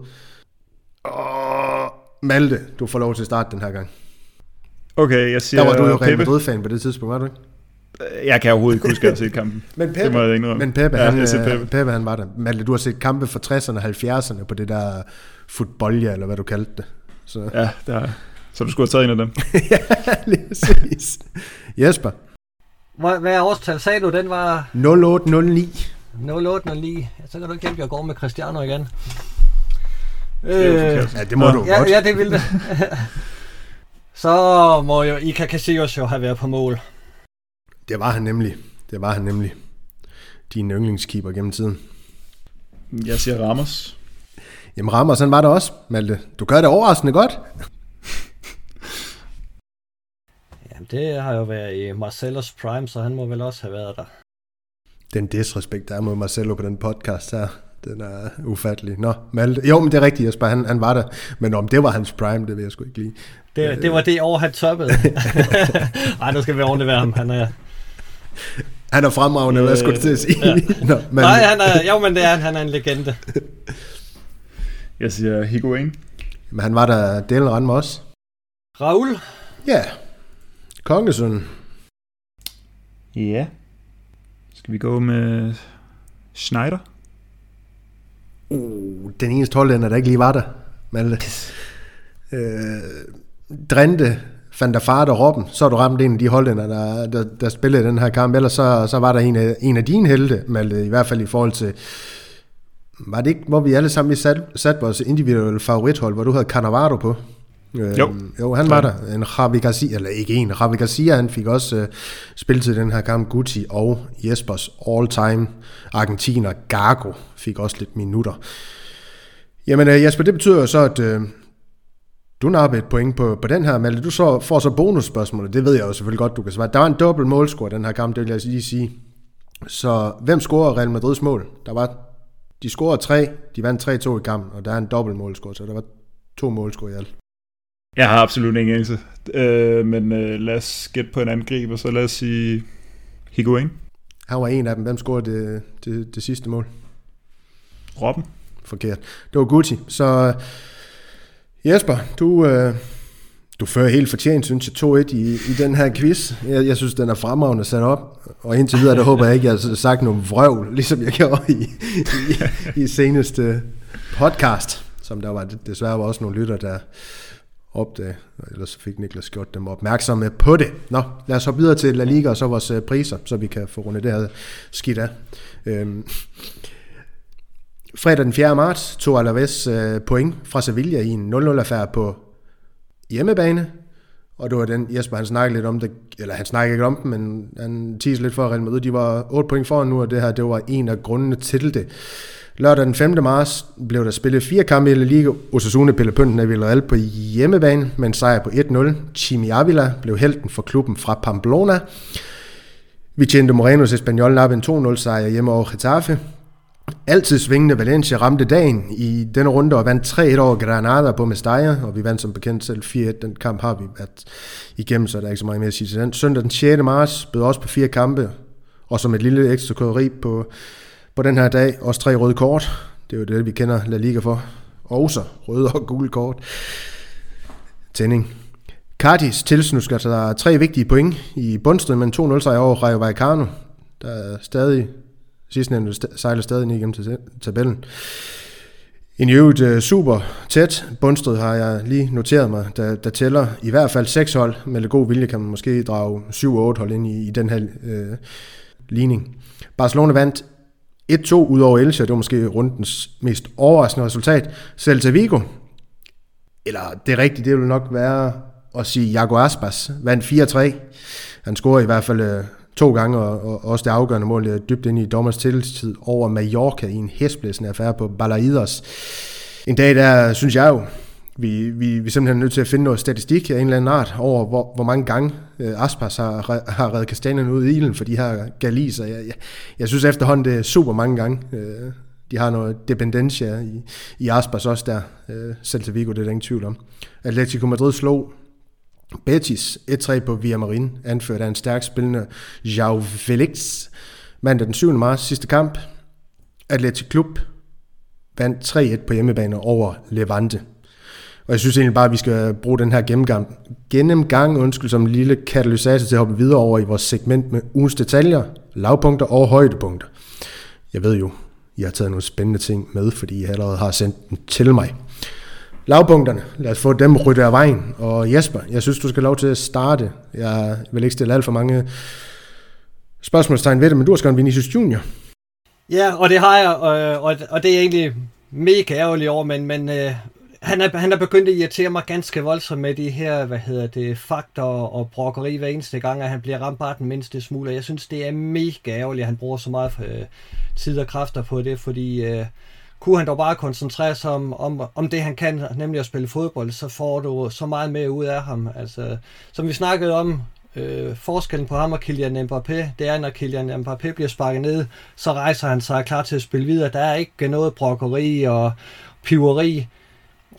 Og Malte, du får lov til at starte den her gang. Okay, jeg siger Der var du jo Real Pepe. Madrid-fan på det tidspunkt, var du ikke? Jeg kan overhovedet ikke huske, at jeg har set kampen. Men Pepe, det må jeg ikke men Pepe, ja, han, Pepe. Pepe, han var der. Malte, du har set kampe fra tresserne og halvfjerdserne på det der fodbolja, eller hvad du kaldte det. Så. Ja, det har jeg. Så du skulle have taget en af dem. Ja, lige præcis. Jesper. Hvad er årstal? Sagde du, den var... nul otte nul ni. nul otte nul ni. Så kan du ikke hjælpe, jeg går med Cristiano igen. Det er øh, ja, det må ja. du ja, godt. Ja, det vil det. Så må jo Iker Casillas jo have været på mål. Det var han nemlig. Det var han nemlig. Din yndlingskeeper gennem tiden. Jeg siger Ramos. Jamen Ramos, han var der også, Malte. Du gør det overraskende godt. Jamen det har jo været i Marcelos prime, så han må vel også have været der. Den disrespekt, der er mod Marcelo på den podcast her, den er ufattelig. Nå, Malte. Jo, men det er rigtigt, Jesper, han, han var der. Men om det var hans prime, det vil jeg sgu ikke lide. Det, det var det år, han toppede. Nej, nu skal vi overlevere ham. Han er... Han er fremragende, øh, hvad skulle du til at sige? Ja. Nå, men... Nej, han er, jo, men det er han. Han er en legende. Jeg siger Higuain. Men han var der delen rand med os. Raul? Ja. Kongesøn. Ja. Skal vi gå med Schneider? Uh, den eneste hollænder, der ikke lige var der. Malte. Øh, Drente, Van der Vaart og Robben, så har du ramt en af de hollænder, der, der, der spillede den her kamp. Ellers så, så var der en af, en af dine helte, Malte, i hvert fald i forhold til... Var det ikke, hvor vi alle sammen satte sat vores individuelle favorithold, hvor du havde Cannavaro på? Øh, jo. Jo, han var der. En Javi Garcia, eller ikke en. Javi Garcia, han fik også øh, spillet til den her kamp. Guti og Jespers all-time argentiner Gago fik også lidt minutter. Jamen øh, Jesper, det betyder jo så, at øh, du nappede et point på, på den her, Malte. Du så, får så bonusspørgsmålet. Det ved jeg jo selvfølgelig godt, du kan svare. Der var en dobbelt målscore den her kamp, det vil jeg lige sige. Så hvem scorer Real Madrids mål? Der var, de scorede tre, de vandt tre to i kampen, og der er en dobbelt målscore, så der var to målscore i alt. Jeg har absolut ingen anelse, øh, men øh, lad os gætte på en angriber, så lad os sige Higuain. Han var en af dem. Hvem scorede det, det, det sidste mål? Robben. Forkert. Det var Guti. Så Jesper, du, øh, du fører helt fortjent, synes jeg, to et i, i den her quiz. Jeg, jeg synes, den er fremragende sat op, og indtil videre, der håber jeg ikke, jeg har sagt nogle vrøvl, ligesom jeg gjorde i, i, i seneste podcast, som der var desværre var også nogle lytter, der opdage, ellers fik Niklas gjort dem opmærksomme på det. Nå, lad os hoppe videre til La Liga og så vores priser, så vi kan få rundet det her skidt af. Øhm. Fredag den fjerde marts tog Alaves øh, point fra Sevilla i en nul nul-affære på hjemmebane, og det var den, Jesper han snakkede lidt om det, eller han snakkede ikke om det, men han teasede lidt for Real Madrid. De var otte point foran nu, og det her, det var en af grundene til det. Lørdag den femte marts blev der spillet fire kampe i La Liga. Osasuna pillede pynten af Villarreal på hjemmebane med en sejr på et nul. Chimi Avila blev helten for klubben fra Pamplona. Vicente Morenos Espanyol nappede en to nul sejr hjemme over Getafe. Altid svingende Valencia ramte dagen i denne runde og vandt tre et over Granada på Mestalla, og vi vandt som bekendt selv fire et. Den kamp har vi været igennem, så der er ikke så meget mere at sige til den. Søndag den sjette marts bød også på fire kampe, og som et lille ekstra koderi på, på den her dag, også tre røde kort. Det er jo det, vi kender La Liga for. Også røde og gule kort. Tænding. Cardis tilsnusker sig tre vigtige point i bundstriden med en to nul sejr over Rayo Vallecano, der er stadig sidstnævnte sejler stadig ned igennem tabellen. En i øvrigt uh, super tæt bundstrid har jeg lige noteret mig, der, der tæller i hvert fald seks hold. Med lidt god vilje kan man måske drage syv og otte hold ind i, i den her uh, ligning. Barcelona vandt et to ud over Elche, det var måske rundens mest overraskende resultat. Celta Vigo, eller det rigtige, det vil nok være at sige Iago Aspas, vandt fire tre. Han scorede i hvert fald uh, to gange, og, og også det afgørende mål dybt ind i dommers tilstid over Mallorca i en hæsblæsende affære på Balaidos. En dag der, synes jeg jo, vi, vi, vi simpelthen er nødt til at finde noget statistik af en eller anden art over, hvor, hvor mange gange øh, Aspas har, har reddet kastanjen ud i ilden for de her galiser. Jeg, jeg, jeg synes efterhånden, det er super mange gange. Øh, de har noget dependencia i, i Aspas også der. Øh, Celta Vigo, det er der ingen tvivl om. Atletico Madrid slog Betis et tre på Villamarin, anført af en stærk spillende João Felix. Mandag den syvende marts, sidste kamp. Athletic Klub vandt tre et på hjemmebane over Levante. Og jeg synes egentlig bare, at vi skal bruge den her gennemgang, gennemgang undskyld, som en lille katalysator til at hoppe videre over i vores segment med ugens detaljer, lavpunkter og højdepunkter. Jeg ved jo, I har taget nogle spændende ting med, fordi I allerede har sendt dem til mig. Lavpunkterne, lad os få dem ryddet af vejen. Og Jesper, jeg synes, du skal lov til at starte. Jeg vil ikke stille alt for mange spørgsmålstegn ved det, men du har skrevet Vinicius Junior Ja, og det har jeg, og, og, og det er egentlig mega ærgerlig over, men, men øh, han, er, han er begyndt at irritere mig ganske voldsomt med de her, hvad hedder det, fakter og brokkeri hver eneste gang, at han bliver ramt bare den mindste smule. Jeg synes, det er mega ærgerligt, at han bruger så meget øh, tid og kræfter på det, fordi øh, kunne han dog bare koncentrere sig om, om, om det, han kan, nemlig at spille fodbold, så får du så meget mere ud af ham. Altså, som vi snakkede om, øh, forskellen på ham og Kylian Mbappé, det er, når Kylian Mbappé bliver sparket ned, så rejser han sig klar til at spille videre. Der er ikke noget brokkeri og piveri.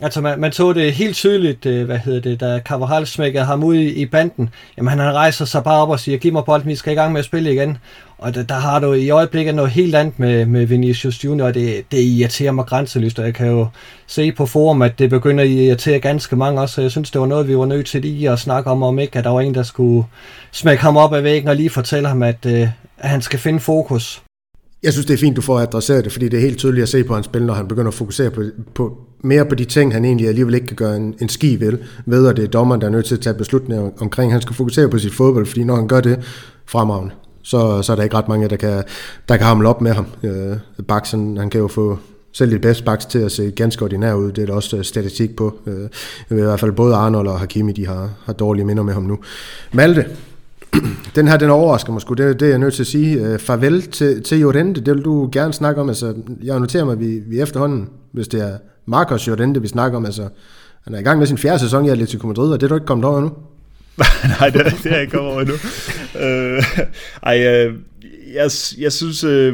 Altså, man, man tog det helt tydeligt, hvad hedder det, da Carvajal smækkede ham ud i, i banden. Jamen, han rejser sig bare op og siger, giv mig bolden, vi skal i gang med at spille igen. Og der, der har du i øjeblikket noget helt andet med, med Vinicius Junior, og det, det irriterer mig grænseløst, og jeg kan jo se på forum, at det begynder at irritere ganske mange også, så jeg synes, det var noget, vi var nødt til lige at snakke om, om ikke, at der var en, der skulle smække ham op ad væggen og lige fortælle ham, at, at han skal finde fokus. Jeg synes, det er fint, du får adresseret det, fordi det er helt tydeligt at se på hans spil, når han begynder at fokusere på, på mere på de ting, han egentlig alligevel ikke kan gøre en, en ski ved, ved at det er dommeren, der er nødt til at tage beslutninger omkring. Han skal fokusere på sit fodbold, fordi når han gør det fremragende, så, så er der ikke ret mange, der kan, der kan hamle op med ham. Øh, Baks, han, han kan jo få selv de bedste backs til at se ganske ordinær ud. Det er der også statistik på. Øh, I hvert fald både Arnold og Hakimi, de har, har dårlige minder med ham nu. Malte, den her, den overrasker mig sgu, det, det er jeg nødt til at sige. Uh, farvel til, til Llorente, det vil du gerne snakke om. Altså, jeg noterer mig, at vi, vi efterhånden, hvis det er Marcos Llorente, vi snakker om, altså, han er i gang med sin fjerde sæson i Atletico Madrid, og det er du ikke kommet over endnu? Nej, det, det er jeg ikke kommet over endnu. uh, ej, uh, jeg, jeg synes, uh,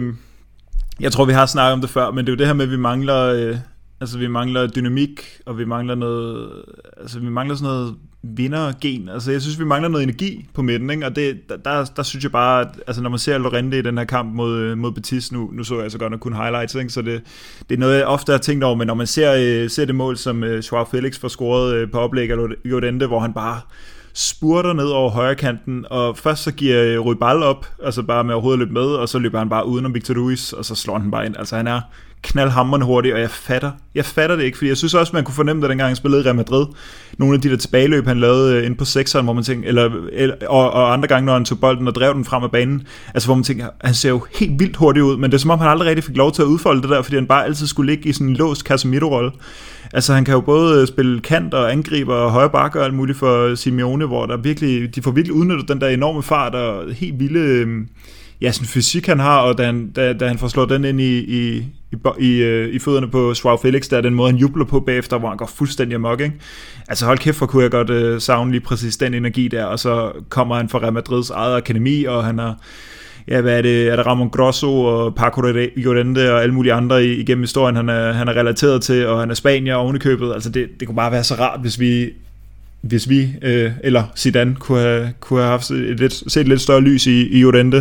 jeg tror, vi har snakket om det før, men det er jo det her med, at vi mangler... Uh, Altså vi mangler dynamik, og vi mangler noget, altså vi mangler sådan noget vindergen. Altså jeg synes vi mangler noget energi på midten, ikke? Og det der, der der synes jeg bare, at, altså når man ser Llorente i den her kamp mod mod Betis, nu nu så jeg så godt nok kun highlights, ikke? Så det det er noget jeg ofte har tænkt over, men når man ser ser det mål som uh, Joao Felix får scoret uh, på oplæg af Llorente, hvor han bare spurter ned over højre kanten, og først så giver Rui Ball op, altså bare med overhovedet løbe med, og så løber han bare udenom Victor Ruiz, og så slår han bare ind. Altså han er knaldhamrende hurtig, og jeg fatter, jeg fatter det ikke, fordi jeg synes også, man kunne fornemme det, dengang han spillede i Real Madrid. Nogle af de der tilbageløb, han lavede ind på sekseren, hvor man tænker, eller, eller og, og andre gange, når han tog bolden og drev den frem af banen, altså hvor man tænker, han ser jo helt vildt hurtigt ud, men det er som om, han aldrig rigtig fik lov til at udfolde det der, fordi han bare altid skulle ligge i sådan en låst Casemiro-rolle. Altså han kan jo både spille kant og angriber og højre bakke og alt muligt for Simeone, hvor der virkelig, de får virkelig udnyttet den der enorme fart og helt vilde, ja, sådan fysik han har, og da han, da, da han får slået den ind i, i, i, i, i fødderne på Joao Felix, der er den måde, han jubler på bagefter, hvor han går fuldstændig amok, ikke? Altså hold kæft, hvor kunne jeg godt uh, savne lige præcis den energi der, og så kommer han fra Real Madrids eget akademi, og han har, ja, hvad er det, er det Ramon Grosso og Paco Llorente og alle mulige andre igennem historien, han er, han er relateret til, og han er spanier oven i købet, altså det, det kunne bare være så rart, hvis vi hvis vi, øh, eller Zidane, kunne have, kunne have haft et lidt, set et lidt større lys i, i Llorente.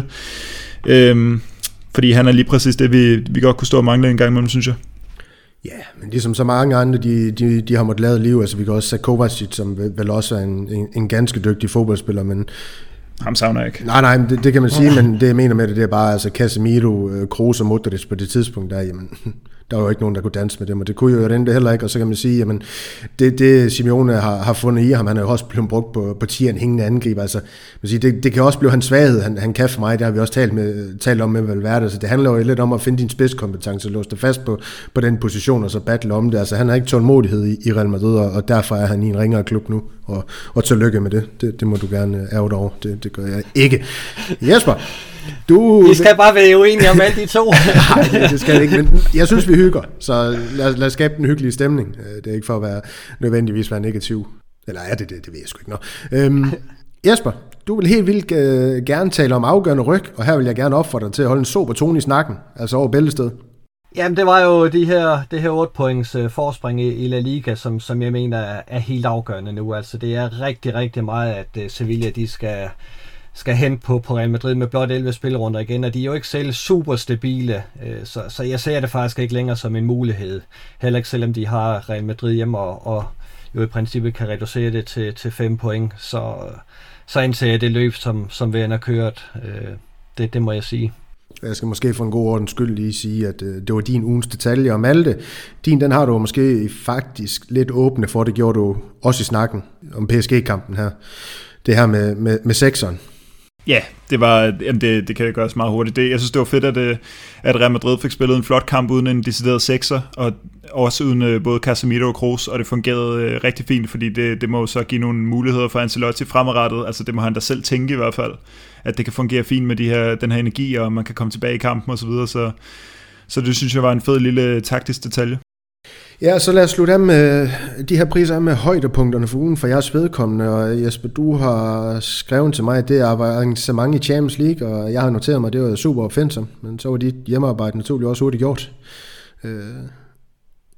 Øhm, fordi han er lige præcis det, vi, vi godt kunne stå og mangle en gang imellem, synes jeg. Ja, men ligesom så mange andre, de, de, de har måttet lave liv, altså vi kan også se Kovacic, som vel også er en, en, en ganske dygtig fodboldspiller, men ham savner jeg ikke. Nej, nej, det, det kan man sige, men det jeg mener med det, det er bare, altså Casemiro, Kroos og Modric på det tidspunkt der, jamen, der var jo ikke nogen, der kunne danse med dem, og det kunne jo Llorente heller ikke, og så kan man sige, jamen, det, det Simeone har, har fundet i ham, han er jo også blevet brugt på, på tieren hængende angriber, altså, man siger, det, det kan også blive hans svaghed, han, han kan for mig, det har vi også talt, med, talt om med Valverde, så det handler jo lidt om at finde din spidskompetence, låse det fast på, på den position, og så battle om det, altså han har ikke tålmodighed i, i Real Madrid, og, og derfor er han i en ringere klub nu, og, og tillykke med det, det, det må du gerne ærge dig over, det, det gør jeg ikke. Jesper, du... Vi skal bare være uenige om alle de to. Nej, det skal jeg ikke, men jeg synes, vi hygger, så lad, lad os skabe en hyggelig stemning. Det er ikke for at være nødvendigvis være negativ. Eller er det det? Det ved jeg sgu ikke noget. Øhm, Jesper, du vil helt vildt uh, gerne tale om afgørende ryg, og her vil jeg gerne opfordre dig til at holde en sober tone i snakken, altså over Bæltested. Jamen, det var jo de her, det her otte points uh, forspring i, i La Liga, som, som jeg mener er, er helt afgørende nu. Altså, det er rigtig, rigtig meget, at uh, Sevilla, de skal... skal hen på, på Real Madrid med blot elleve spillerunder igen, og de er jo ikke selv super stabile, så, så jeg ser det faktisk ikke længere som en mulighed. Heller ikke selvom de har Real Madrid hjemme, og, og jo i princippet kan reducere det til, til fem point, så, så indser jeg det løb, som, som vi har kørt. Det, det må jeg sige. Jeg skal måske for en god ordens skyld lige sige, at det var din ugens detalje, og Malte, din den har du måske faktisk lidt åbne for, det gjorde du også i snakken om P S G-kampen her. Det her med, med, med sekseren. Ja, det var, jamen det, det kan gøres meget hurtigt. Det, jeg synes, det var fedt, at, at Real Madrid fik spillet en flot kamp uden en decideret sekser, og også uden både Casemiro og Kroos, og det fungerede rigtig fint, fordi det, det må jo så give nogle muligheder for Ancelotti fremadrettet. Altså det må han da selv tænke i hvert fald, at det kan fungere fint med de her, den her energi, og man kan komme tilbage i kampen og så videre. Så, så det synes jeg var en fed lille taktisk detalje. Ja, så lad os slutte af med de her priser med højdepunkterne for ugen for jeres vedkommende, og Jesper, du har skrevet til mig, at det er arrangement i Champions League, og jeg har noteret mig, at det var super offensive, men så var dit hjemmearbejde naturligvis også hurtigt gjort.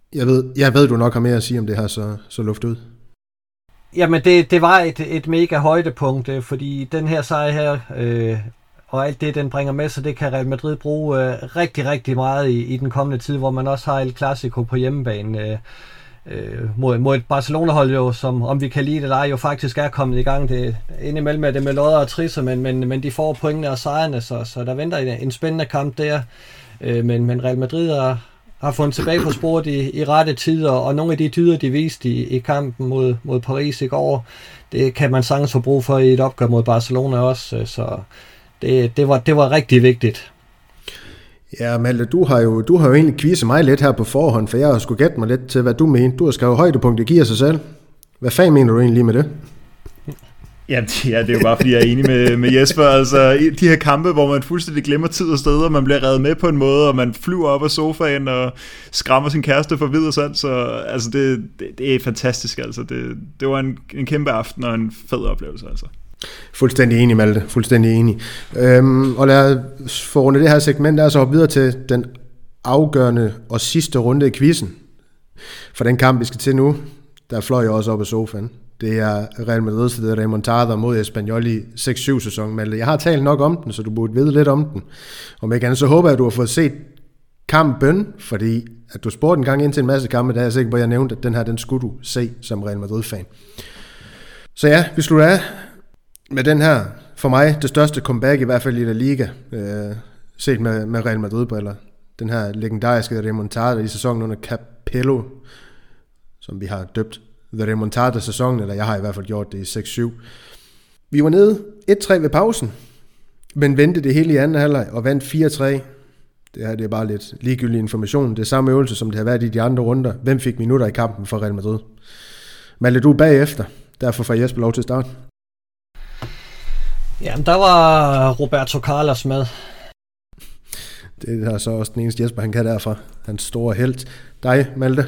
Jeg ved, jeg ved, du nok har mere at sige om det her, så, så luft ud. Jamen, det, det var et, et mega højdepunkt, øh, fordi den her sejr her, øh, og alt det, den bringer med sig, det kan Real Madrid bruge øh, rigtig, rigtig meget i, i den kommende tid, hvor man også har El Clasico på hjemmebane øh, øh, mod, mod et Barcelona-hold, jo, som om vi kan lide det eller ej, jo faktisk er kommet i gang. Det, indimellem er det med lodder og trisser, men, men, men de får pointene og sejrene, så, så der venter en, en spændende kamp der. Øh, men, men Real Madrid har, har fundet tilbage på sporet i, i rette tider, og nogle af de dyder, de viste i, i kampen mod, mod Paris i går, det kan man sagtens få brug for i et opgør mod Barcelona også, så det, det, var, det var rigtig vigtigt. Ja, Malte, du har jo, du har jo egentlig quizet mig lidt her på forhånd, for jeg har sgu gætte mig lidt til, hvad du mener. Du har skrevet højdepunkt, det giver sig selv. Hvad fanden mener du egentlig med det? Ja, ja, det er jo bare, fordi jeg er enig med, med Jesper. Altså, de her kampe, hvor man fuldstændig glemmer tid og steder, og man bliver revet med på en måde, og man flyver op af sofaen og skræmmer sin kæreste for vid og sandt. Så altså, det, det, det er fantastisk. Altså. Det, det var en, en kæmpe aften og en fed oplevelse. Altså. Fuldstændig enig, Malte. Fuldstændig enig. Øhm, og lad os få rundet det her segment, der så hoppe videre til den afgørende og sidste runde i quizzen. For den kamp, vi skal til nu, der fløj jeg også op af sofaen. Det er Real Madrid's remontada mod Espanyol i seks syv sæson, Malte. Jeg har talt nok om den, så du burde vide lidt om den. Om ikke andet, så håber jeg, at du har fået set kampen, fordi at du spurgte en gang ind til en masse kampe, der er jeg sikker på, at jeg nævnte, at den her, den skulle du se som Real Madrid-fan. Så ja, vi slutter af med den her, for mig, det største comeback, i hvert fald i La Liga, øh, set med, med Real Madrid-briller. Den her legendariske remontada i sæsonen under Capello, som vi har døbt The Remontada-sæsonen, eller jeg har i hvert fald gjort det i seks syv. Vi var nede et tre ved pausen, men vendte det hele i anden halvleg og vandt fire tre. Det her det er bare lidt ligegyldig information. Det er samme øvelse, som det har været i de andre runder. Hvem fik minutter i kampen for Real Madrid? Malte, du bagefter. Derfor får Jesper lov til at starte. Jamen, der var Roberto Carlos med. Det er så også den eneste Jesper, han kan derfra. Hans store helt. Dig, Malte?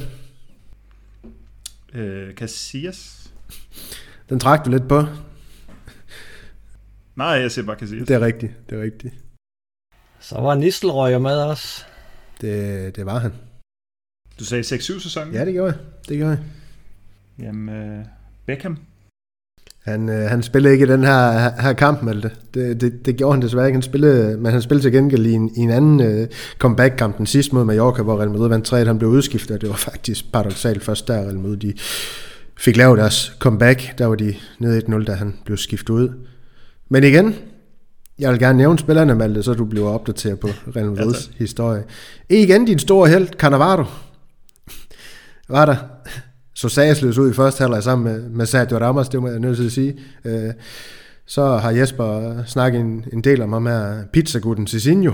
Øh, Casillas? Den trak du lidt på. Nej, jeg siger bare Casillas. Det er rigtigt, det er rigtigt. Så var Nistelrooy med os. Det, det var han. Du sagde seks syv sæsonen? Ja, det gjorde jeg. Det gjorde jeg. Jamen, øh, Beckham? Han, øh, han spillede ikke i den her, her kamp, Malte. Det, det, det gjorde han desværre ikke. Han spillede, men han spillede til gengæld i en, i en anden øh, comeback-kamp, den sidste mod Mallorca, hvor Real Madrid vandt tre et. Han blev udskiftet, det var faktisk paradoksalt først der Real Madrid, de fik lavet deres comeback. Der var de nede et nul, da han blev skiftet ud. Men igen, jeg vil gerne nævne spillerne, Malte, så du bliver opdateret på Real Madrids ja, historie. Igen din store helt, Cannavaro. Var der? Så sagesløs ud i første halvleg sammen med, med Sergio Ramos, det må jeg nødt til at sige. Øh, så har Jesper snakket en, en del om ham her, pizzagutten Cicinho,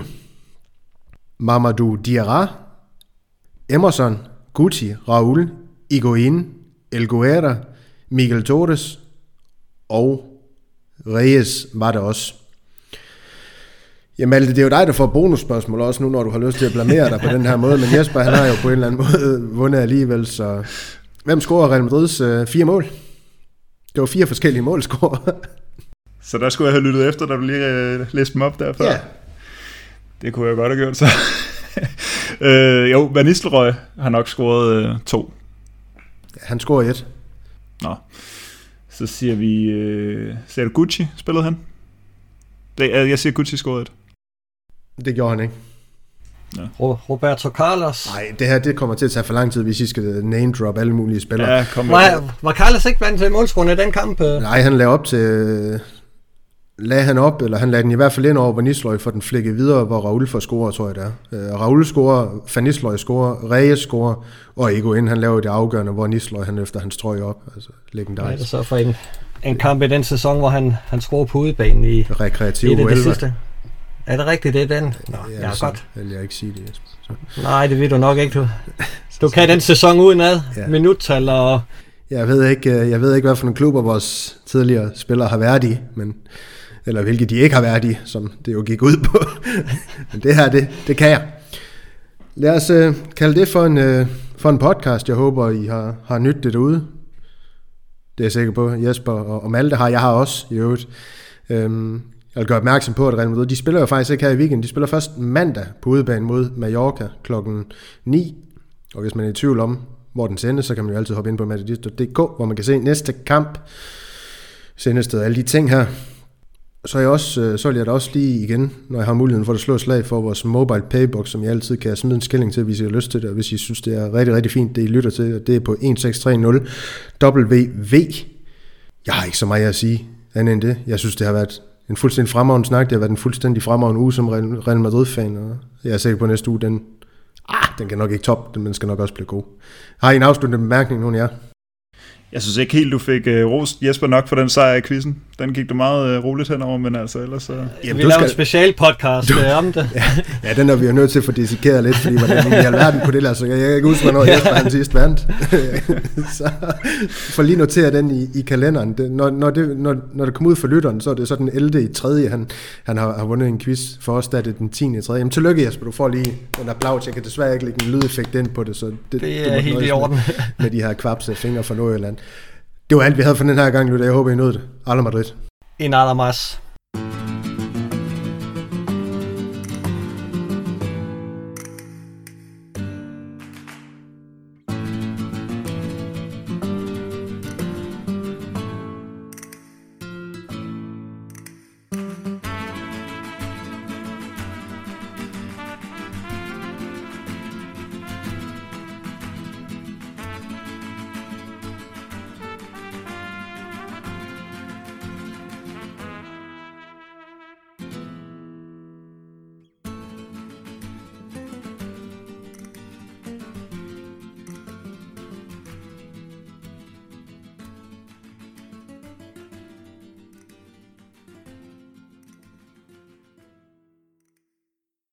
Mamadou Diarra, Emerson, Guti, Raul, Higuain, El Guerra, Miguel Torres og Reyes var der også. Jamen Malte, det er jo dig, der får bonusspørgsmål også nu, når du har lyst til at blamere dig på den her måde, men Jesper, han har jo på en eller anden måde vundet alligevel, så hvem scorer Real Madrids øh, fire mål? Det var fire forskellige målscorer. Så der skulle jeg have lyttet efter, da du lige øh, læste dem op derfor. Ja. Det kunne jeg godt have gjort så. øh, jo, Van Nistelrooy har nok scoret øh, to. Han scorer et. Nå. Så siger vi, øh, ser du Gucci, spillede han? Det, jeg siger Gucci scorede et. Det gjorde han ikke. Ja. Roberto Carlos. Nej, det her det kommer til at tage for lang tid, hvis I skal name drop alle mulige spillere. Ja, kom var, var Carlos ikke vandt til målscoren i den kamp? Nej, han lagde op til... Lagde han op, eller han lagde den i hvert fald ind over Van Nistelrooy, for den flækkede videre, hvor Raul får scorer, tror jeg det er. Uh, Raul scorer, Van Nistelrooy scorer, Reyes scorer, og Higuain, han laver det afgørende, hvor Nistelrooy, han løfter hans trøje op. Altså, legendarisk. Hvad er det så for en, en kamp i den sæson, hvor han, han scorer på udebanen i... Rekreativ i det, det sidste? Er det rigtigt, det er den? Nå, ja, ja, så, godt. Vil jeg ikke sige det, Jesper. Så. Nej, det ved du nok ikke, du. Du kan den sæson udenad, ja. Minuttal og... Jeg ved ikke, jeg ved ikke, hvad for en klubber vores tidligere spillere har været i, men... eller hvilke de ikke har været i, som det jo gik ud på. Men det her, det, det kan jeg. Lad os uh, kalde det for en, uh, for en podcast. Jeg håber, I har, har nydt det derude. Det er jeg sikker på. Jesper og, og Malte har. Jeg har også i øvrigt. Um, jeg vil gøre opmærksom på, at Real Madrid, de spiller jo faktisk ikke her i weekenden. De spiller først mandag på udebane mod Mallorca klokken ni. Og hvis man er i tvivl om, hvor den sendes, så kan man jo altid hoppe ind på madridista punktum d k, hvor man kan se næste kamp, sendested og alle de ting her. Så, er jeg også, så vil jeg da også lige igen, når jeg har muligheden for at slå et slag for vores mobile paybox, som jeg altid kan smide en skilling til, hvis I har lyst til det, og hvis I synes, det er rigtig, rigtig fint, det I lytter til, og det er på et seks tre nul W V. Jeg har ikke så meget at sige andet end det. Jeg synes, det har været en fuldstændig fremragende snak, det har været en fuldstændig fremragende uge som Real Madrid-fan, og jeg er sikker på næste uge, den, ah, den kan nok ikke top, men skal nok også blive god. Har I en afsluttende bemærkning, nogen af jer? Jeg synes ikke helt, du fik uh, rost Jesper nok for den sejr i quizzen. Den gik du meget uh, roligt henover, men altså ellers så... Uh... Jamen, vi laver skal... en special podcast du... om det. ja, ja, den er vi jo nødt til at få dissekeret lidt, fordi hvordan i alverden på det der, så jeg, jeg kan ikke huske, hvornår Jesper han sidst vandt. Så for lige notere den i, i kalenderen. Det, når, når, det, når, når det kommer ud for lytteren, så er det så den ellevte i tredje, han, han har, har vundet en quiz. For os der er det den tiende i tredje. Jamen tillykke Jesper, du får lige den applaus. Jeg kan desværre ikke lægge en lydeffekt ind på det, så det, det er helt i orden. Med, med de her kvapse fingre fra Nordjylland. Det var alt, vi havde for den her gang, Lytte. Jeg håber, I nåede det. Alla Madrid. En nada más.